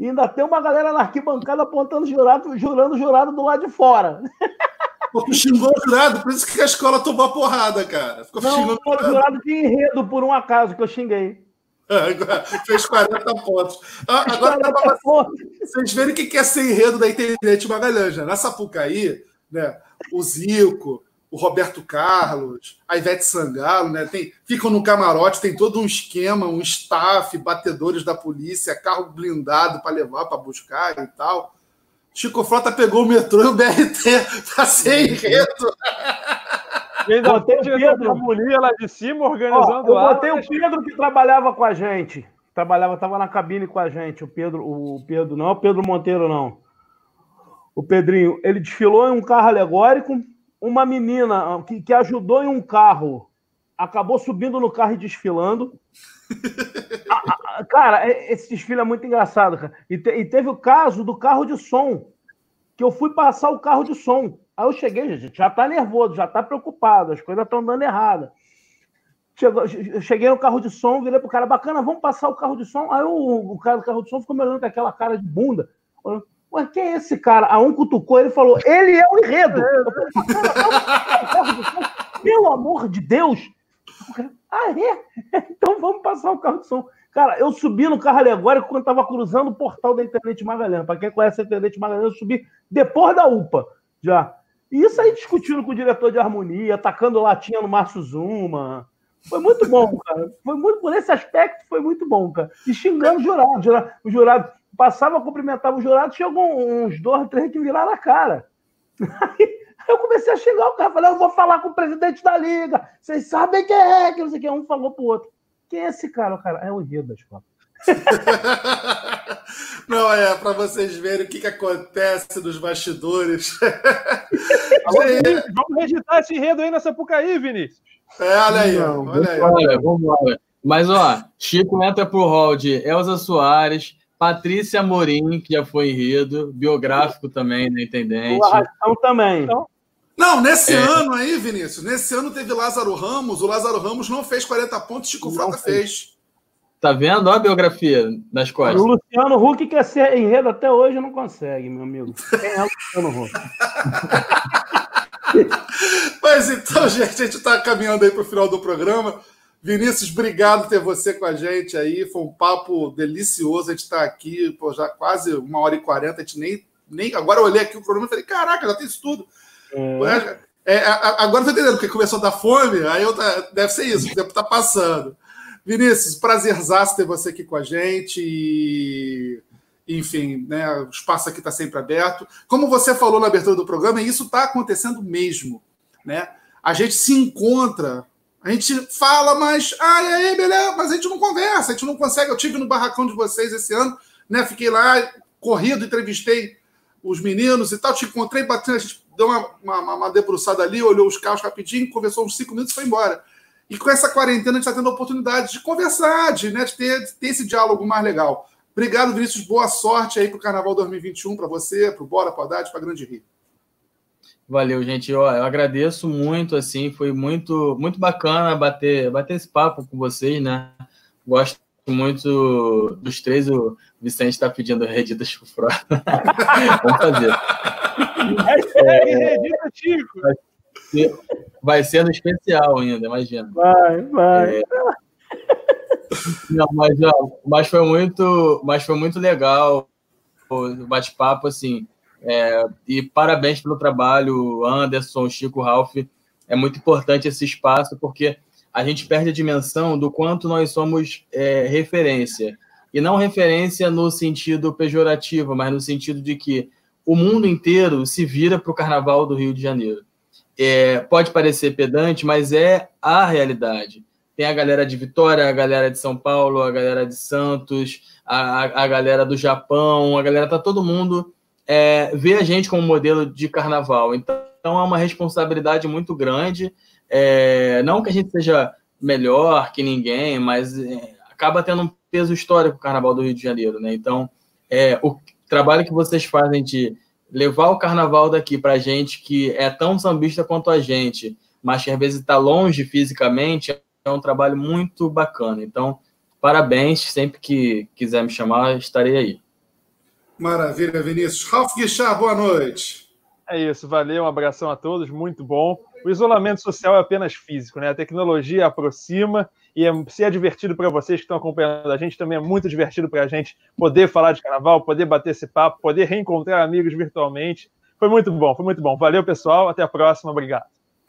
e ainda tem uma galera na arquibancada apontando jurado, jurando jurado do lado de fora. Pô, tu xingou o jurado, por isso que a escola tomou a porrada, cara. Ficou não, xingando o jurado. jurado de enredo, por um acaso, que eu xinguei. Fez quarenta pontos. Agora, pra vocês verem o que é ser enredo da internet Magalhães. Né? Na Sapucaí, né, o Zico, o Roberto Carlos, a Ivete Sangalo, né, tem, ficam no camarote, tem todo um esquema, um staff, batedores da polícia, carro blindado para levar, para buscar e tal. Chico Frota pegou o metrô e o B R T para ser enredo. Eu botei o Pedro mulher lá de cima organizando. Ó, eu botei o Pedro que trabalhava com a gente. Trabalhava, estava na cabine com a gente. O Pedro, o Pedro, não é o Pedro Monteiro, não. O Pedrinho, ele desfilou em um carro alegórico. Uma menina que, que ajudou em um carro acabou subindo no carro e desfilando. a, a, cara, esse desfile é muito engraçado, cara. E, te, e teve o caso do carro de som, que eu fui passar o carro de som. Aí eu cheguei, gente, já tá nervoso, já tá preocupado, as coisas estão dando errada. Chegou, eu cheguei no carro de som, virei pro cara, bacana, vamos passar o carro de som. Aí o, o cara do carro de som ficou me olhando com aquela cara de bunda. Falando, ué, quem é esse cara? A um cutucou, ele falou, ele é o enredo. Eu falei, pelo amor de Deus. Ah, é? Então vamos passar o carro de som. Cara, eu subi no carro alegórico quando estava cruzando o portal da Internet Magalhães. Para quem conhece a Internet Magalhães, eu subi depois da U P A, já. E isso aí discutindo com o diretor de harmonia, atacando latinha no Márcio Zuma. Foi muito bom, cara. Foi muito, por esse aspecto, foi muito bom, cara. E xingando o jurado. jurado o jurado passava, cumprimentava o jurado, chegou uns dois, três que viraram a cara. Aí eu comecei a xingar o cara. Falei, eu vou falar com o presidente da liga. Vocês sabem quem é, que não sei o que. Um falou pro outro. Quem é esse cara? O cara é o enredo da escola. Não, é para vocês verem o que, que acontece nos bastidores. Alô, Vinícius, vamos registrar esse enredo aí na Sapucaí, Vinícius. É, olha aí, Não, olha aí. Olha, vamos lá. Mas, ó, Chico entra pro hall de Elza Soares, Patrícia Amorim, que já foi enredo, biográfico também, né, Intendente. O Arrastão também. Então, não, nesse é. ano aí, Vinícius, nesse ano teve Lázaro Ramos, o Lázaro Ramos não fez quarenta pontos, Chico Frota fez. Tá vendo? Olha a biografia nas costas. O Luciano Huck quer ser enredo até hoje não consegue, meu amigo. Quem é o Luciano Huck? Mas então, gente, a gente está caminhando aí para o final do programa. Vinícius, obrigado por ter você com a gente aí. Foi um papo delicioso. A gente está aqui pô, já quase uma hora e quarenta. A gente nem, nem... Agora eu olhei aqui o programa e falei, caraca, já tem isso tudo. É. É, agora eu tô entendendo, porque começou a dar fome, aí eu tá... deve ser isso, o tempo está passando. Vinícius, prazerzaço ter você aqui com a gente e, enfim, né, o espaço aqui está sempre aberto. Como você falou na abertura do programa, isso está acontecendo mesmo, né? A gente se encontra, a gente fala, mas, ah, e aí, beleza, mas a gente não conversa, a gente não consegue. Eu estive no barracão de vocês esse ano, né? Fiquei lá, corrido, entrevistei os meninos e tal, te encontrei, batendo, a gente deu uma, uma, uma debruçada ali, olhou os carros rapidinho, conversou uns cinco minutos e foi embora. E com essa quarentena a gente está tendo a oportunidade de conversar, de, né, de, ter, de ter esse diálogo mais legal. Obrigado, Vinícius. Boa sorte aí para o Carnaval dois mil e vinte e um, para você, para o Bora, para o Haddad, para a Grande Rio. Valeu, gente. Eu, eu agradeço muito, assim, foi muito, muito bacana bater, bater esse papo com vocês, né? Gosto muito dos três. O Vicente está pedindo Redita Chico Frota. Vamos fazer. Hashtag Redita Chico. Vai ser no especial ainda, imagina. Vai, vai. É... Não, mas, ó, mas, foi muito, mas foi muito legal o bate-papo, assim. É, e parabéns pelo trabalho, Anderson, Chico, Ralph. É muito importante esse espaço, porque a gente perde a dimensão do quanto nós somos é, referência. E não referência no sentido pejorativo, mas no sentido de que o mundo inteiro se vira para o Carnaval do Rio de Janeiro. É, pode parecer pedante, mas é a realidade. Tem a galera de Vitória, a galera de São Paulo, a galera de Santos, a, a galera do Japão, a galera, tá todo mundo é, vê a gente como modelo de carnaval. Então, é uma responsabilidade muito grande. É, não que a gente seja melhor que ninguém, mas é, acaba tendo um peso histórico o Carnaval do Rio de Janeiro, né? Então, é, o trabalho que vocês fazem de levar o carnaval daqui para gente que é tão sambista quanto a gente, mas que às vezes está longe fisicamente, é um trabalho muito bacana. Então, parabéns, sempre que quiser me chamar, estarei aí. Maravilha, Vinícius. Ralf Guichard, boa noite. É isso, valeu, um abração a todos, muito bom. O isolamento social é apenas físico, né? A tecnologia aproxima e é, se é divertido para vocês que estão acompanhando a gente, também é muito divertido para a gente poder falar de carnaval, poder bater esse papo, poder reencontrar amigos virtualmente. Foi muito bom, foi muito bom. Valeu, pessoal, até a próxima, obrigado.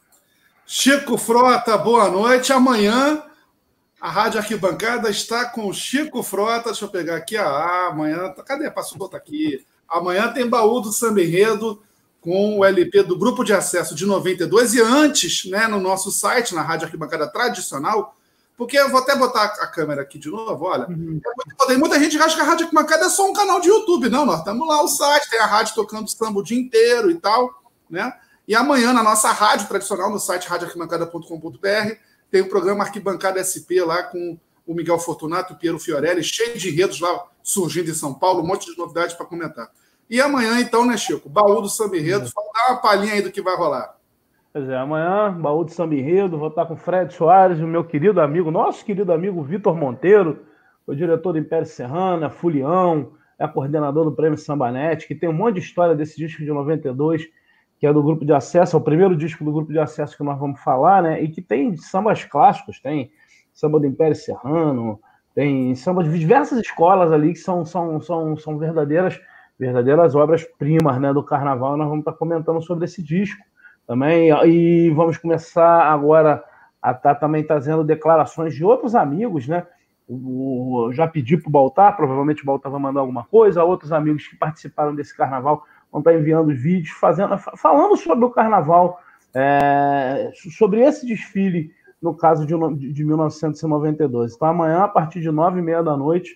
Chico Frota, boa noite. Amanhã a Rádio Arquibancada está com o Chico Frota. Deixa eu pegar aqui. Ah, amanhã. Cadê? Passou botar aqui. Amanhã tem baú do Samba Enredo com o L P do Grupo de Acesso de noventa e dois. E antes, né, no nosso site, na Rádio Arquibancada Tradicional, porque eu vou até botar a câmera aqui de novo, olha. Uhum. Tem muita gente que acha que a Rádio Arquibancada é só um canal de YouTube. Não, nós estamos lá, o site, tem a rádio tocando samba o dia inteiro e tal, né? E amanhã, na nossa rádio tradicional, no site rádio arquibancada ponto com ponto b r, tem o programa Arquibancada S P lá com o Miguel Fortunato e o Piero Fiorelli, cheio de enredos lá surgindo em São Paulo, um monte de novidades para comentar. E amanhã, então, né, Chico? Baú do Samba Enredo, só dá uma palhinha aí do que vai rolar. Pois é, amanhã, baú do Samba Enredo, vou estar com o Fred Soares, o meu querido amigo, nosso querido amigo Vitor Monteiro, o diretor do Império Serrano, é Fulião, é coordenador do Prêmio Sambanet, que tem um monte de história desse disco de noventa e dois, que é do Grupo de Acesso, é o primeiro disco do Grupo de Acesso que nós vamos falar, né? E que tem sambas clássicos, tem samba do Império Serrano, tem sambas de diversas escolas ali que são, são, são, são verdadeiras, verdadeiras obras-primas, né, do Carnaval. Nós vamos estar comentando sobre esse disco também, e vamos começar agora a estar também trazendo declarações de outros amigos, né? O, o, já pedi para o Baltar, provavelmente o Baltar vai mandar alguma coisa, outros amigos que participaram desse Carnaval vão estar enviando vídeos fazendo, falando sobre o Carnaval, é, sobre esse desfile, no caso de, de mil novecentos e noventa e dois. Então, amanhã, a partir de nove e meia da noite,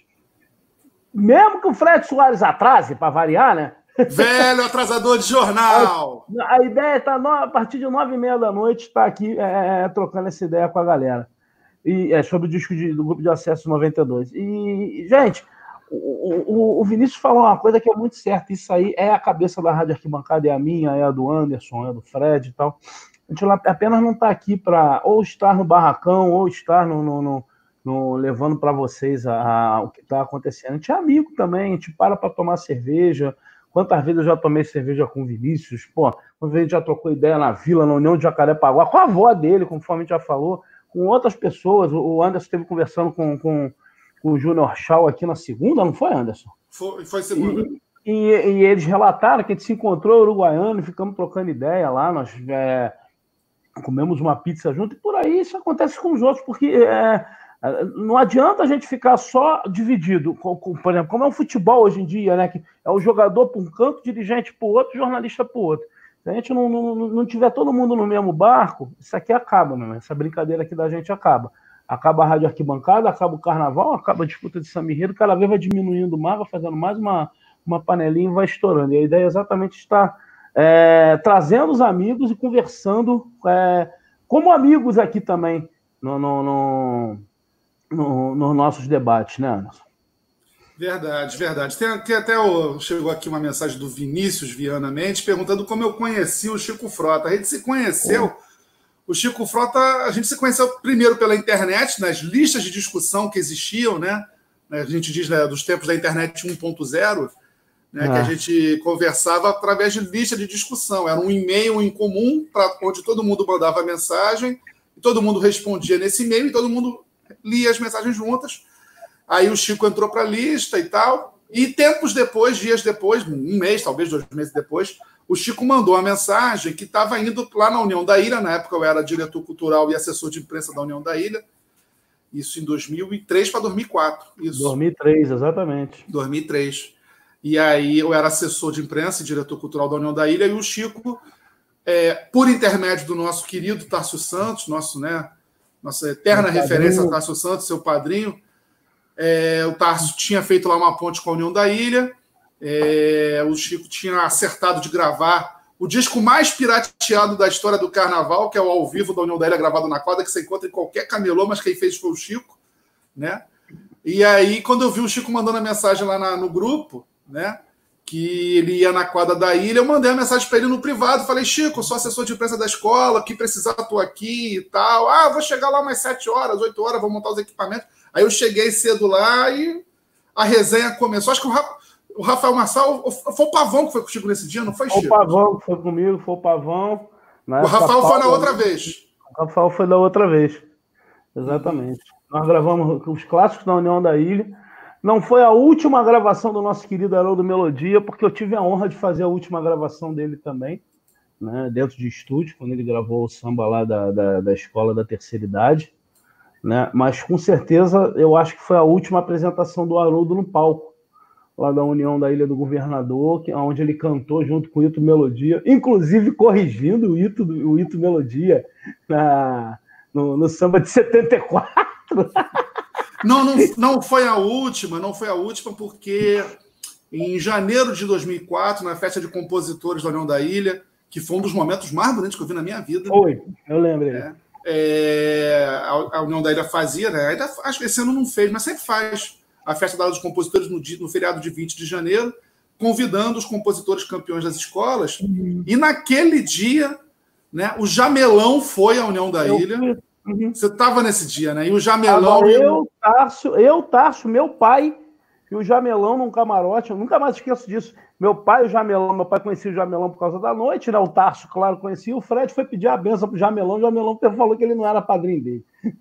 mesmo que o Fred Soares atrase, para variar, né? Velho atrasador de jornal! A, a ideia está, a partir de nove e meia da noite, está aqui é, trocando essa ideia com a galera. E, é, sobre o disco de, do Grupo de Acesso noventa e dois. E, gente... O, o, o Vinícius falou uma coisa que é muito certa. Isso aí é a cabeça da Rádio Arquibancada, é a minha, é a do Anderson, é a do Fred e tal. A gente apenas não está aqui para ou estar no barracão, ou estar no, no, no, no levando para vocês a, a, o que está acontecendo. A gente é amigo também, a gente para para tomar cerveja. Quantas vezes eu já tomei cerveja com o Vinícius? Pô, uma vez a gente já trocou ideia na Vila, na União de Jacarepaguá, com a avó dele, conforme a gente já falou, com outras pessoas. O Anderson esteve conversando com... com com o Júnior Shaw aqui na segunda, não foi, Anderson? Foi, foi segunda. E, e, e eles relataram que a gente se encontrou uruguaiano e ficamos trocando ideia lá, nós é, comemos uma pizza junto, e por aí isso acontece com os outros, porque é, não adianta a gente ficar só dividido, com, com, por exemplo, como é o futebol hoje em dia, né, que é o jogador para um canto, dirigente para o outro, jornalista para o outro. Se a gente não, não, não tiver todo mundo no mesmo barco, isso aqui acaba, mesmo, essa brincadeira aqui da gente acaba. Acaba a Rádio Arquibancada, acaba o Carnaval, acaba a disputa de Samba Enredo, cada vez vai diminuindo mais, vai fazendo mais uma, uma panelinha e vai estourando. E a ideia é exatamente estar é, trazendo os amigos e conversando é, como amigos aqui também no, no, no, no, nos nossos debates, né, Anderson? Verdade, verdade. Tem, tem até o, chegou aqui uma mensagem do Vinícius Viana Mendes perguntando como eu conheci o Chico Frota. A gente se conheceu... É. O Chico Frota, a gente se conheceu primeiro pela internet, nas listas de discussão que existiam, né? A gente diz, né, dos tempos da internet um ponto zero, né, ah. que a gente conversava através de lista de discussão. Era um e-mail em comum, pra, onde todo mundo mandava mensagem, e todo mundo respondia nesse e-mail, e todo mundo lia as mensagens juntas. Aí o Chico entrou para a lista e tal, e tempos depois, dias depois, um mês, talvez dois meses depois, o Chico mandou uma mensagem que estava indo lá na União da Ilha, na época eu era diretor cultural e assessor de imprensa da União da Ilha, isso em dois mil e três para dois mil e quatro. Isso. dois mil e três, exatamente. dois mil e três. E aí eu era assessor de imprensa e diretor cultural da União da Ilha, e o Chico, é, por intermédio do nosso querido Tárcio Santos, nosso, né, nossa eterna referência a Tárcio Santos, seu padrinho, é, o Tárcio tinha feito lá uma ponte com a União da Ilha. É, o Chico tinha acertado de gravar o disco mais pirateado da história do Carnaval, que é o Ao Vivo da União da Ilha, gravado na quadra, que você encontra em qualquer camelô, mas quem fez foi o Chico, né? E aí, quando eu vi o Chico mandando a mensagem lá na, no grupo, né, que ele ia na quadra da ilha, eu mandei a mensagem para ele no privado, falei, Chico, eu sou assessor de imprensa da escola, que precisar, estou aqui e tal. Ah, vou chegar lá umas sete horas, oito horas, vou montar os equipamentos. Aí eu cheguei cedo lá e a resenha começou. Acho que o o Rafael Marçal, foi o Pavão que foi contigo nesse dia, não foi, Chico? Foi o Pavão que foi comigo, foi o Pavão. O Rafael foi na outra vez. O Rafael foi da outra vez. Exatamente. Uhum. Nós gravamos os clássicos da União da Ilha. Não foi a última gravação do nosso querido Haroldo Melodia, porque eu tive a honra de fazer a última gravação dele também, né, dentro de estúdio, quando ele gravou o samba lá da, da, da Escola da Terceira Idade. Né? Mas, com certeza, eu acho que foi a última apresentação do Haroldo no palco, lá da União da Ilha do Governador, que, onde ele cantou junto com o Ito Melodia, inclusive corrigindo o Ito, o Ito Melodia na, no, no samba de setenta e quatro. Não, não, não foi a última, não foi a última, porque em janeiro de dois mil e quatro, na festa de compositores da União da Ilha, que foi um dos momentos mais bonitos que eu vi na minha vida. Foi, eu lembro. É, é, a, a União da Ilha fazia, né? Ainda, acho que esse ano não fez, mas sempre faz a festa da aula dos compositores no, dia, no feriado de vinte de janeiro, convidando os compositores campeões das escolas. Uhum. E naquele dia, né, o Jamelão foi à União da eu Ilha. Fui. Uhum. Você estava nesse dia, né? E o Jamelão... Ah, eu, Tarso, eu, Tarso, meu pai e o Jamelão num camarote, eu nunca mais esqueço disso. Meu pai e o Jamelão, meu pai conhecia o Jamelão por causa da noite, né? O Tarso, claro, conhecia. O Fred foi pedir a benção pro Jamelão, o Jamelão falou que ele não era padrinho dele.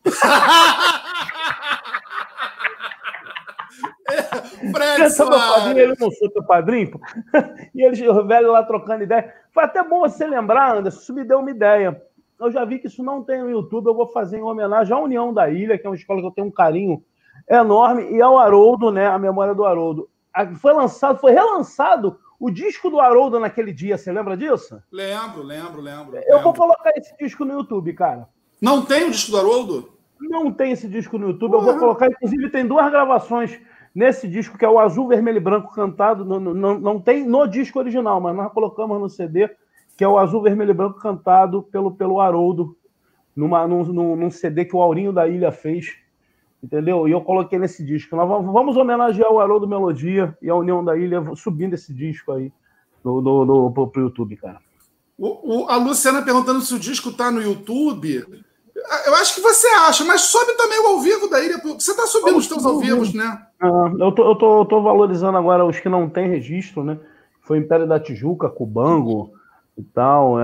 Fred, você é meu padrinho, ele não sou teu padrinho, pô. E eles, o velho lá trocando ideia. Foi até bom você lembrar, Anderson, isso me deu uma ideia. Eu já vi que isso não tem no YouTube, eu vou fazer em homenagem à União da Ilha, que é uma escola que eu tenho um carinho enorme, e ao Haroldo, né, a memória do Haroldo. Foi lançado, foi relançado o disco do Haroldo naquele dia, você lembra disso? Lembro, lembro, lembro. Eu lembro. vou colocar esse disco no YouTube, cara. Não tem o disco do Haroldo? Não tem esse disco no YouTube, uhum. Eu vou colocar, inclusive tem duas gravações nesse disco, que é o Azul, Vermelho e Branco cantado, não, não, não tem no disco original, mas nós colocamos no C D, que é o Azul, Vermelho e Branco cantado pelo, pelo Haroldo, numa, num, num, num C D que o Aurinho da Ilha fez, entendeu? E eu coloquei nesse disco. Nós vamos, vamos homenagear o Haroldo Melodia e a União da Ilha subindo esse disco aí do, do, do, pro, pro YouTube, cara. O, o, a Luciana perguntando se o disco tá no YouTube. Eu acho que você acha, mas sobe também o ao vivo da Ilha. Você tá subindo os teus ao vivos, né? Ah, eu, tô, eu, tô, eu tô valorizando agora os que não tem registro, né? Foi Império da Tijuca, Cubango e tal.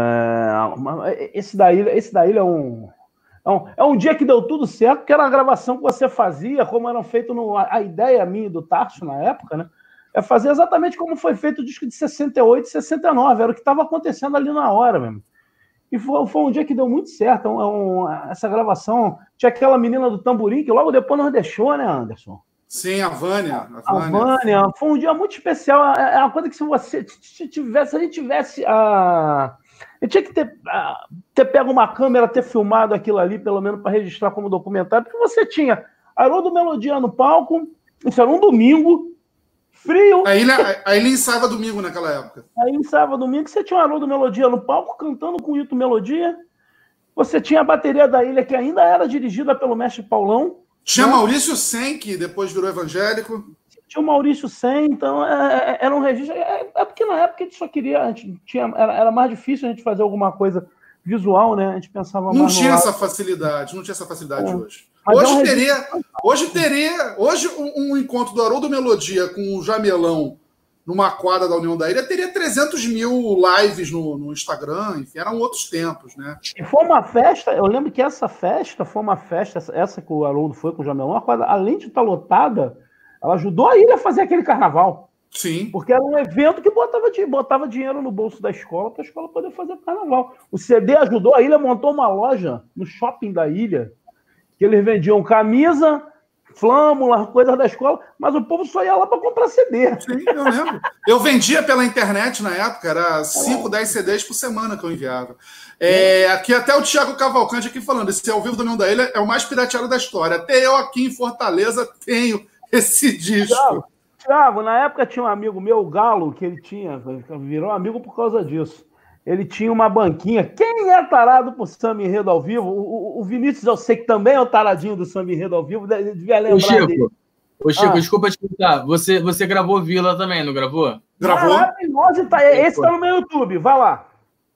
É... Esse da Ilha, esse da Ilha é um... É um, é um dia que deu tudo certo, porque era a gravação que você fazia, como eram feito no, a, a ideia minha do Tarso na época, né? É fazer exatamente como foi feito o disco de sessenta e oito e sessenta e nove, era o que estava acontecendo ali na hora mesmo. E foi, foi um dia que deu muito certo. Um, um, essa gravação, tinha aquela menina do tamborim que logo depois nos deixou, né, Anderson? Sim, a Vânia. A Vânia. A Vânia. Foi um dia muito especial. É uma coisa que se você tivesse, se a gente tivesse a... Eu tinha que ter, ter pego uma câmera, ter filmado aquilo ali, pelo menos para registrar como documentário, porque você tinha Haroldo Melodia no palco, isso era um domingo, frio. A Ilha, a Ilha ensaiava domingo naquela época. Aí ensaiava domingo, você tinha o Haroldo Melodia no palco, cantando com o Ito Melodia. Você tinha a bateria da Ilha, que ainda era dirigida pelo mestre Paulão. Tinha né? Maurício Sen, que depois virou evangélico. Tinha o Maurício Sen, então é, é, era um registro. É, é porque na época a gente só queria. A gente tinha, era, era mais difícil a gente fazer alguma coisa visual, né? A gente pensava não mais. Tinha no essa lado. facilidade, não tinha essa facilidade é. hoje. Mas hoje, é um teria, registro... hoje teria. Hoje, um, um encontro do Haroldo Melodia com o Jamelão numa quadra da União da Ilha teria trezentos mil lives no, no Instagram, enfim, eram outros tempos, né? E foi uma festa, eu lembro que essa festa foi uma festa, essa que o Haroldo foi com o Jamelão, a quadra, além de estar lotada, ela ajudou a Ilha a fazer aquele carnaval. Sim. Porque era um evento que botava, botava dinheiro no bolso da escola para a escola poder fazer carnaval. O C D ajudou, a Ilha montou uma loja no shopping da Ilha, que eles vendiam camisa, flâmula, coisas da escola, mas o povo só ia lá para comprar C D. Sim, eu lembro. Eu vendia pela internet na época, era cinco, dez C Ds por semana que eu enviava. É, aqui até o Thiago Cavalcante aqui falando, esse ao vivo da União da Ilha é o mais pirateado da história. Até eu aqui em Fortaleza tenho esse disco. Thiago, Thiago, na época tinha um amigo meu, o Galo, que ele tinha, virou amigo por causa disso. Ele tinha uma banquinha. Quem é tarado por Samba Enredo ao vivo? O, o, o Vinícius, eu sei que também é o taradinho do Samba Enredo ao vivo, devia lembrar Ô, Chico, dele. Ô, Chico, ah. desculpa te perguntar. Você, você gravou Vila também, não gravou? Gravou. Maravilhoso, tá, esse tá no meu YouTube, vai lá.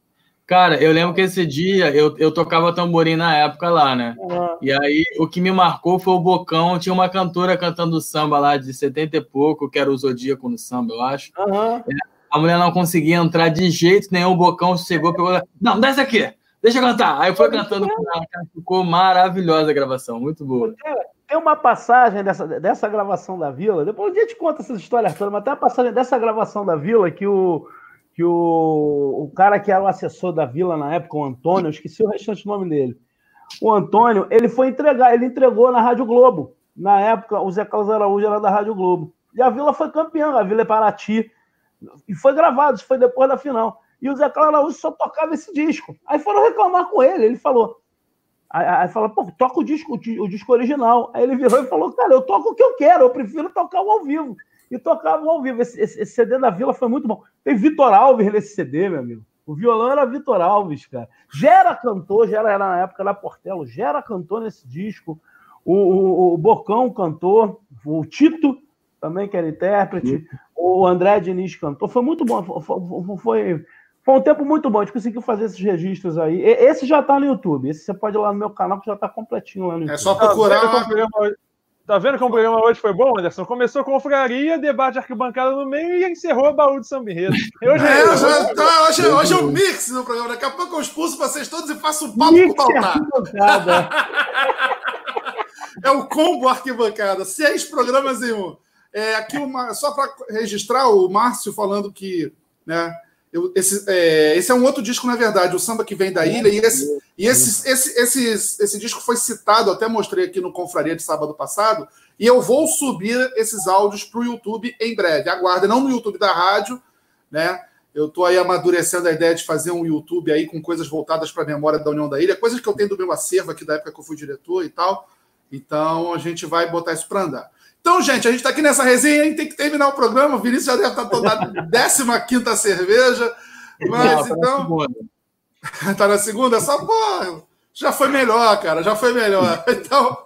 Cara, eu lembro que esse dia eu, eu tocava tamborim na época lá, né? Uhum. E aí o que me marcou foi o Bocão. Tinha uma cantora cantando samba lá de setenta e pouco, que era o Zodíaco no samba, eu acho. Uhum. A mulher não conseguia entrar de jeito nenhum. O Bocão chegou, pegou. Não, desce aqui, deixa eu cantar. Aí foi cantando, ficou maravilhosa a gravação, muito boa. Tem uma passagem dessa, dessa gravação da Vila, depois um dia eu te conto essas histórias todas, mas tem uma passagem dessa gravação da Vila que o. que o, o cara que era o assessor da Vila na época, o Antônio, eu esqueci o restante do nome dele. O Antônio, ele foi entregar, ele entregou na Rádio Globo. Na época, o Zé Carlos Araújo era da Rádio Globo. E a Vila foi campeã, a Vila é Paraty. E foi gravado, isso foi depois da final. E o Zé Carlos Araújo só tocava esse disco. Aí foram reclamar com ele, ele falou... Aí, aí falou, pô, toca o disco, o disco original. Aí ele virou e falou, cara, eu toco o que eu quero, eu prefiro tocar o ao vivo. E tocava ao vivo. Esse, esse, esse C D da Vila foi muito bom. Tem Vitor Alves nesse C D, meu amigo. O violão era Vitor Alves, cara. Gera cantor, Gera era na época da Portelo, Gera cantor nesse disco. O, o, o Bocão cantou, o Tito também, que era intérprete, Sim. o André Diniz cantou. Foi muito bom. Foi, foi, foi um tempo muito bom. A gente conseguiu fazer esses registros aí. Esse já tá no YouTube. Esse você pode ir lá no meu canal, que já tá completinho lá no YouTube. É só procurar. Tá vendo como o programa hoje foi bom, Anderson? Começou com confraria, debate arquibancada no meio e encerrou o baú de samba enredo. Hoje é, hoje, hoje, tá, hoje, hoje é um mix no programa. Daqui a pouco eu expulso vocês todos e faço um papo com o Baltar. É o combo arquibancada. Seis programas em um. É, aqui uma, só para registrar, o Márcio falando que... Né, eu, esse, é, esse é um outro disco, na verdade, o Samba que Vem da Ilha. E esse, e esse, esse, esse, esse disco foi citado, até mostrei aqui no Confraria de sábado passado, e eu vou subir esses áudios para o YouTube em breve. Aguarda, não no YouTube da rádio, né? Eu estou aí amadurecendo a ideia de fazer um YouTube aí com coisas voltadas para a memória da União da Ilha, coisas que eu tenho do meu acervo aqui da época que eu fui diretor e tal. Então, a gente vai botar isso para andar. Então, gente, a gente está aqui nessa resenha, a gente tem que terminar o programa. O Vinícius já deve estar tomando a décima quinta cerveja. Mas, não, então... Está na segunda? Só, pô, já foi melhor, cara, já foi melhor. Então,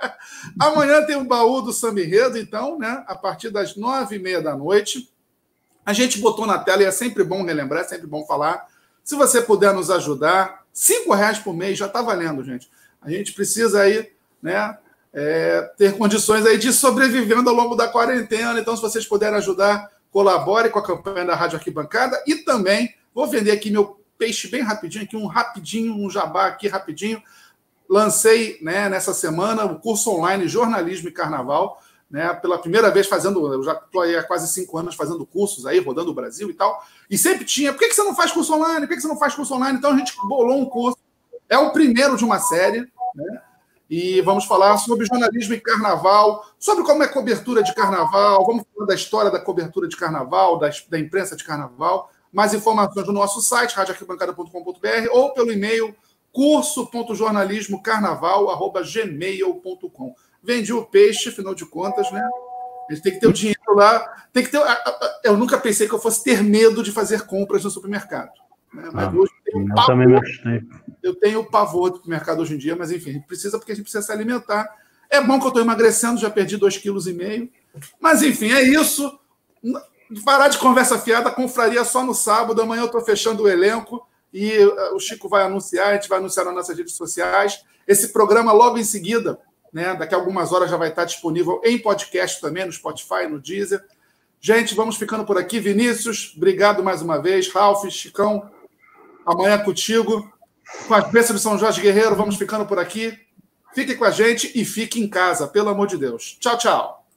amanhã tem um baú do Samba Enredo, então, né, a partir das nove e meia da noite. A gente botou na tela, e é sempre bom relembrar, é sempre bom falar. Se você puder nos ajudar, cinco reais por mês já está valendo, gente. A gente precisa aí, né... É, ter condições aí de sobrevivendo ao longo da quarentena. Então, se vocês puderem ajudar, colabore com a campanha da Rádio Arquibancada. E também vou vender aqui meu peixe bem rapidinho, aqui um rapidinho, um jabá aqui rapidinho. Lancei, né, nessa semana o curso online Jornalismo e Carnaval, né, pela primeira vez fazendo, eu já estou aí há quase cinco anos fazendo cursos aí, rodando o Brasil e tal, e sempre tinha, por que você não faz curso online? Por que você não faz curso online? Então a gente bolou um curso, é o primeiro de uma série, né? E vamos falar sobre jornalismo e carnaval, sobre como é cobertura de carnaval, vamos falar da história da cobertura de carnaval, da, da imprensa de carnaval. Mais informações no nosso site, rádio arquibancada ponto com ponto b r, ou pelo e-mail curso ponto jornalismo carnaval arroba gmail ponto com. Vendi o peixe, afinal de contas, né? A gente tem que ter o dinheiro lá. Tem que ter. Eu nunca pensei que eu fosse ter medo de fazer compras no supermercado. Né? Mas ah, hoje eu tenho, eu, também eu tenho pavor do mercado hoje em dia, mas enfim, a gente precisa porque a gente precisa se alimentar. É bom que eu estou emagrecendo, já perdi dois vírgula cinco quilos. Mas enfim, é isso. Parar de conversa fiada, confraria só no sábado. Amanhã eu estou fechando o elenco e o Chico vai anunciar, a gente vai anunciar nas nossas redes sociais. Esse programa logo em seguida, né, daqui a algumas horas já vai estar disponível em podcast também, no Spotify, no Deezer. Gente, vamos ficando por aqui. Vinícius, obrigado mais uma vez. Ralf, Chicão, amanhã contigo. Com a bênção de São Jorge Guerreiro, vamos ficando por aqui. Fique com a gente e fique em casa, pelo amor de Deus. Tchau, tchau.